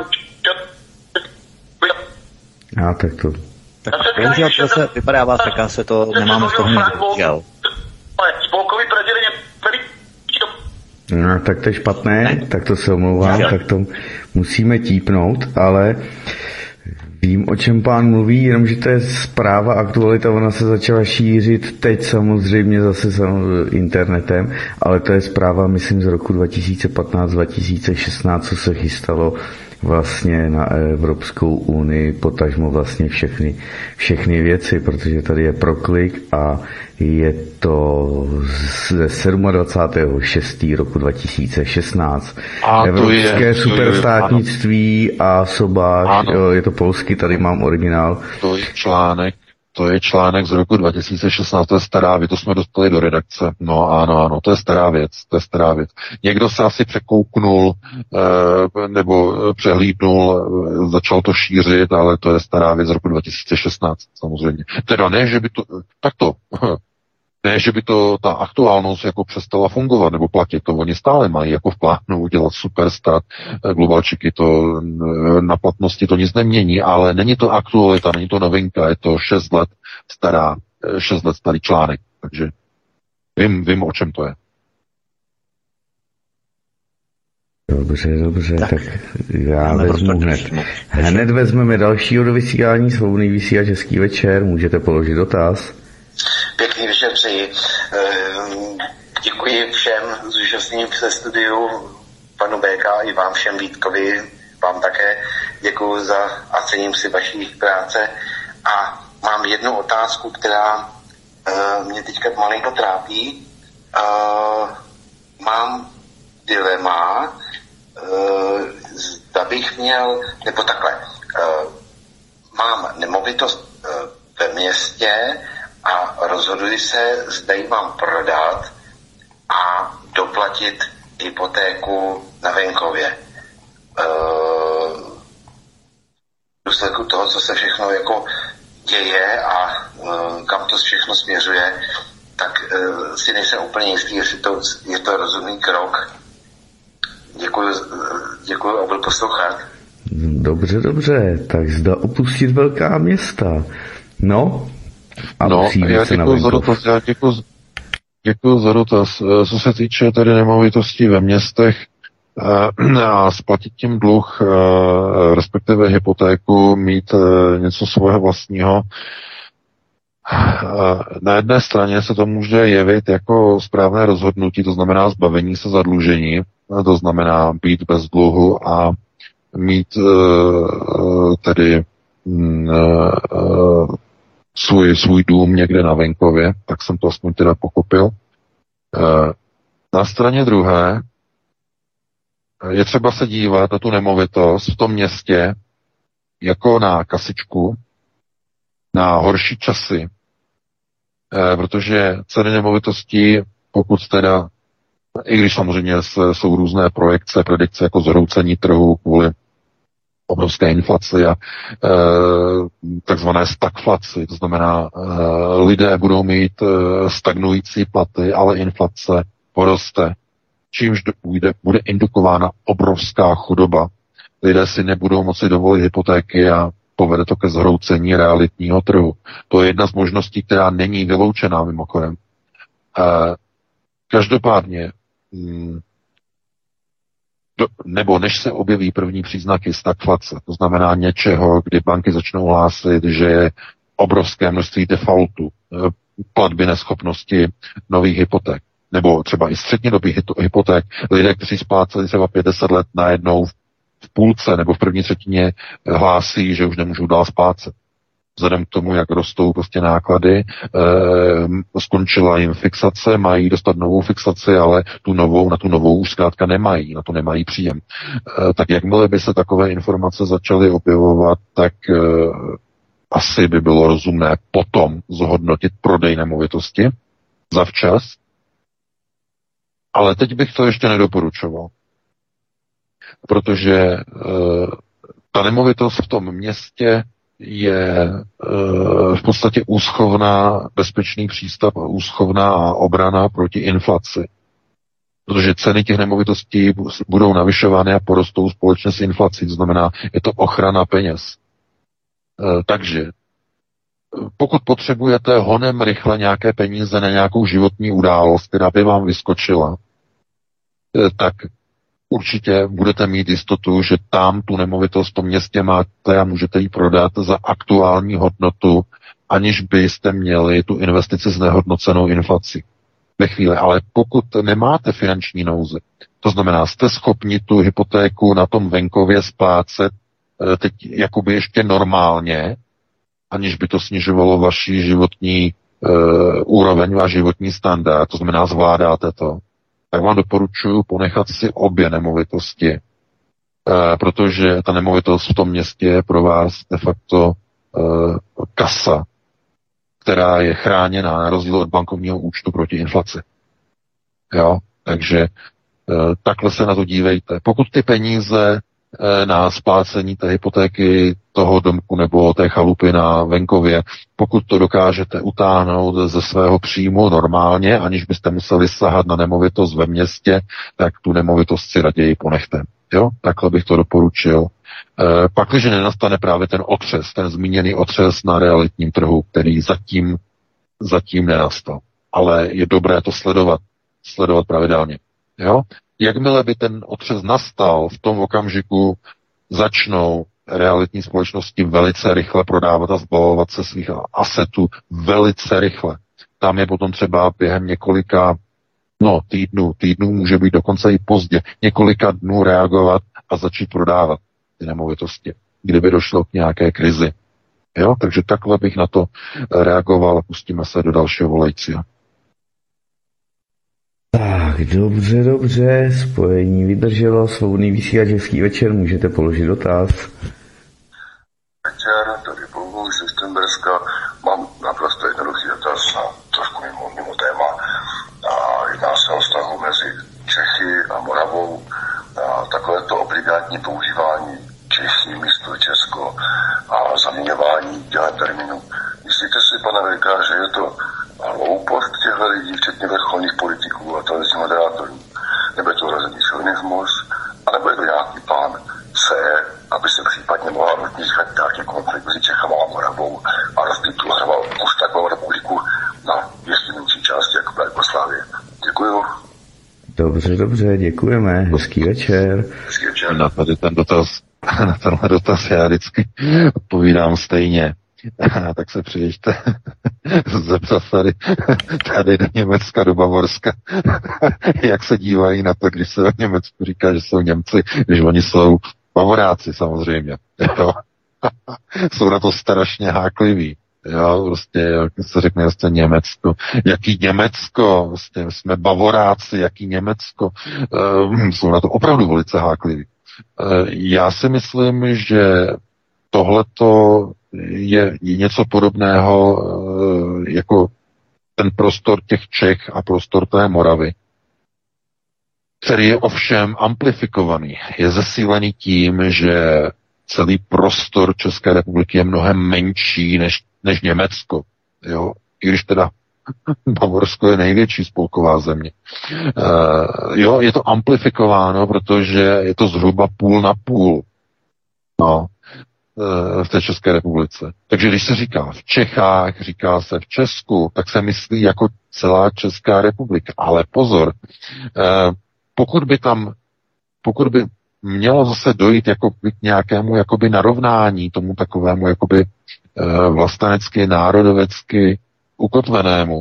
tak to. Tak bohužel to se vypadává, taká se to nemáme z toho bohužel. Spolkový prezident No, tak to je špatné, tak to se omlouvám, tak to musíme típnout, ale vím, o čem pán mluví, jenomže to je zpráva, aktualita, ona se začala šířit teď samozřejmě zase internetem, ale to je zpráva, myslím, z roku 2015-2016, co se chystalo vlastně na Evropskou unii, potažmo vlastně všechny věci, protože tady je proklik a je to ze 27.6. roku 2016. A Evropské superstátnictví a sobáš, je to polsky, tady mám originál. To je článek z roku 2016, to je stará věc, to jsme dostali do redakce. No ano, to je stará věc. Někdo se asi překouknul, nebo přehlídnul, začal to šířit, ale to je stará věc z roku 2016, samozřejmě. Teda ne, že by to ta aktuálnost jako přestala fungovat nebo platit, to oni stále mají jako v plánu udělat superstat, globalčiky, to na platnosti to nic nemění, ale není to aktualita, není to novinka, je to 6 let starý článek, takže vím, o čem to je. Dobře, tak já vezmu hned vezmeme dalšího do vysílání, svobodný vysílač, hezký večer, můžete položit dotaz. Pěkný večer přeji. Děkuji všem zúčastněným se studiu, panu BK i vám všem Vítkovi, vám také děkuji za a cením si vaší práce. A mám jednu otázku, která mě teďka malinko trápí. Mám dilema, zda bych měl, nebo takhle, mám nemovitost ve městě, a rozhoduji se, zda ji mám prodat a doplatit hypotéku na venkově. V důsledku toho, co se všechno jako děje a kam to všechno směřuje, tak si nejsem úplně jistý, jestli je to rozumný krok. Děkuji a budu poslouchat. Dobře, tak zda opustit velká města. Já děkuji za dotaz. Co se týče tedy nemovitostí ve městech a splatit tím dluh, respektive hypotéku, mít něco svého vlastního, na jedné straně se to může jevit jako správné rozhodnutí, to znamená zbavení se zadlužení, to znamená být bez dluhu a mít tedy svůj dům někde na venkově, tak jsem to aspoň teda pochopil. Na straně druhé je třeba se dívat na tu nemovitost v tom městě jako na kasičku, na horší časy, protože ceny nemovitostí, pokud teda, i když samozřejmě jsou různé predikce jako zhroucení trhu kvůli obrovské inflaci a takzvané stagflaci, to znamená, lidé budou mít stagnující platy, ale inflace poroste. čímž bude indukována obrovská chudoba. Lidé si nebudou moci dovolit hypotéky a povede to ke zhroucení realitního trhu. To je jedna z možností, která není vyloučená mimochodem. Každopádně, nebo než se objeví první příznaky stagflace, to znamená něčeho, kdy banky začnou hlásit, že je obrovské množství defaultu, platby neschopnosti nových hypoték, nebo třeba i střednědobých hypoték, lidé, kteří spláceli třeba 50 let najednou v půlce nebo v první třetině hlásí, že už nemůžou dál splácet. Vzhledem k tomu, jak rostou prostě náklady, skončila jim fixace, mají dostat novou fixaci, ale na tu novou už zkrátka nemají, na to nemají příjem. Tak jakmile by se takové informace začaly objevovat, tak asi by bylo rozumné potom zhodnotit prodej nemovitosti zavčas, ale teď bych to ještě nedoporučoval. Protože ta nemovitost v tom městě je v podstatě úschovná, bezpečný přístav, úschovná a obrana proti inflaci. Protože ceny těch nemovitostí budou navyšovány a porostou společně s inflací, to znamená, je to ochrana peněz. Takže pokud potřebujete honem rychle nějaké peníze na nějakou životní událost, která by vám vyskočila, tak určitě budete mít jistotu, že tam tu nemovitost v tom městě máte a můžete ji prodat za aktuální hodnotu, aniž byste měli tu investici znehodnocenou inflací. Ve chvíli, ale pokud nemáte finanční nouzi, to znamená, jste schopni tu hypotéku na tom venkově splácet teď jakoby ještě normálně, aniž by to snižovalo vaši životní úroveň, váš životní standard, to znamená, zvládáte to, tak vám doporučuji ponechat si obě nemovitosti, protože ta nemovitost v tom městě je pro vás de facto kasa, která je chráněná na rozdíl od bankovního účtu proti inflaci. Jo? Takže takhle se na to dívejte. Pokud ty peníze na splácení té hypotéky toho domku nebo té chalupy na venkově, pokud to dokážete utáhnout ze svého příjmu normálně, aniž byste museli sahat na nemovitost ve městě, tak tu nemovitost si raději ponechte. Jo? Takhle bych to doporučil. Pakliže nenastane právě ten otřes, ten zmíněný otřes na realitním trhu, který zatím nenastal. Ale je dobré to sledovat pravidelně. Jo? Jakmile by ten otřes nastal, v tom okamžiku začnou realitní společnosti velice rychle prodávat a zbavovat se svých asetů velice rychle. Tam je potom třeba během několika týdnů, může být dokonce i pozdě, několika dnů reagovat a začít prodávat ty nemovitosti, kdyby došlo k nějaké krizi. Jo? Takže takhle bych na to reagoval a pustíme se do dalšího volajícího. Tak, dobře, spojení vydrželo, svobodný vysílač, hezký večer, můžete položit dotaz. Večer, tady Bohuž z Štemberska, mám naprosto jednoduchý dotaz a trošku mimo téma. Jedná se o vztahu mezi Čechy a Moravou, takovéto obligátní používání Čechy místo Česko a zaměňování těchto termínů. Myslíte si, pane VK, že je to hloupost těchto lidí, včetně vrcholných politiků a televizních moderátorů? Nebo je to hrozený šovinismus? A nebo je to nějaký plán C, aby se případně mohla rozmíchat nějaký konflikt mezi Čechama a Moravou a rozbít tu už takovou republiku na ještě menší části jako byla Jugoslávie? Děkuju. Dobře, děkujeme. Hezký večer. Na tenhle dotaz já vždycky odpovídám stejně. Tak se přijeďte zeptat tady do Německa, do Bavorska, jak se dívají na to, když se o Německu říká, že jsou Němci, když oni jsou Bavoráci samozřejmě. Jo. Jsou na to strašně hákliví. Jo, prostě, jak se řekne, prostě Německo. Jaký Německo? Prostě jsme Bavoráci, jaký Německo? Jsou na to opravdu velice hákliví. Já si myslím, že tohleto je něco podobného jako ten prostor těch Čech a prostor té Moravy, který je ovšem amplifikovaný. Je zesílený tím, že celý prostor České republiky je mnohem menší než Německo. Jo? I když teda Bavorsko je největší spolková země. Jo, je to amplifikováno, protože je to zhruba půl na půl. No, v té České republice. Takže když se říká v Čechách, říká se v Česku, tak se myslí jako celá Česká republika. Ale pozor, pokud by mělo zase dojít jako k nějakému jakoby narovnání tomu takovému jakoby vlastenecky, národovecky ukotvenému,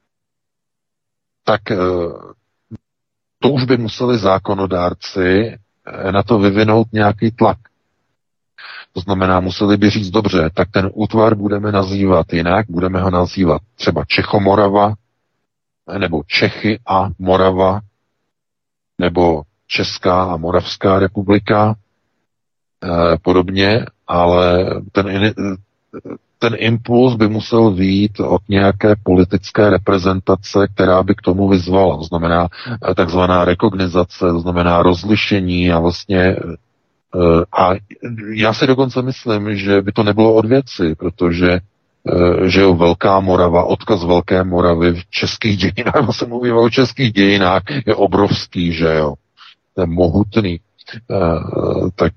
tak to už by museli zákonodárci na to vyvinout nějaký tlak. To znamená, museli by říct, dobře, tak ten útvar budeme nazývat jinak, budeme ho nazývat třeba Čechomorava, nebo Čechy a Morava, nebo Česká a Moravská republika, podobně, ale ten impuls by musel vyjít od nějaké politické reprezentace, která by k tomu vyzvala. To znamená takzvaná rekognizace, to znamená rozlišení a vlastně a já si dokonce myslím, že by to nebylo od věci, protože že jo, Velká Morava, odkaz Velké Moravy v českých dějinách, se mluví o českých dějinách, je obrovský, že jo. To je mohutný. Tak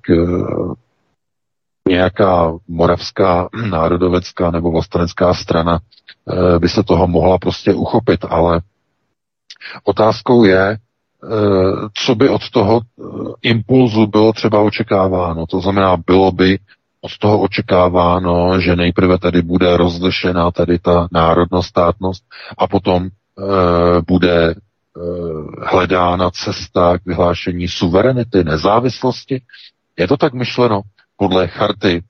nějaká moravská národovecká nebo vlastenecká strana by se toho mohla prostě uchopit, ale otázkou je, co by od toho impulzu bylo třeba očekáváno. To znamená, bylo by od toho očekáváno, že nejprve tady bude rozlišená tady ta národnost, státnost a potom bude hledána cesta k vyhlášení suverenity, nezávislosti. Je to tak myšleno podle charty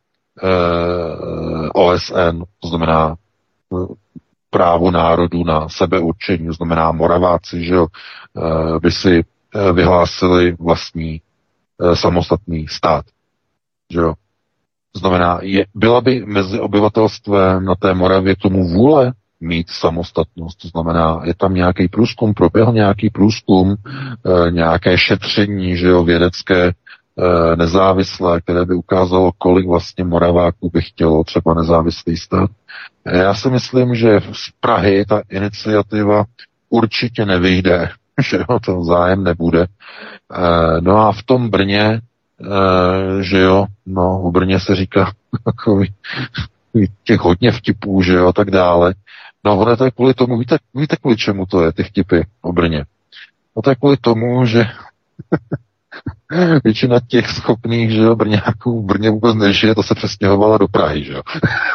OSN, to znamená právo národu na sebeurčení, to znamená Moraváci, že jo, by si vyhlásili vlastní samostatný stát, že jo. To znamená, byla by mezi obyvatelstvem na té Moravě tomu vůle mít samostatnost, to znamená, je tam nějaký průzkum, proběhl nějaký průzkum, nějaké šetření, že jo, vědecké, nezávislé, které by ukázalo, kolik vlastně Moraváků by chtělo třeba nezávislý stát. Já si myslím, že z Prahy ta iniciativa určitě nevyjde, že jo, ten zájem nebude. No a v tom Brně, že jo, no v Brně se říká takový těch hodně vtipů, že jo, a tak dále. No ono to je kvůli tomu, víte kvůli čemu to je, ty vtipy o Brně? No to je kvůli tomu, že většina těch schopných, že jo, Brňáků v Brně vůbec nežije, to se přestěhovala do Prahy, že jo.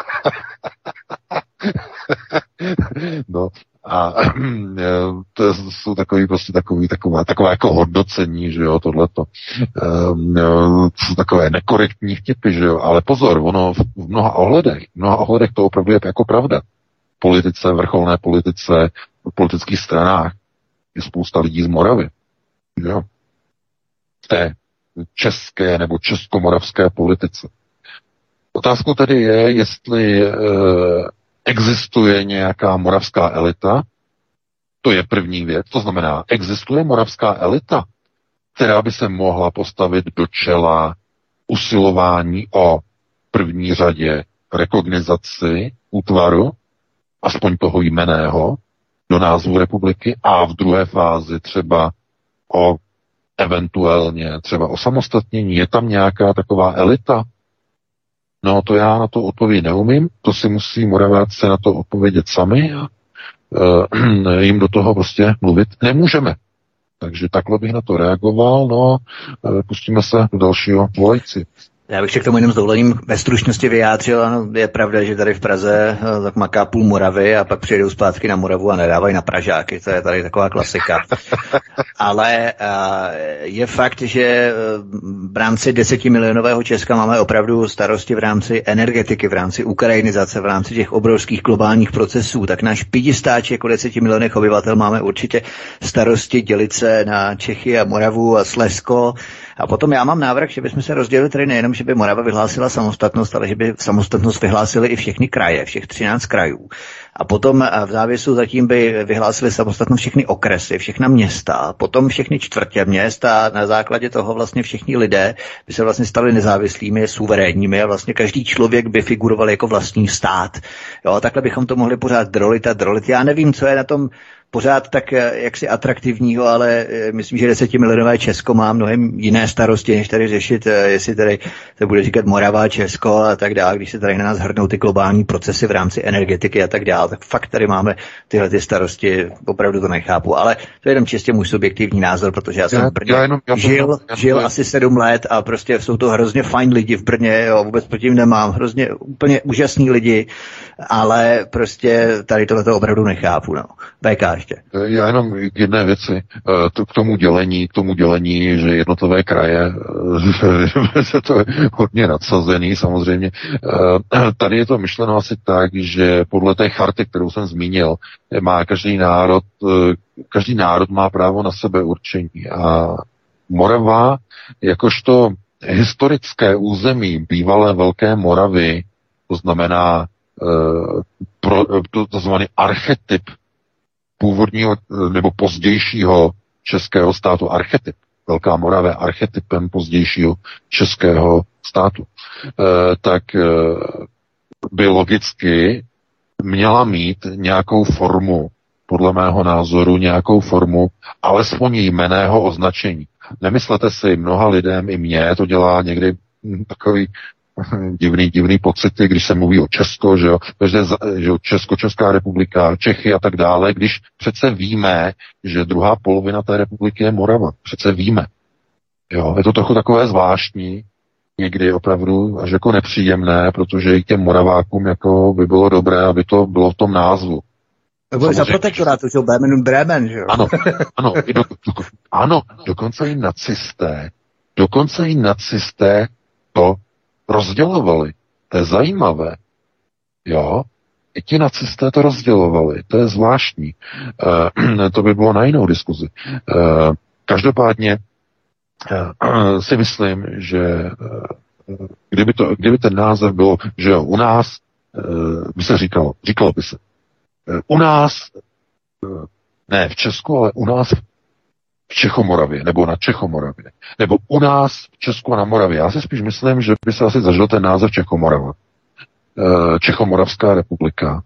No a to jsou takový prostě takové jako hodnocení, že jo, tohleto. Jsou takové nekorektní vtipy, že jo, ale pozor, ono v mnoha ohledech to opravdu je jako pravda. Politice, vrcholné politice, v politických stranách je spousta lidí z Moravy, že jo. V té české nebo českomoravské politice. Otázkou tedy je, jestli existuje nějaká moravská elita, to je první věc, to znamená, existuje moravská elita, která by se mohla postavit do čela usilování o první řadě rekognizaci útvaru, aspoň toho jmenného, do názvu republiky a v druhé fázi třeba o eventuálně třeba osamostatnění. Je tam nějaká taková elita? No to já na to odpovědět neumím, to si musí Moraváci na to odpovědět sami a jim do toho prostě mluvit nemůžeme. Takže takhle bych na to reagoval, no pustíme se do dalšího volající. Já bych se k tomu jenom s dovolením ve stručnosti vyjádřil. Ano, je pravda, že tady v Praze tak maká půl Moravy a pak přijedou zpátky na Moravu a nedávají na Pražáky. To je tady taková klasika. Ale je fakt, že v rámci 10milionového Česka máme opravdu starosti v rámci energetiky, v rámci ukrajinizace, v rámci těch obrovských globálních procesů. Tak náš pětistáč jako 10 milionech obyvatel máme určitě starosti dělit se na Čechy a Moravu a Slezsko A potom já mám návrh, že bychom se rozdělili tedy nejenom, že by Morava vyhlásila samostatnost, ale že by samostatnost vyhlásili i všechny kraje, všech 13 krajů. A potom v závěsu zatím by vyhlásili samostatnost všechny okresy, všechna města, potom všechny čtvrtě měst a na základě toho vlastně všichni lidé by se vlastně stali nezávislými, suverénními a vlastně každý člověk by figuroval jako vlastní stát. Jo, takhle bychom to mohli pořád drolit. Já nevím, co je na tom pořád tak jaksi atraktivního, ale myslím, že 10milionové Česko má mnohem jiné starosti, než tady řešit, jestli tady se bude říkat Morava, Česko a tak dále, když se tady na nás hrnou ty globální procesy v rámci energetiky a tak dále, tak fakt tady máme tyhle ty starosti, opravdu to nechápu, ale to je jenom čistě můj subjektivní názor, protože já jsem v Brně žil asi 7 let a prostě jsou to hrozně fajn lidi v Brně, jo, vůbec proti ním nemám, hrozně úplně úžasní lidi, ale prostě tady tohleto opravdu nechápu, no. VK ještě. Já jenom k jedné věci, k tomu dělení, že jednotlivé kraje, se to je hodně nadsazený samozřejmě. Tady je to myšleno asi tak, že podle té charty, kterou jsem zmínil, má každý národ má právo na sebeurčení a Morava, jakožto historické území bývalé Velké Moravy, to znamená to znamená archetyp původního nebo pozdějšího českého státu, archetyp. Velká Morava je archetypem pozdějšího českého státu. Tak by logicky měla mít nějakou formu, podle mého názoru, nějakou formu alespoň jmenného označení. Nemyslete si, mnoha lidem, i mně to dělá někdy takový divný pocity, když se mluví o Česko, že jo, Česká republika, Čechy a tak dále, když přece víme, že druhá polovina té republiky je Morava. Přece víme. Jo, je to trochu takové zvláštní, někdy opravdu až jako nepříjemné, protože i těm Moravákům jako by bylo dobré, aby to bylo v tom názvu. Bylo za protektorátu, že Bremen, že jo? Ano, dokonce i nacisté to rozdělovali. To je zajímavé. Jo? I ti nacisté to rozdělovali. To je zvláštní. To by bylo na jinou diskuzi. Každopádně si myslím, že kdyby ten název bylo, že jo, u nás by se říkalo by se, u nás, ne v Česku, ale u nás v Čechomoravě, nebo na Čechomoravě, nebo u nás v Česku a na Moravě. Já si spíš myslím, že by se asi zažil ten název Čechomorava. Čechomoravská republika.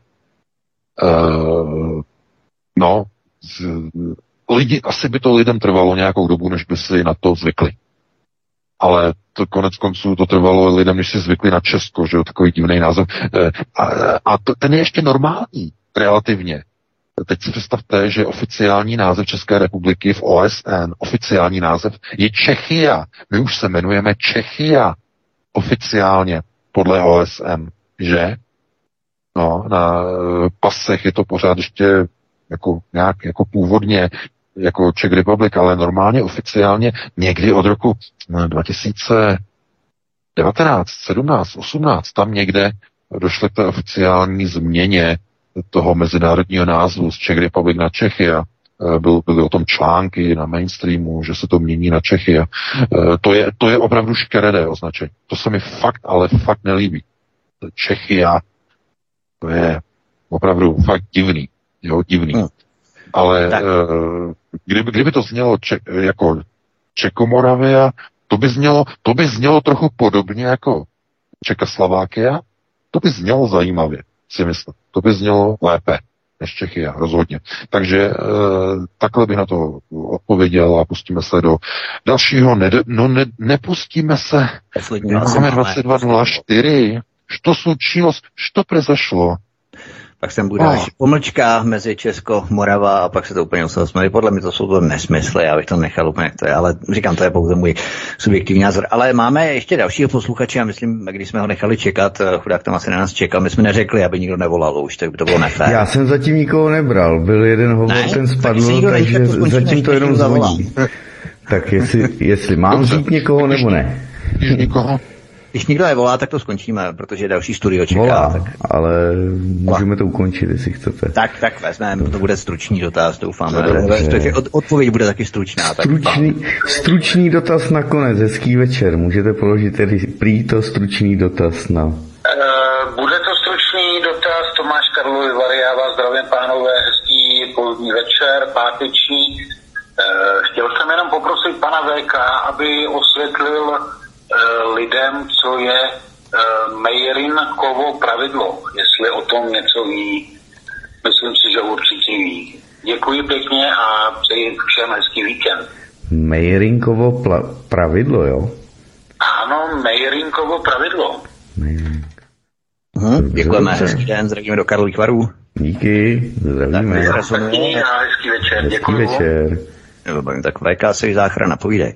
Asi by to lidem trvalo nějakou dobu, než by si na to zvykli. Ale to konec konců to trvalo lidem, než si zvykli na Česko, že jo, takový divný název. Ten je ještě normální, relativně. Teď si představte, že oficiální název České republiky v OSN, oficiální název je Čechia. My už se jmenujeme Čechia oficiálně podle OSN, že? No, na pasech je to pořád ještě jako nějak jako původně jako Czech Republic, ale normálně oficiálně někdy od roku 2019, 17, 18, tam někde došlo k té oficiální změně toho mezinárodního názvu z Czech Republic na Czechia. Byly o tom články na mainstreamu, že se to mění na Czechia. To je opravdu škaredé označení. To se mi ale fakt nelíbí. Czechia, to je opravdu fakt divný. Jo, divný. Ale kdyby to znělo jako Čekomoravia, to by znělo trochu podobně jako Čekoslovákia, to by znělo zajímavě, si myslím. To by znělo lépe než Čechia, rozhodně. Takže takhle bych na to odpověděl a pustíme se do dalšího. Nepustíme se. Máme 22.04. Što случилось? Što произошло? Pak sem bude pomlčka mezi Česko, Morava a pak se to úplně usmí. Podle mě to jsou to nesmysly, já bych to nechal úplně jak to je, ale říkám, to je pouze můj subjektivní názor. Ale máme ještě dalšího posluchače a myslím, když jsme ho nechali čekat, chudák tam asi na nás čekal, my jsme neřekli, aby nikdo nevolal už, tak by to bylo nefér. Já jsem zatím nikoho nebral, byl jeden hovor, ten spadl, takže zatím to jenom zvoní. Tak jestli mám vzít někoho nebo ne? Někoho? Když nikdo nevolá, tak to skončíme, protože další studio čeká. Volá, tak... ale můžeme to ukončit, jestli chcete. Tak vezmeme, to bude stručný dotaz, doufám. Odpověď bude taky stručná. Stručný dotaz nakonec, hezký večer. Můžete položit tedy prý to stručný dotaz na... Bude to stručný dotaz, Tomáš Karlovy Vary, já vás zdravím, pánové, hezký pozdní večer, páteční. Chtěl jsem jenom poprosit pana VK, aby osvětlil lidem, co je Meirinkovo pravidlo, jestli o tom něco ví. Myslím si, že určitě ví. Děkuji pěkně a přeji všem hezký víkend. Meirinkovo pravidlo, jo? Ano, Meirinkovo pravidlo. Děkujeme, hezký den, zdravíme do Karlových Varů. Díky, zdravíme. Hezký večer, děkuji. Hezký večer. Tak VK se záchrana, povídej.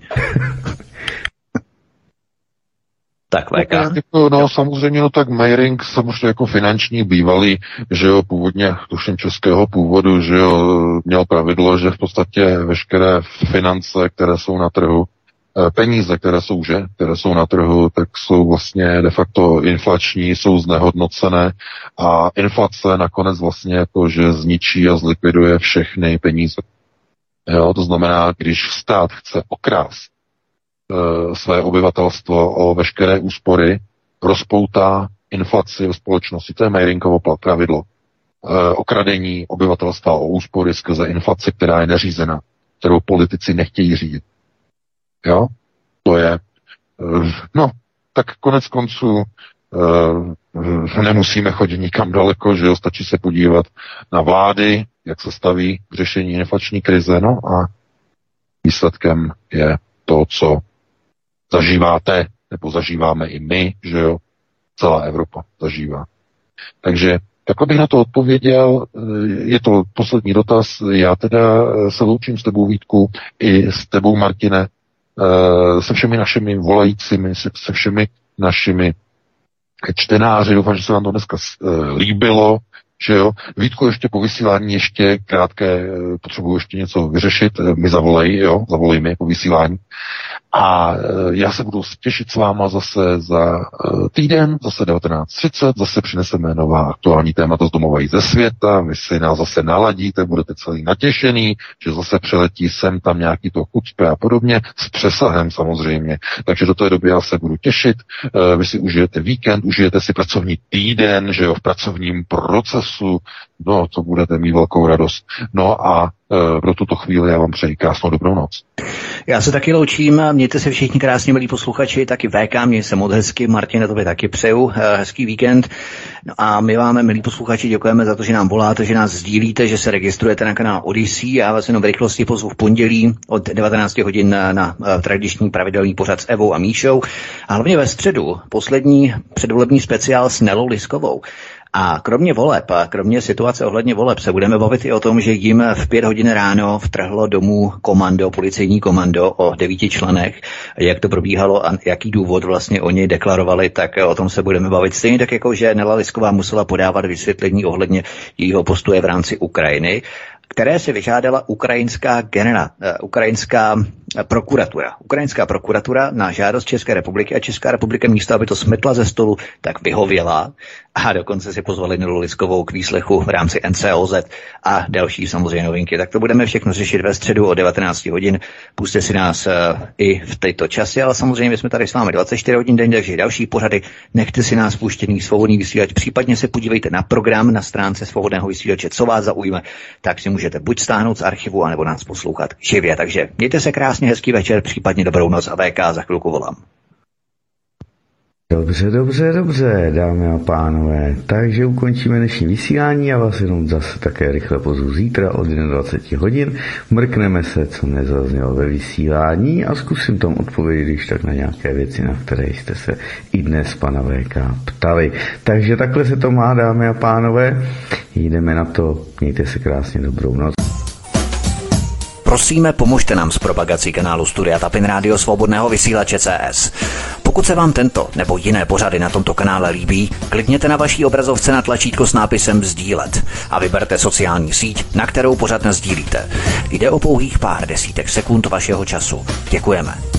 Tak VK. No samozřejmě, no tak Meiring samozřejmě jako finanční bývalý, že jo, původně tuším českého původu, že jo, měl pravidlo, že v podstatě veškeré finance, které jsou na trhu, peníze, které jsou na trhu, tak jsou vlastně de facto inflační, jsou znehodnocené a inflace nakonec vlastně jako, že zničí a zlikviduje všechny peníze. Jo, to znamená, když stát chce okrást své obyvatelstvo o veškeré úspory, rozpoutá inflaci ve společnosti. To je Meirinkovo pravidlo. Okradení obyvatelstva o úspory skrze inflaci, která je neřízená, kterou politici nechtějí řídit. Jo? To je, no, tak konec konců nemusíme chodit nikam daleko, že jo, stačí se podívat na vlády, jak se staví k řešení inflační krize, no a výsledkem je to, co zažíváte, nebo zažíváme i my, že jo, celá Evropa zažívá. Takže takhle bych na to odpověděl, je to poslední dotaz, já teda se loučím s tebou, Vítku, i s tebou, Martine, se všemi našimi volajícími, se všemi našimi čtenáři, doufám, že se vám to dneska líbilo, že jo. Vítku, ještě po vysílání, ještě krátké, potřebuji ještě něco vyřešit, mi zavolej mi po vysílání. A já se budu těšit s váma zase za týden, zase 19:30, zase přineseme nová aktuální témata z domova i ze světa, vy si nás zase naladíte, budete celý natěšený, že zase přeletí sem tam nějaký to chuťpe a podobně, s přesahem samozřejmě. Takže do té doby já se budu těšit, vy si užijete víkend, užijete si pracovní týden, že jo, v pracovním procesu, no, to budete mít velkou radost. No a pro tuto chvíli já vám přeji krásnou dobrou noc. Já se taky loučím, mějte se všichni krásně, milí posluchači, taky VK, měj se moc hezky, Martine, tobě taky přeju hezký víkend. No a my vám, milí posluchači, děkujeme za to, že nám voláte, že nás sdílíte, že se registrujete na kanál Odyssey. Já vás jenom v rychlosti pozvu v pondělí od 19 hodin na tradiční pravidelný pořad s Evou a Míšou. A hlavně ve středu poslední předvolební speciál s Nelou Liskovou. A kromě voleb, a kromě situace ohledně voleb se budeme bavit i o tom, že jim v 5 hodin ráno vtrhlo domů komando, policejní komando o 9 členech. Jak to probíhalo a jaký důvod vlastně oni deklarovali, tak o tom se budeme bavit. Stejně tak jako, že Nela Lisková musela podávat vysvětlení ohledně jejího postoje v rámci Ukrajiny, které se vyžádala ukrajinská prokuratura. Ukrajinská prokuratura na žádost České republiky a Česká republika místo, aby to smetla ze stolu, tak vyhověla a dokonce si pozvali Nelu Liskovou k výslechu v rámci NCOZ a další samozřejmě novinky. Tak to budeme všechno řešit ve středu o 19 hodin. Pusťte si nás i v této časy, ale samozřejmě jsme tady s vámi 24 hodin den, takže další pořady. Nechte si nás puštěný svobodný vysílač, případně se podívejte na program na stránce svobodného vysílače, co vás zaujme, tak si můžete buď stáhnout z archivu, anebo nás poslouchat živě. Takže mějte se krásně, hezký večer, případně dobrou noc a VK za chvilku volám. Dobře, dámy a pánové. Takže ukončíme dnešní vysílání a vás jenom zase také rychle pozvu zítra od 21 hodin. Mrkneme se, co nezaznělo ve vysílání a zkusím tam odpovědět, když tak na nějaké věci, na které jste se i dnes pana VK ptali. Takže takhle se to má, dámy a pánové. Jdeme na to. Mějte se krásně, dobrou noc. Prosíme, pomožte nám s propagací kanálu Studia Tapin Rádio Svobodného vysílače CS. Pokud se vám tento nebo jiné pořady na tomto kanále líbí, klikněte na vaší obrazovce na tlačítko s nápisem sdílet a vyberte sociální síť, na kterou pořad nasdílíte. Jde o pouhých pár desítek sekund vašeho času. Děkujeme.